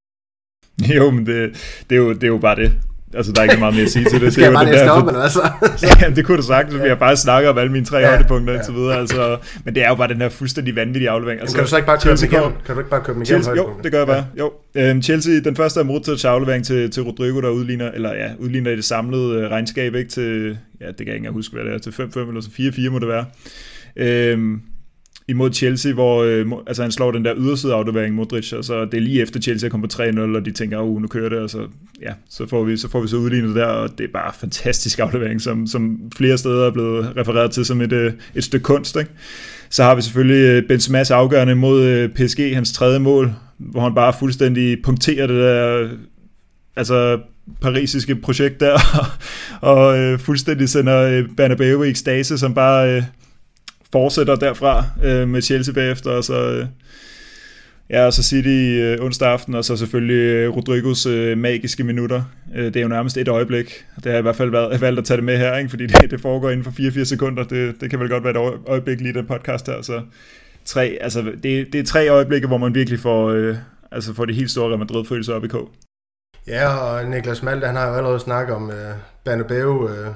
Jo, men det, det, er jo, det er jo bare det. Altså, der er ikke meget mere at sige til det. Skal jeg bare næste op, eller altså? Ja, det kunne du sagt, så vi har bare snakket om alle mine tre ja, højdepunkter ja. og så videre. Altså, men det er jo bare den her fuldstændig vanvittige aflevering. Altså, kan du så ikke bare køre dem igennem? Kan du ikke bare køre dem igennem Chelsea, Jo, det gør jeg bare. Jo. Øhm, Chelsea, den første er Modric aflevering til, til Rodrigo, der udligner, eller ja, udligner i det samlede øh, regnskab, ikke til, ja, det kan jeg ikke engang huske, hvad det er, til fem fem eller så fire fire må det være. Øhm, imod Chelsea, hvor øh, altså han slår den der yderside aflevering Modric, og så det er lige efter Chelsea kommer på tre nul, og de tænker, oh, nu kører det, og så, ja, så, får vi, så får vi så udlignet der, og det er bare fantastisk aflevering, som, som flere steder er blevet refereret til som et, et stykke kunst, ikke? Så har vi selvfølgelig Benzema's afgørende mod P S G, hans tredje mål, hvor han bare fuldstændig punkterer det der, altså parisiske projekt der, og, og øh, fuldstændig sender Bernabeu i ekstase, som bare øh, fortsætter derfra øh, med Chelsea bagefter, og så, øh, ja, og så City øh, onsdag aften, og så selvfølgelig øh, Rodrigos øh, magiske minutter. Øh, det er jo nærmest et øjeblik. Det har jeg i hvert fald været, valgt at tage det med her, ikke? Fordi det, det foregår inden for fireogfirs sekunder. Det, det kan vel godt være et øjeblik lige i den podcast her. Så tre, altså, det, det er tre øjeblikke, hvor man virkelig får, øh, altså får de helt store Real Madrid-følelser op i kog. Ja, og Niklas Malte, han har jo allerede snakket om øh, Bernabeu øh,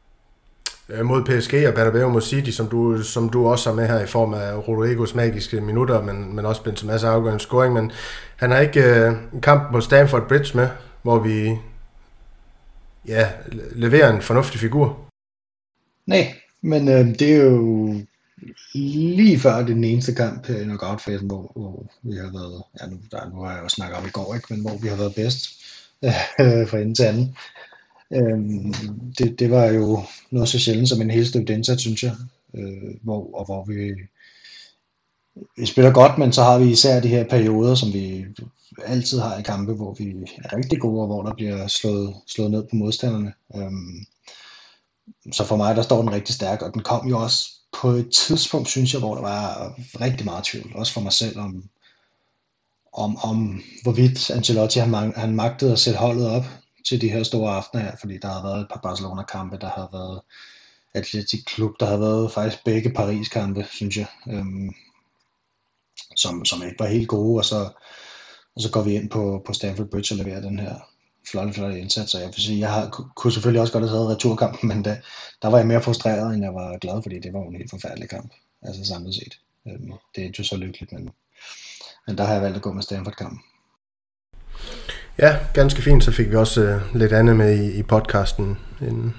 mod P S G og Bernabeu mod City, som du, som du også har med her i form af Rodrigos magiske minutter, men, men også Benzema's afgørende scoring. Men han har ikke øh, en kamp på Stamford Bridge med, hvor vi ja, leverer en fornuftig figur. Nej, men øh, det er jo lige før det er den eneste kamp i knockout-fasen, hvor, hvor vi har været, ja nu, der, nu har jeg jo snakket om i går, ikke, men hvor vi har været bedst øh, fra enden til anden. Øhm, det, det var jo noget så sjældent som en helstøbt indsats, synes jeg, øh, hvor, og hvor vi, vi spiller godt, men så har vi især de her perioder, som vi altid har i kampe, hvor vi er rigtig gode, og hvor der bliver slået, slået ned på modstanderne. Øhm, så for mig, der står den rigtig stærk, og den kom jo også på et tidspunkt, synes jeg, hvor der var rigtig meget tvivl, også for mig selv, om, om, om hvorvidt Ancelotti han, han magtede at sætte holdet op til de her store aftener her, fordi der har været et par Barcelona-kampe, der har været Atletic Klub, der har været faktisk begge Paris-kampe, synes jeg, øhm, som, som ikke var helt gode, og så, og så går vi ind på, på Stamford Bridge og leverer den her flotte, flotte indsats, og jeg vil sige, jeg har, kunne selvfølgelig også godt have taget returkampen, men da, der var jeg mere frustreret, end jeg var glad, fordi det var en helt forfærdelig kamp, altså samlet set. Øhm, det er jo så lykkeligt, men, men der har jeg valgt at gå med Stamford-kampen. Ja, ganske fint, så fik vi også øh, lidt andet med i, i podcasten. En,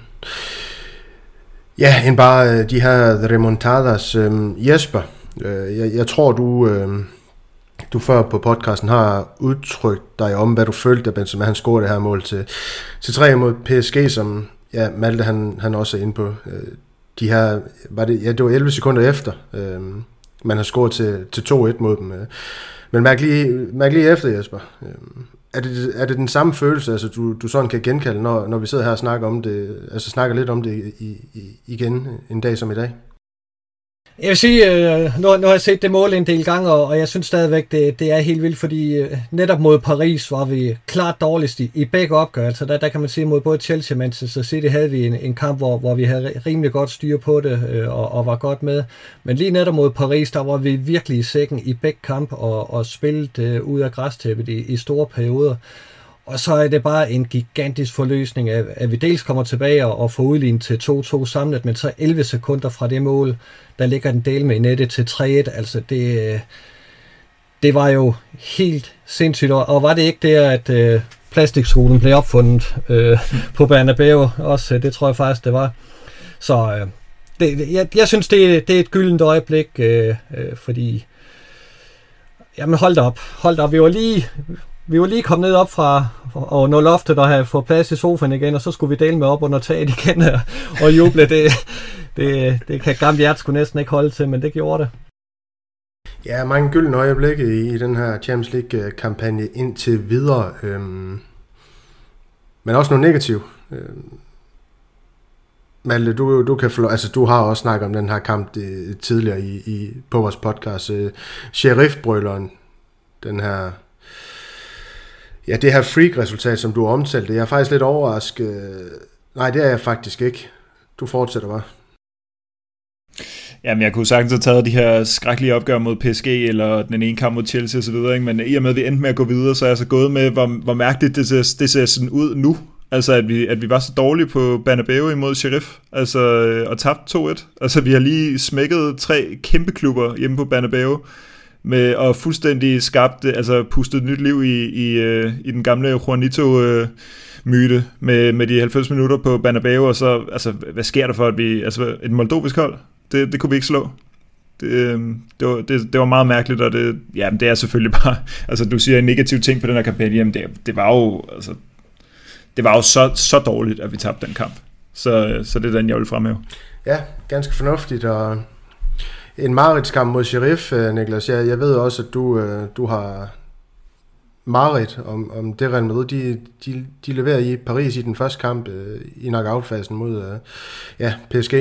ja, end bare øh, de her remontadas. Øh, Jesper, øh, jeg, jeg tror, du, øh, du før på podcasten har udtrykt dig om, hvad du følte, da Benzema han scorede det her mål til, til tre mod P S G, som ja, Malte han, han også er inde på. Øh, de her, var det, ja, det var elleve sekunder efter, øh, man har scoret til, til to et mod dem. Øh. Men mærk lige, mærk lige efter, Jesper. Øh, Er det, er det den samme følelse, altså du, du sådan kan genkalde, når, når vi sidder her og snakker om det, altså snakker lidt om det i, i, igen en dag som i dag? Jeg vil sige, øh, nu, nu har jeg set det mål en del gange, og, og jeg synes stadigvæk, det, det er helt vildt, fordi øh, netop mod Paris var vi klart dårligst i, i begge opgørelser. Der, der kan man sige, mod både Chelsea og Manchester City havde vi en, en kamp, hvor, hvor vi havde rimelig godt styr på det, øh, og, og var godt med. Men lige netop mod Paris, der var vi virkelig i sækken i begge kamp, og, og spillet øh, ud af græstæppet i, i store perioder. Og så er det bare en gigantisk forløsning, at, at vi dels kommer tilbage og, og får udlignet til to to samlet, men så elleve sekunder fra det mål, der ligger den del med i nettet til tre et. Altså det, det var jo helt sindssygt. Og var det ikke det, at øh, plastikskolen blev opfundet øh, på Bernabeu også? Det tror jeg faktisk, det var. Så øh, det, jeg, jeg synes, det, det er et gyldent øjeblik, øh, øh, fordi jamen hold da op, hold da op. Vi var lige... Vi var lige kommet ned op fra og nå loftet og have fået plads i sofaen igen, og så skulle vi dele med op under taget igen og juble. Det, det, det kan gammelt hjerte skulle næsten ikke holde til, men det gjorde det. Ja, mange gyldne øjeblikke i, i den her Champions League-kampagne indtil videre. Øhm, men også noget negativt. Øhm, Malte, du, du, kan få, altså, du har også snakket om den her kamp det, tidligere i, i, på vores podcast. Øh, Sheriff-brøleren, den her... Ja, det her freak-resultat, som du har omtalt, det er jeg faktisk lidt overrasket. Nej, det er jeg faktisk ikke. Du fortsætter bare. Jamen, jeg kunne sagtens have taget de her skrækkelige opgør mod P S G, eller den ene kamp mod Chelsea osv., men i og med, at vi endte med at gå videre, så er jeg så gået med, hvor, hvor mærkeligt det ser, det ser sådan ud nu. Altså, at vi, at vi var så dårlige på Bernabeu imod Sheriff, altså, og tabte to et. Altså, vi har lige smækket tre kæmpe klubber hjemme på Bernabeu, med, og fuldstændig skabt, altså pustet nyt liv i, i, i den gamle Juanito-myte med, med de halvfems minutter på Bernabeu, og så, altså, hvad sker der for, at vi, altså, et moldovisk hold, det, det kunne vi ikke slå. Det, det, var, det, det var meget mærkeligt, og det, jamen, det er selvfølgelig bare, altså, du siger en negativ ting på den her kampagne, jamen, det, det var jo, altså, det var jo så, så dårligt, at vi tabte den kamp. Så, så det er den, jeg vil fremhæve. Ja, ganske fornuftigt, og en mareridtskamp mod Sheriff, Niklas. Jeg, jeg ved også, at du, du har mareridt om, om det Real Madrid. De, de, de leverer i Paris i den første kamp i knockout-fasen mod ja, P S G.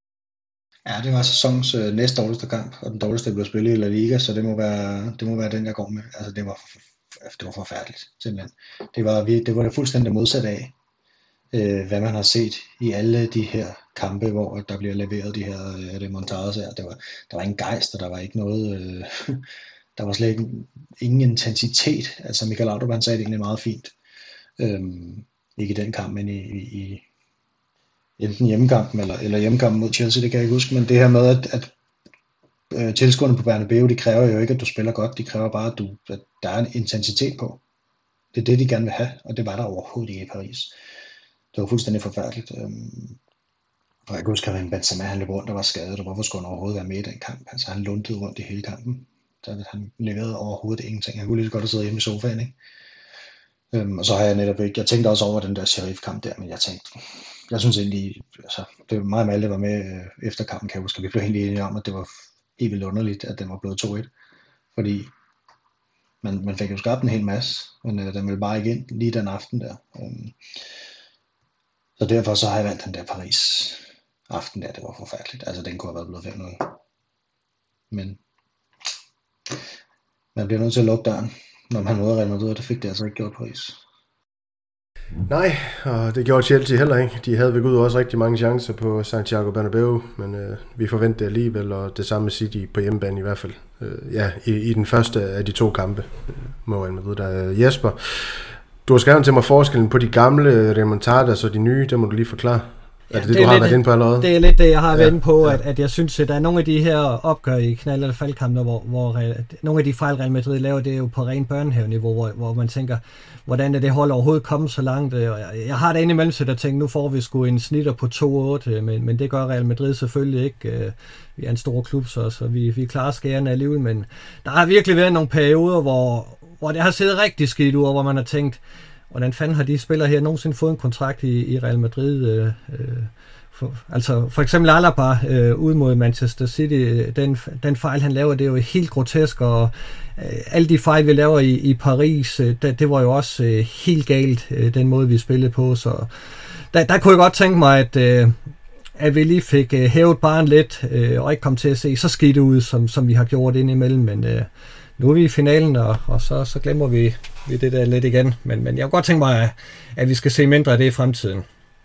Ja, det var sæsonens næst dårligste kamp, og den dårligste blev spillet i La Liga, så det må være, det må være den, jeg går med. Altså, det var, det var forfærdeligt, simpelthen. Det var, det var det fuldstændig modsat af, hvad man har set i alle de her kampe, hvor der bliver leveret de her øh, remontader her. Det var, der var ingen gejst, og der var ikke noget, øh, der var slet ikke, ingen intensitet. Altså Michael Laudrup, han sagde det egentlig meget fint. Øhm, ikke i den kamp, men i, i, i enten hjemmekampen eller, eller hjemmekampen mod Chelsea, det kan jeg ikke huske, men det her med, at, at øh, tilskuerne på Bernabeu, de kræver jo ikke, at du spiller godt, de kræver bare, at, du, at der er en intensitet på. Det er det, de gerne vil have, og det var der overhovedet ikke i Paris. Det var fuldstændig forfærdeligt. Øhm, og jeg kan huske, at Benzema, han løb rundt og var skadet, og hvorfor skulle han overhovedet være med i den kamp? Altså, han lundede rundt i hele kampen. Så han leverede overhovedet ingenting. Han kunne lige så godt have siddet hjemme i sofaen, ikke? Øhm, og så har jeg netop ikke... Jeg tænkte også over den der Sheriff-kamp der, men jeg tænkte... Jeg synes egentlig... Altså, det var meget Malte var med øh, efter kampen, kan jeg huske. Vi blev egentlig enige om, at det var helt vildt underligt, at den var blevet to et. Fordi man, man fik jo skabt en hel masse, men øh, den ville bare ikke ind lige den aften der. Øhm, Så derfor så har jeg valgt den der Paris aften der, det var forfærdeligt. Altså den kunne have været blevet fem nul. Men man bliver nødt til at lukke døren, når man møder Real Madrid, og det fik det altså ikke gjort Paris. Nej, og det gjorde Chelsea heller ikke. De havde ved Gud også rigtig mange chancer på Santiago Bernabeu, men øh, vi forventede det alligevel, og det samme City på hjemmebane i hvert fald. Øh, ja, i, i den første af de to kampe mod Real Madrid, der er Jesper. Du har skrevet til mig forskellen på de gamle remontadas og de nye, det må du lige forklare. Ja, er det det, det du har lidt, været inde på allerede? Det er lidt det, jeg har ja, været inde på, ja. at, at jeg synes, at der er nogle af de her opgør i knald- eller faldkampe, hvor, hvor nogle af de fejl, Real Madrid laver, det er jo på ren børnehave-niveau, hvor, hvor man tænker, hvordan er det hold overhovedet kommet så langt? Og jeg, jeg har det indimellem til at tænke, nu får vi sgu en snitter på to otte, men, men det gør Real Madrid selvfølgelig ikke. Vi er en stor klub, så, så vi, vi klarer skærene alligevel, men der har virkelig været nogle perioder, hvor, hvor det har siddet rigtig skidt ud, og hvor man har tænkt, hvordan fanden har de spillere her nogensinde fået en kontrakt i, i Real Madrid? Øh, øh, for, altså for eksempel Alaba øh, ud mod Manchester City, den, den fejl han laver, det er jo helt grotesk, og øh, alle de fejl vi laver i, i Paris, øh, det, det var jo også øh, helt galt, øh, den måde vi spillede på, så der, der kunne jeg godt tænke mig, at, øh, at vi lige fik øh, hævet barn lidt, øh, og ikke kom til at se så skidt ud, som, som vi har gjort indimellem, men øh, nu er vi i finalen, og, og så, så glemmer vi, vi det der lidt igen. Men, men jeg kunne godt tænke mig, at, at vi skal se mindre af det i fremtiden.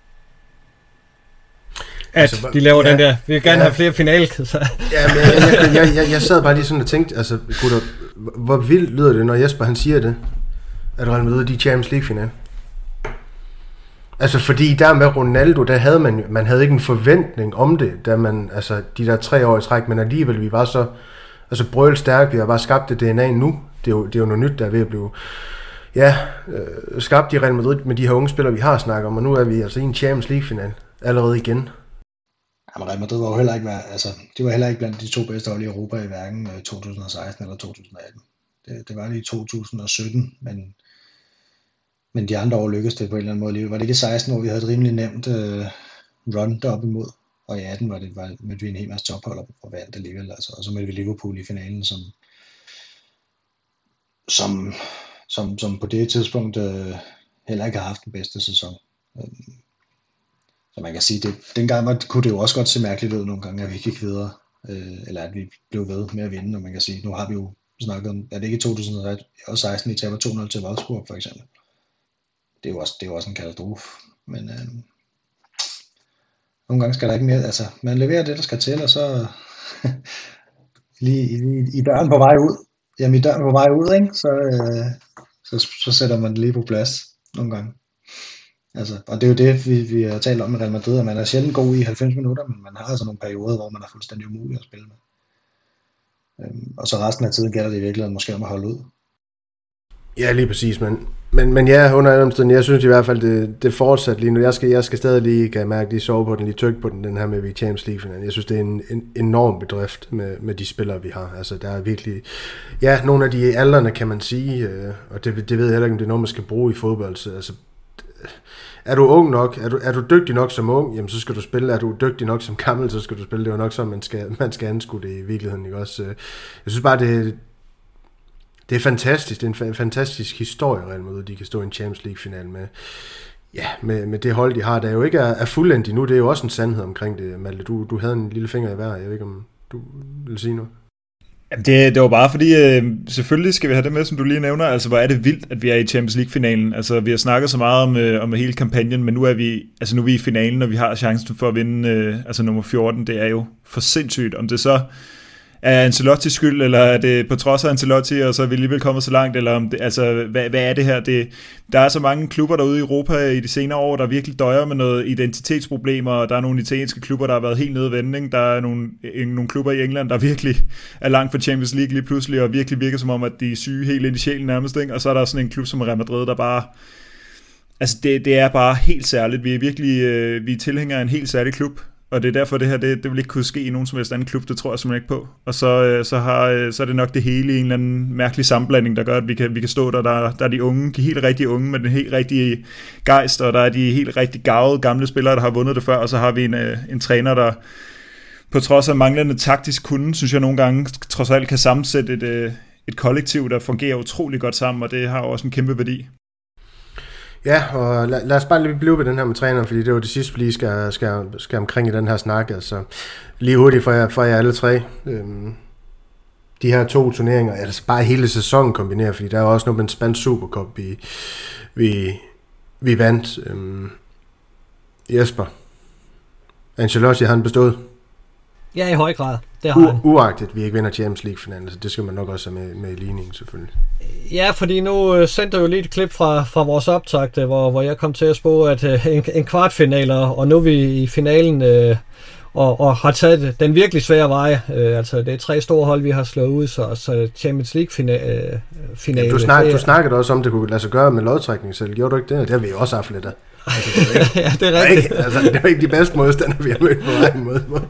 At altså, de laver ja, den der. Vi vil gerne ja, have flere finaler. Så. Ja, men jeg, jeg, jeg, jeg sad bare lige sådan og tænkte, altså, gutter, hvor vildt lyder det, når Jesper han siger det, at Real Madrid de Champions League-finale. Altså, fordi der med Ronaldo, der havde man man havde ikke en forventning om det, da man, altså, de der tre år i træk, men alligevel, vi var så altså brøl stærkt, vi har bare skabt det D N A nu. Det er, jo, det er jo noget nyt, der er ved at blive ja, øh, skabt i Real Madrid med de her unge spillere, vi har snakket om, og nu er vi altså i en Champions League-final allerede igen. Ja, men Real Madrid var jo heller ikke, altså, de var heller ikke blandt de to bedste hold i Europa i hverken to tusind og seksten eller to tusind og atten. Det, det var det i to tusind og sytten, men, men de andre år lykkedes det på en eller anden måde. Var det ikke seksten, hvor vi havde et rimelig nemt øh, run deroppe imod? Og i atten var det, var, mødte vi en hel masse tophold og vandt alligevel. Altså. Og så mødte vi Liverpool i finalen, som, som, som, som på det tidspunkt øh, heller ikke har haft den bedste sæson. Øh, så man kan sige, det, dengang var, kunne det jo også godt se mærkeligt ud nogle gange, at vi gik videre. Øh, eller at vi blev ved med at vinde, og man kan sige, nu har vi jo snakket om, er det ikke i to tusind og seksten, vi taber to nul til Wolfsburg for eksempel. Det er jo også, det er jo også en katastrofe. Men øh, nogle gange skal der ikke mere, altså man leverer det, der skal til, og så, lige, lige i døren på vej ud. Jamen i døren på vej ud, ikke? Så, øh, så, så sætter man det lige på plads nogle gange. Altså, og det er jo det, vi, vi har talt om med Real Madrid, at man er sjældent god i halvfems minutter, men man har altså nogle perioder, hvor man er fuldstændig umulig at spille med. Øhm, og så resten af tiden gælder det i virkeligheden måske om at holde ud. Ja, lige præcis, men, men, men ja, under alle omstændigheder, jeg synes i hvert fald, det, det fortsat lige nu. Jeg skal, jeg skal stadig lige, kan jeg mærke, lige sove på den, lige tykke på den, den her med i Champions League-finalen. Jeg synes, det er en, en enorm bedrift med, med de spillere, vi har. Altså, der er virkelig, ja, nogle af de aldrene, kan man sige, øh, og det, det ved jeg heller ikke, om det er noget, man skal bruge i fodbold. Så, altså, er du ung nok, er du, er du dygtig nok som ung, jamen så skal du spille. Er du dygtig nok som gammel, så skal du spille. Det er jo nok sådan, man skal, man skal anskue det i virkeligheden, ikke også? Jeg synes bare, det Det er fantastisk. Det er en fantastisk historie, Real Madrid, de kan stå i en Champions League-final med, ja, med, med det hold, de har, der jo ikke er, er fuldendt endnu. Det er jo også en sandhed omkring det, Malte. Du, du havde en lille finger i hver. Jeg ved ikke, om du vil sige noget. Jamen det, det var bare fordi, øh, selvfølgelig skal vi have det med, som du lige nævner. Altså, hvor er det vildt, at vi er i Champions League-finalen. Altså, vi har snakket så meget om, øh, om hele kampagnen, men nu er vi, altså nu er vi i finalen, og vi har chancen for at vinde, øh, altså nummer fjorten. Det er jo for sindssygt. Om det så er Ancelottis skyld, eller er det på trods af Ancelotti, og så er vi alligevel kommet så langt, eller om det, altså, hvad, hvad er det her? Det, der er så mange klubber derude i Europa i de senere år, der virkelig døjer med noget identitetsproblemer, og der er nogle italienske klubber, der har været helt nede i vending, der er nogle, nogle klubber i England, der virkelig er langt fra Champions League lige pludselig, og virkelig virker som om, at de er syge helt ind i sjælen nærmest, ikke? Og så er der sådan en klub som Real Madrid, der bare, altså det, det er bare helt særligt, vi er virkelig, øh, vi er tilhængere af en helt særlig klub, og det er derfor, det her, det, det vil ikke kunne ske i nogen som helst anden klub, det tror jeg simpelthen ikke på. Og så, så, har, så er det nok det hele i en eller anden mærkelig sammenblanding, der gør, at vi kan, vi kan stå der. Der, der er de unge, de helt rigtige unge med den helt rigtige gejst, og der er de helt rigtig gavede gamle spillere, der har vundet det før, og så har vi en, en træner, der på trods af manglende taktisk kunde, synes jeg nogle gange trods alt kan sammensætte et, et kollektiv, der fungerer utrolig godt sammen, og det har også en kæmpe værdi. Ja, og lad, lad os bare lige blive ved den her med træneren, fordi det var det sidste, vi lige skal, skal, skal omkring i den her snak. Altså, lige hurtigt for jer, for jer alle tre. Øhm, de her to turneringer, altså bare hele sæsonen kombineret, fordi der er også noget med en spansk Supercup, vi, vi, vi vandt. Øhm, Jesper, Ancelotti, har han bestået? Ja, i høj grad. Det har han. U- uagtet, vi ikke vinder Champions League-finalen, så det skal man nok også have med, med i ligningen, selvfølgelig. Ja, fordi nu øh, sendte jeg jo lige et klip fra, fra vores optakt, hvor, hvor jeg kom til at spå, at øh, en, en kvartfinale, og nu er vi i finalen, øh, og, og har taget den virkelig svære vej. Øh, altså, det er tre store hold, vi har slået ud, så, så Champions League-finale. Øh, ja, du, snak, du snakkede også om, det kunne lade sig gøre med lodtrækning selv. Gjorde du ikke det? Det har vi jo også haft lidt af. Altså, det er ikke, ja, det er rigtigt. Det er ikke, altså, det er ikke de bedste modstandere, vi har mødt på vejen mod. mod.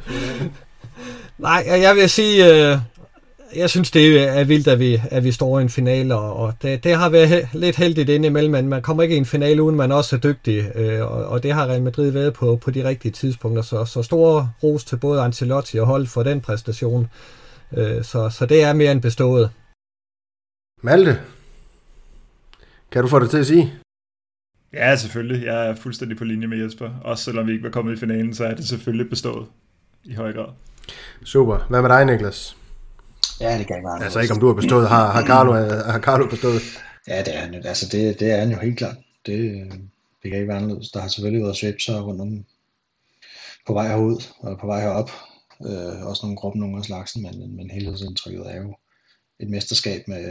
Nej, jeg vil sige, øh, jeg synes, det er vildt, at vi, at vi står i en finale, og, og det, det har været he- lidt heldigt indimellem, men man kommer ikke i en finale, uden man også er dygtig, øh, og, og det har Real Madrid været på, på de rigtige tidspunkter, så, så stor ros til både Ancelotti og hold for den præstation, øh, så, så det er mere end bestået. Malte, kan du få det til at sige? Ja, selvfølgelig. Jeg er fuldstændig på linje med Jesper. Også selvom vi ikke var kommet i finalen, så er det selvfølgelig bestået i høj grad. Super. Hvad med dig, Niklas? Ja, det kan ikke være. Altså ikke om du har bestået. Har, har, Carlo, har Carlo bestået? Ja, det er han. Altså det, det er han jo helt klart. Det, det kan ikke være anderledes. Der har selvfølgelig været svipser rundt om på vej herud og på vej herop. Øh, også nogle gruppen, nogle af slagsen, men, men helhedsindtrykket er jo et mesterskab med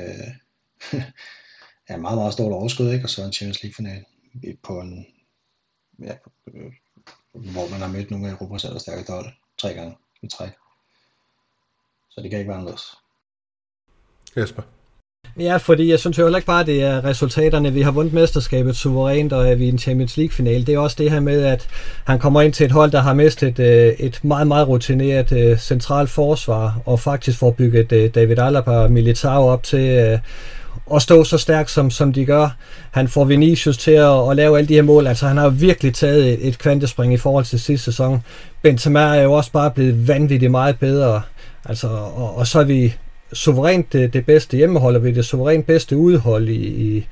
ja, meget, meget stort overskud, ikke? Og så en Champions League-final på en, ja, hvor man har mødt nogle af Europas allerstærkeste hold tre gange i træk. Så det kan ikke være anderledes. Jesper? Ja, fordi jeg synes jo heller ikke bare, det er resultaterne. Vi har vundet mesterskabet suverænt, og er vi i en Champions League-finale. Det er også det her med, at han kommer ind til et hold, der har mistet et meget, meget rutineret centralt forsvar, og faktisk får bygget David Alaba og Militao op til at stå så stærkt, som, som de gør. Han får Vinicius til at, at lave alle de her mål. Altså, han har virkelig taget et, et kvantespring i forhold til sidste sæson. Benzema er jo også bare blevet vanvittigt meget bedre. Altså, og, og så er vi suverænt det, det bedste hjemmehold, og vi er det suverænt bedste udhold i, i,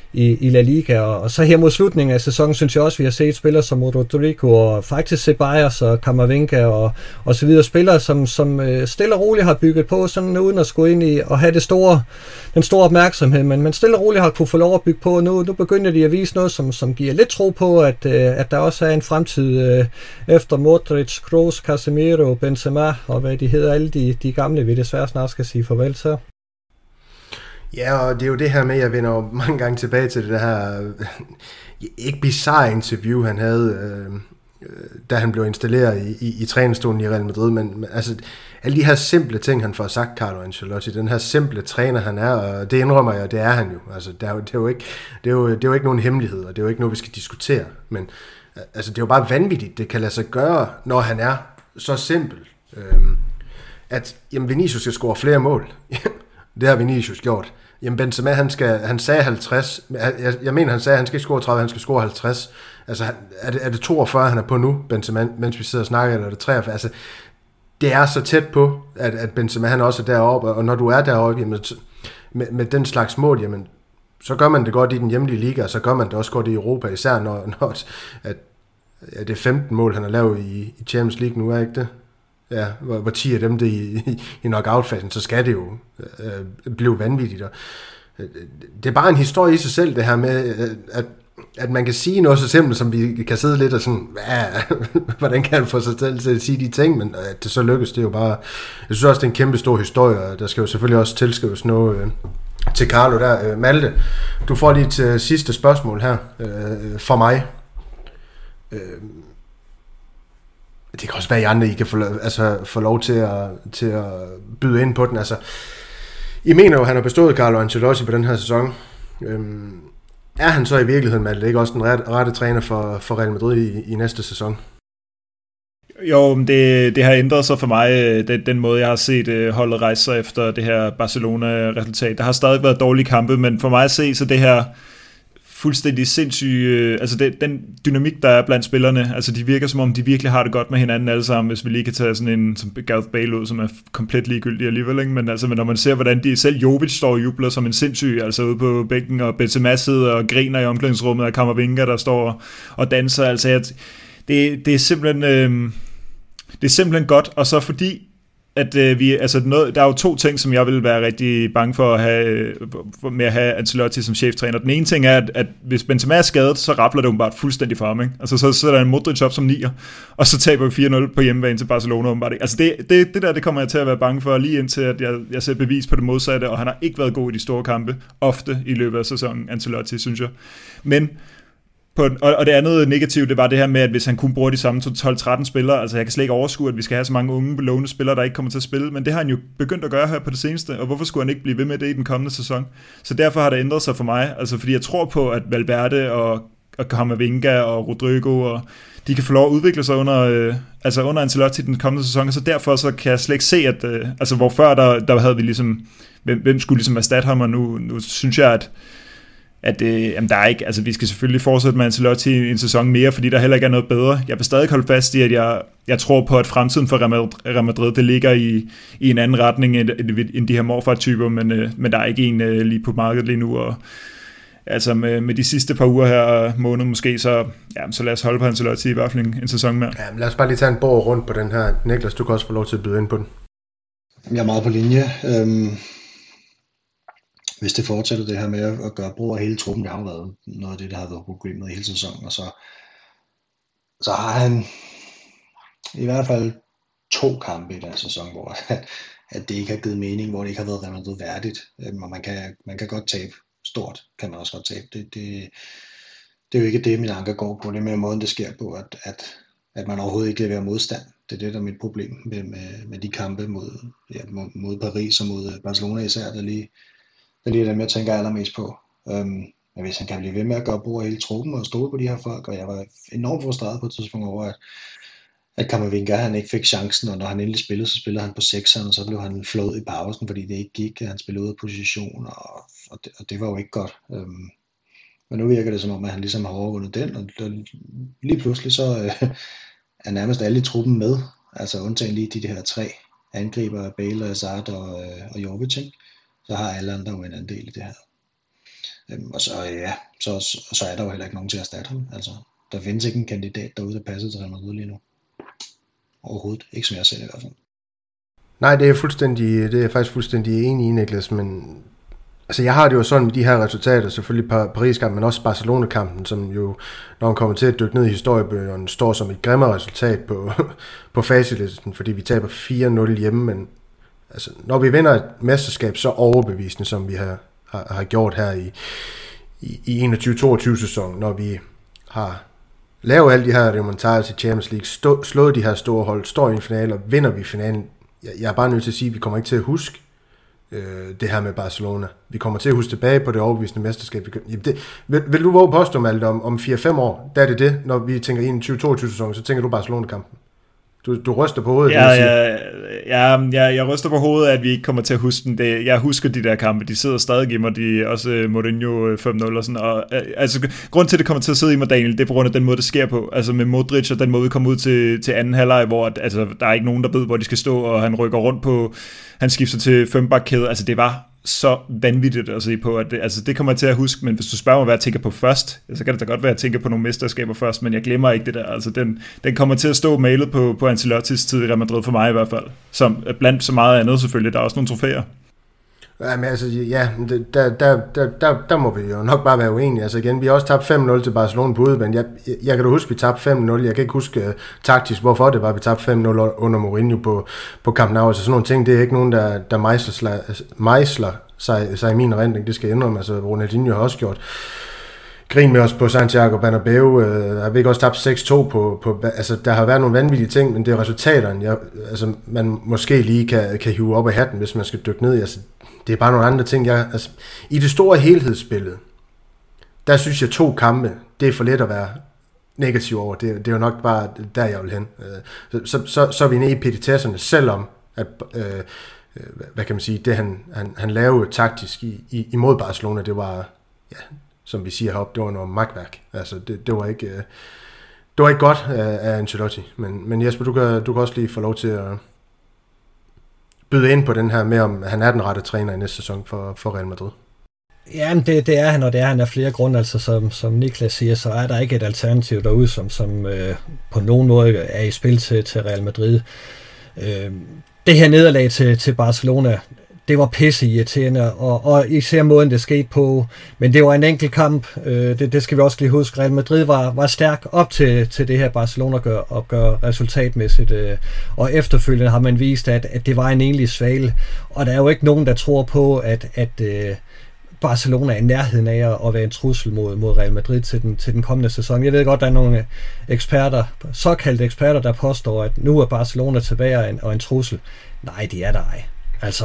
i, i La Liga. Og, og så her mod slutningen af sæsonen, synes jeg også, vi har set spillere som Rodrigo og faktisk Ceballos og Camavinga og, og så videre spillere, som, som stille og roligt har bygget på, sådan uden at skulle ind i og have det store, den store opmærksomhed, men, men stille og roligt har kunne få lov at bygge på, og nu, nu begynder de at vise noget, som, som giver lidt tro på, at, at der også er en fremtid øh, efter Modric, Kroos, Casemiro, Benzema og hvad de hedder, alle de, de gamle, vi desværre snart skal sige farvel til. Ja, og det er jo det her med, jeg vender jo mange gange tilbage til det her ikke bizarre interview, han havde, øh, da han blev installeret i, i, i trænerstolen i Real Madrid, men altså alle de her simple ting, han får sagt, Carlo Ancelotti, den her simple træner, han er, og det indrømmer jeg, det er han jo. Altså, det er jo, det er jo, ikke, det er jo, det er jo ikke nogen hemmelighed, og det er jo ikke noget, vi skal diskutere, men altså, det er jo bare vanvittigt, det kan lade sig gøre, når han er så simpel, øh, at jamen, Vinicius skal score flere mål. Det har Vinicius gjort. Jamen Benzema, han, skal, han sagde halvtreds. Jeg, jeg mener, han sagde, at han skal ikke score tredive, han skal score halvtreds. Altså, er det, er det toogfyrre, han er på nu, Benzema, mens vi sidder og snakker, eller er det treogfyrre? Altså, det er så tæt på, at, at Benzema, han også er deroppe, og når du er deroppe, jamen, med, med den slags mål, jamen, så gør man det godt i den hjemlige liga, og så gør man det også godt i Europa, især når, når at, at det er femten mål, han har lavet i, i Champions League nu, er ikke det? Ja, hvor, hvor ti af dem det i, i, i knockout-fasen, så skal det jo øh, blive vanvittigt. Og, øh, det er bare en historie i sig selv, det her med, øh, at, at man kan sige noget så simpelt, som vi kan sidde lidt og sådan, hvordan kan han få sig selv til at sige de ting, men at det så lykkes, det er jo bare, jeg synes også, det er en kæmpe stor historie, og der skal jo selvfølgelig også tilskrives noget øh, til Carlo der. Øh, Malte, du får lige til sidste spørgsmål her øh, for mig. Øh, Det kan også være, at I andre I kan få, altså, få lov til at, til at byde ind på den. Altså, I mener jo, at han har bestået Carlo Ancelotti på den her sæson. Øhm, er han så i virkeligheden, Malte, ikke også den rette, rette træner for, for Real Madrid i, i næste sæson? Jo, det, det har ændret sig for mig, den, den måde, jeg har set holdet rejse sig efter det her Barcelona-resultat. Der har stadig været dårlige kampe, men for mig at se, så det her fuldstændig sindssyge, altså det, den dynamik, der er blandt spillerne, altså de virker som om, de virkelig har det godt med hinanden alle sammen, hvis vi lige kan tage sådan en som Gareth Bale ud, som er komplet ligegyldig alligevel, ikke? Men altså, men når man ser, hvordan de selv Jovic står og jubler som en sindssyg, altså ude på bænken, og Benzema sidder og griner i omklædningsrummet, og Camavinga, der står og danser, altså jeg, det, det er simpelthen øh, det er simpelthen godt, og så fordi at øh, vi, altså noget, der er jo to ting, som jeg vil være rigtig bange for at have, øh, med at have Ancelotti som cheftræner. Den ene ting er, at, at hvis Benzema er skadet, så rappler det åbenbart fuldstændig for ham, ikke? Altså så sætter han Modric op som nier, og så taber vi fire nul på hjemmebane til Barcelona åbenbart, ikke? Altså det, det, det der, det kommer jeg til at være bange for, lige indtil at jeg, jeg ser bevis på det modsatte, og han har ikke været god i de store kampe, ofte i løbet af sæsonen, Ancelotti, synes jeg. Men På, og, og det andet negativt, det var det her med, at hvis han kunne bruge de samme tolv tretten spillere, altså jeg kan slet ikke overskue, at vi skal have så mange unge lovende spillere, der ikke kommer til at spille, men det har han jo begyndt at gøre her på det seneste, og hvorfor skulle han ikke blive ved med det i den kommende sæson? Så derfor har det ændret sig for mig, altså fordi jeg tror på, at Valverde og, og Camavinga og Rodrigo, og de kan få lov at udvikle sig under, øh, altså under Ancelotti i den kommende sæson, og så derfor så kan jeg slet ikke se, at øh, altså hvor før der, der havde vi ligesom, hvem, hvem skulle ligesom erstatte ham, og nu, nu synes jeg, at at øh, jamen der er ikke, altså vi skal selvfølgelig fortsætte med Ancelotti en sæson mere, fordi der heller ikke er noget bedre. Jeg vil stadig holde fast i, at jeg, jeg tror på, at fremtiden for Real Madrid, det ligger i, i en anden retning end, end de her morfar-typer, men, øh, men der er ikke en øh, lige på markedet lige nu, og altså med, med de sidste par uger her, måned måske, så, ja, så lad os holde på Ancelotti i hvert fald en, en sæson mere. Ja, lad os bare lige tage en borg rundt på den her. Niklas, du kan også få lov til at byde ind på den. Jeg er meget på linje. Øhm Hvis det fortsætter det her med at gøre brug af hele truppen, det har jo været noget af det, der har været problemet i hele sæsonen, og så, så har han i hvert fald to kampe i den sæson, hvor at, at det ikke har givet mening, hvor det ikke har været Real værdigt, og man kan, man kan godt tabe stort, kan man også godt tabe. Det, det, det er jo ikke det, min anker går på, det er mere måden, det sker på, at, at, at man overhovedet ikke leverer modstand. Det er det, der er mit problem med, med, med de kampe mod, ja, mod, mod Paris og mod Barcelona især, der lige Det er lige dem, jeg tænker allermest på. Øhm, men hvis han kan blive ved med at gøre brug af hele truppen og stole på de her folk, og jeg var enormt frustreret på et tidspunkt over, at, at Camavinga, han ikke fik chancen, og når han endelig spillede, så spillede han på sekseren, og så blev han flået i pausen, fordi det ikke gik, han spillede ud af position, og, og, det, og det var jo ikke godt. Øhm, men nu virker det som om, at han ligesom har overvundet den, og lige pludselig så øh, er nærmest alle i truppen med, altså undtagen lige de, de her tre angriber, Bale, Hazard og, øh, og Jovic, ikke? Så har alle andre jo en anden del i det her. Øhm, og så, ja, så, og så er der jo heller ikke nogen til at erstatte ham. Altså, der findes ikke en kandidat derude, der passer til Real Madrid lige nu. Overhovedet. Ikke som jeg ser det i hvert fald. Nej, det er, fuldstændig, det er jeg faktisk fuldstændig enig i, Niklas, men altså, jeg har det jo sådan med de her resultater, selvfølgelig Paris-kampen, men også Barcelona-kampen, som jo, når man kommer til at dykke ned i historiebøgerne, står som et grimmere resultat på, på facitlisten, fordi vi taber fire nul hjemme, men altså, når vi vinder et mesterskab så overbevisende, som vi har, har, har gjort her i, i, i enogtyve toogtyve sæsonen, når vi har lavet alle de her remontager til Champions League, stå, slået de her store hold, står i en finale, og vinder vi finalen. Jeg, jeg er bare nødt til at sige, at vi kommer ikke til at huske øh, det her med Barcelona. Vi kommer til at huske tilbage på det overbevisende mesterskab. Jamen det, vil, vil du våge påstå, Malte, om, om fire fem år, der er det det, når vi tænker enogtyve toogtyve sæsonen, så tænker du Barcelona-kampen? Du, du ryster på hovedet. Ja, ja, ja, ja, jeg ryster på hovedet, at vi ikke kommer til at huske den. Det, jeg husker de der kampe, de sidder stadig i mig, de også Mourinho fem nul og sådan. Og, altså, grund til, at det kommer til at sidde i mig, Daniel, det er på grund af den måde, det sker på. Altså med Modric og den måde, vi kommer ud til, til anden halvleg, hvor altså, der er ikke nogen, der ved, hvor de skal stå, og han rykker rundt på, han skifter til fembakkæde. Altså det var så vanvittigt at se på, at det, altså det kommer jeg til at huske, men hvis du spørger mig, hvad jeg tænker på først, så kan det da godt være, at jeg tænker på nogle mesterskaber først, men jeg glemmer ikke det der, altså den, den kommer til at stå malet på, på Ancelottis tid i Real Madrid for mig i hvert fald, som blandt så meget andet selvfølgelig, der er også nogle trofæer. Jamen altså, ja, der, der, der, der, der må vi jo nok bare være uenige. Altså igen, vi har også tabt fem nul til Barcelona på udebane. Jeg, jeg, jeg kan da huske, at vi tabte fem nul. Jeg kan ikke huske uh, taktisk, hvorfor det var, vi tabte fem nul under Mourinho på, på Camp Nou. Så sådan nogle ting, det er ikke nogen, der, der mejsler, mejsler sig, sig i min erindring. Det skal jeg indrømme. Altså, Ronaldinho har også gjort grin med os på Santiago Bernabeu. Uh, har vi ikke også tabt seks to på, på... Altså, der har været nogle vanvittige ting, men det er resultaterne, jeg, altså, man måske lige kan, kan hive op af hatten, hvis man skal dykke ned i. Altså, det er bare nogle andre ting. Jeg, altså, i det store helhedsbillede, der synes jeg, to kampe, det er for let at være negativ over. Det, det er jo nok bare der, jeg vil hen. Så, så, så, så er vi nede i petitesserne, selvom at, øh, hvad kan man sige, det han, han, han lavede taktisk i, i, imod Barcelona, det var, ja, som vi siger heroppe, det var noget magtværk. Altså, det, det var ikke... Øh, det var ikke godt af, af Ancelotti. Men, men Jesper, du kan, du kan også lige få lov til at byde ind på den her med, om han er den rette træner i næste sæson for, for Real Madrid. Jamen, det, det er han, og det er han af flere grunde. Altså, som, som Niklas siger, så er der ikke et alternativ derude, som, som øh, på nogen måde er i spil til, til Real Madrid. Øh, det her nederlag til, til Barcelona, det var pisse irriterende, og, og især måden, det skete på. Men det var en enkelt kamp. Øh, det, det skal vi også lige huske. Real Madrid var, var stærk op til, til det her Barcelona-opgør resultatmæssigt. Øh, og efterfølgende har man vist, at, at det var en egentlig svale. Og der er jo ikke nogen, der tror på, at, at øh, Barcelona er i nærheden af at være en trussel mod, mod Real Madrid til den, til den kommende sæson. Jeg ved godt, der er nogle eksperter, såkaldte eksperter, der påstår, at nu er Barcelona tilbage og en, og en trussel. Nej, det er der ej. Altså,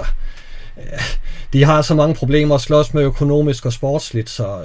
de har så mange problemer at slås med økonomisk og sportsligt, så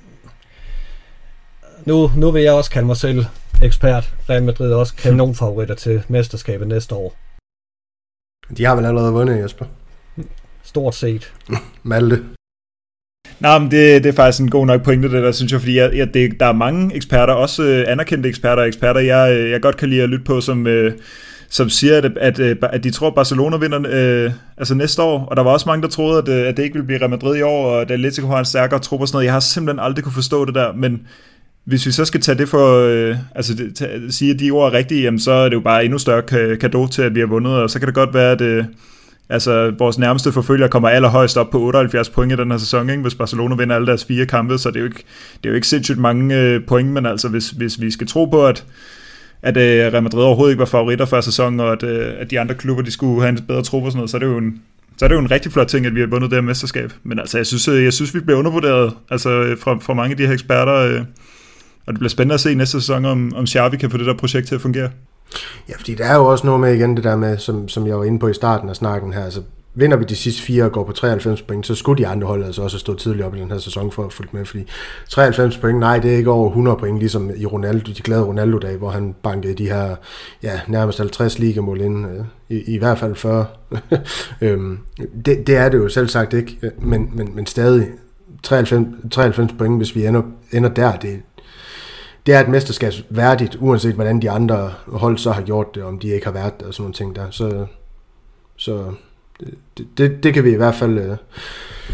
nu, nu vil jeg også kalde mig selv ekspert. Real Madrid også kanonfavoritter til mesterskabet næste år. De har vel allerede vundet, Jesper? Stort set. Malte. Nej, men det, det er faktisk en god nok pointe, det der, synes jeg, fordi jeg, jeg, det, der er mange eksperter, også øh, anerkendte eksperter og eksperter, jeg, jeg godt kan lide at lytte på, som... Øh, som siger, at, at, at de tror, at Barcelona vinder øh, altså næste år, og der var også mange, der troede, at, at det ikke ville blive Real Madrid i år, og at Atletico har en stærkere trup og sådan noget. Jeg har simpelthen aldrig kunne forstå det der, men hvis vi så skal tage det for, øh, altså det, tage, sige, at de ord er rigtige, jamen så er det jo bare endnu større cadeau til, at vi har vundet, og så kan det godt være, at øh, altså, vores nærmeste forfølger kommer allerhøjst op på otteoghalvfjerds point i den her sæson, ikke? Hvis Barcelona vinder alle deres fire kampe, så det er jo ikke, det er jo ikke sindssygt mange øh, point, men altså hvis, hvis vi skal tro på, at at øh, Real Madrid overhovedet ikke var favoritter før sæsonen, og at, øh, at de andre klubber, de skulle have en bedre trup og sådan noget, så er det jo en, så er det jo en rigtig flot ting, at vi har vundet det her mesterskab. Men altså, jeg synes, jeg synes vi bliver undervurderet altså, fra, fra mange af de her eksperter, øh, og det bliver spændende at se næste sæson, om, om Xavi kan få det der projekt til at fungere. Ja, fordi der er jo også noget med igen det der med, som, som jeg var inde på i starten af snakken her, altså vinder vi de sidste fire og går på treoghalvfems point, så skulle de andre hold altså også have stået tidligt op i den her sæson for at følge med, fordi treoghalvfems point, nej, det er ikke over hundrede point, ligesom i Ronaldo, de glade Ronaldo-dage, hvor han bankede de her, ja, nærmest halvtreds ligamål ind, i, i hvert fald fyrre. øhm, det, det er det jo selv sagt ikke, men, men, men stadig treoghalvfems, treoghalvfems point, hvis vi ender, ender der, det, det er et mesterskab værdigt, uanset hvordan de andre hold så har gjort det, om de ikke har været der og sådan nogle ting der, så... så Det, det, det kan vi i hvert fald øh,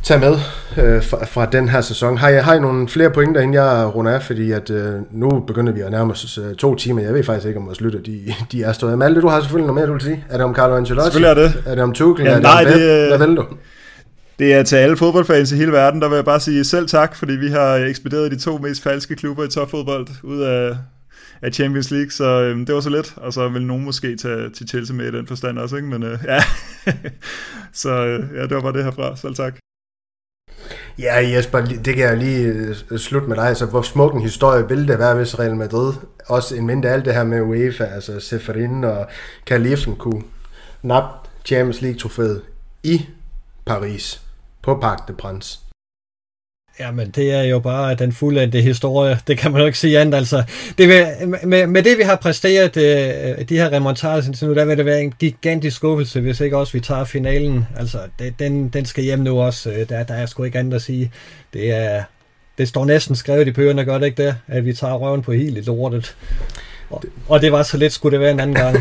tage med øh, fra, fra den her sæson. Har I, har I nogle flere pointer, inden jeg runder af, fordi at, øh, nu begynder vi at nærme os øh, to timer. Jeg ved faktisk ikke, om vores lytter, de, de er stået. Malte, du har selvfølgelig noget mere, du vil sige. Er det om Carlo Ancelotti? Selvfølgelig er det. Er det om Tuchel? Ja, er det nej, om Pep? det, Hvad vil du? Det er til alle fodboldfans i hele verden, der vil jeg bare sige selv tak, fordi vi har ekspederet de to mest falske klubber i topfodbold ud af, af Champions League, så øhm, det var så let, og så vil nogen måske tage til Chelsea med i den forstand også, ikke? Men øh, ja, så øh, ja, det var bare det herfra. Selv tak. Ja, Jesper, det kan jeg lige slutte med dig. Altså, hvor smuk en historie ville det være, hvis Real Madrid, også en mindre alt det her med UEFA, altså Seferin og Kalifen, kunne nappe Champions League-trofæet i Paris på Parc des Princes. Jamen, det er jo bare den fuldendte historie. Det kan man jo ikke sige andet. Altså, det vil, med, med det, vi har præsteret, de her remontager, så nu der vil det være en gigantisk skuffelse, hvis ikke også vi tager finalen. Altså, det, den, den skal hjem nu også. Der, der er sgu ikke andet at sige. Det, er, det står næsten skrevet i bøgerne, gør det ikke det? At vi tager røven på helt i lortet. Og, og det var så lidt, skulle det være en anden gang.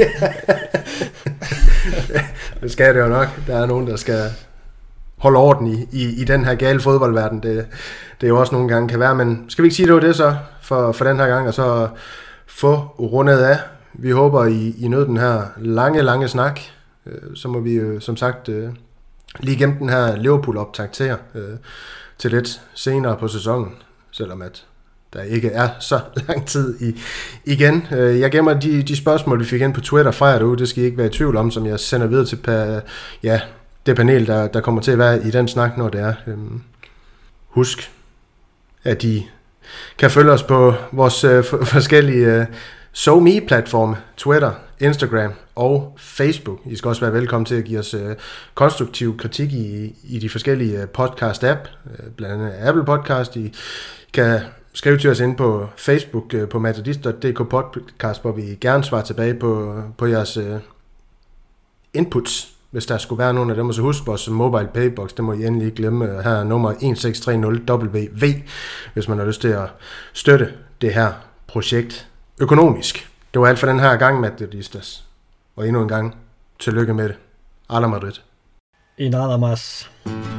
Det skal det jo nok. Der er nogen, der skal holde orden i, i, i den her gale fodboldverden. Det, det jo også nogle gange kan være. Men skal vi ikke sige, det var det så for, for den her gang, og så få rundet af. Vi håber, I, I nød den her lange, lange snak. Så må vi jo, som sagt, lige gemme den her Liverpool-optakt til jer til lidt senere på sæsonen, selvom at der ikke er så lang tid i, igen. Jeg gemmer de, de spørgsmål, vi fik ind på Twitter fra jer derude, det skal I ikke være i tvivl om, som jeg sender videre til pa, ja, det panel, der, der kommer til at være i den snak, når det er. Husk, at I kan følge os på vores uh, forskellige uh, SoMe-platforme, Twitter, Instagram og Facebook. I skal også være velkommen til at give os uh, konstruktiv kritik i, i de forskellige uh, podcast-app, uh, blandt andet Apple Podcast. I kan skrive til os ind på Facebook uh, på metodist punktum d k podcast, hvor vi gerne svarer tilbage på, på jeres uh, inputs, hvis der skulle være nogen af dem. Og så husk vores mobile paybox, det må I endelig ikke glemme. Her er nummer et seks tre nul W V, hvis man har lyst til at støtte det her projekt økonomisk. Det var alt for den her gang, Madridistas. Og endnu en gang, tillykke med det. Ala Madrid. I nada más.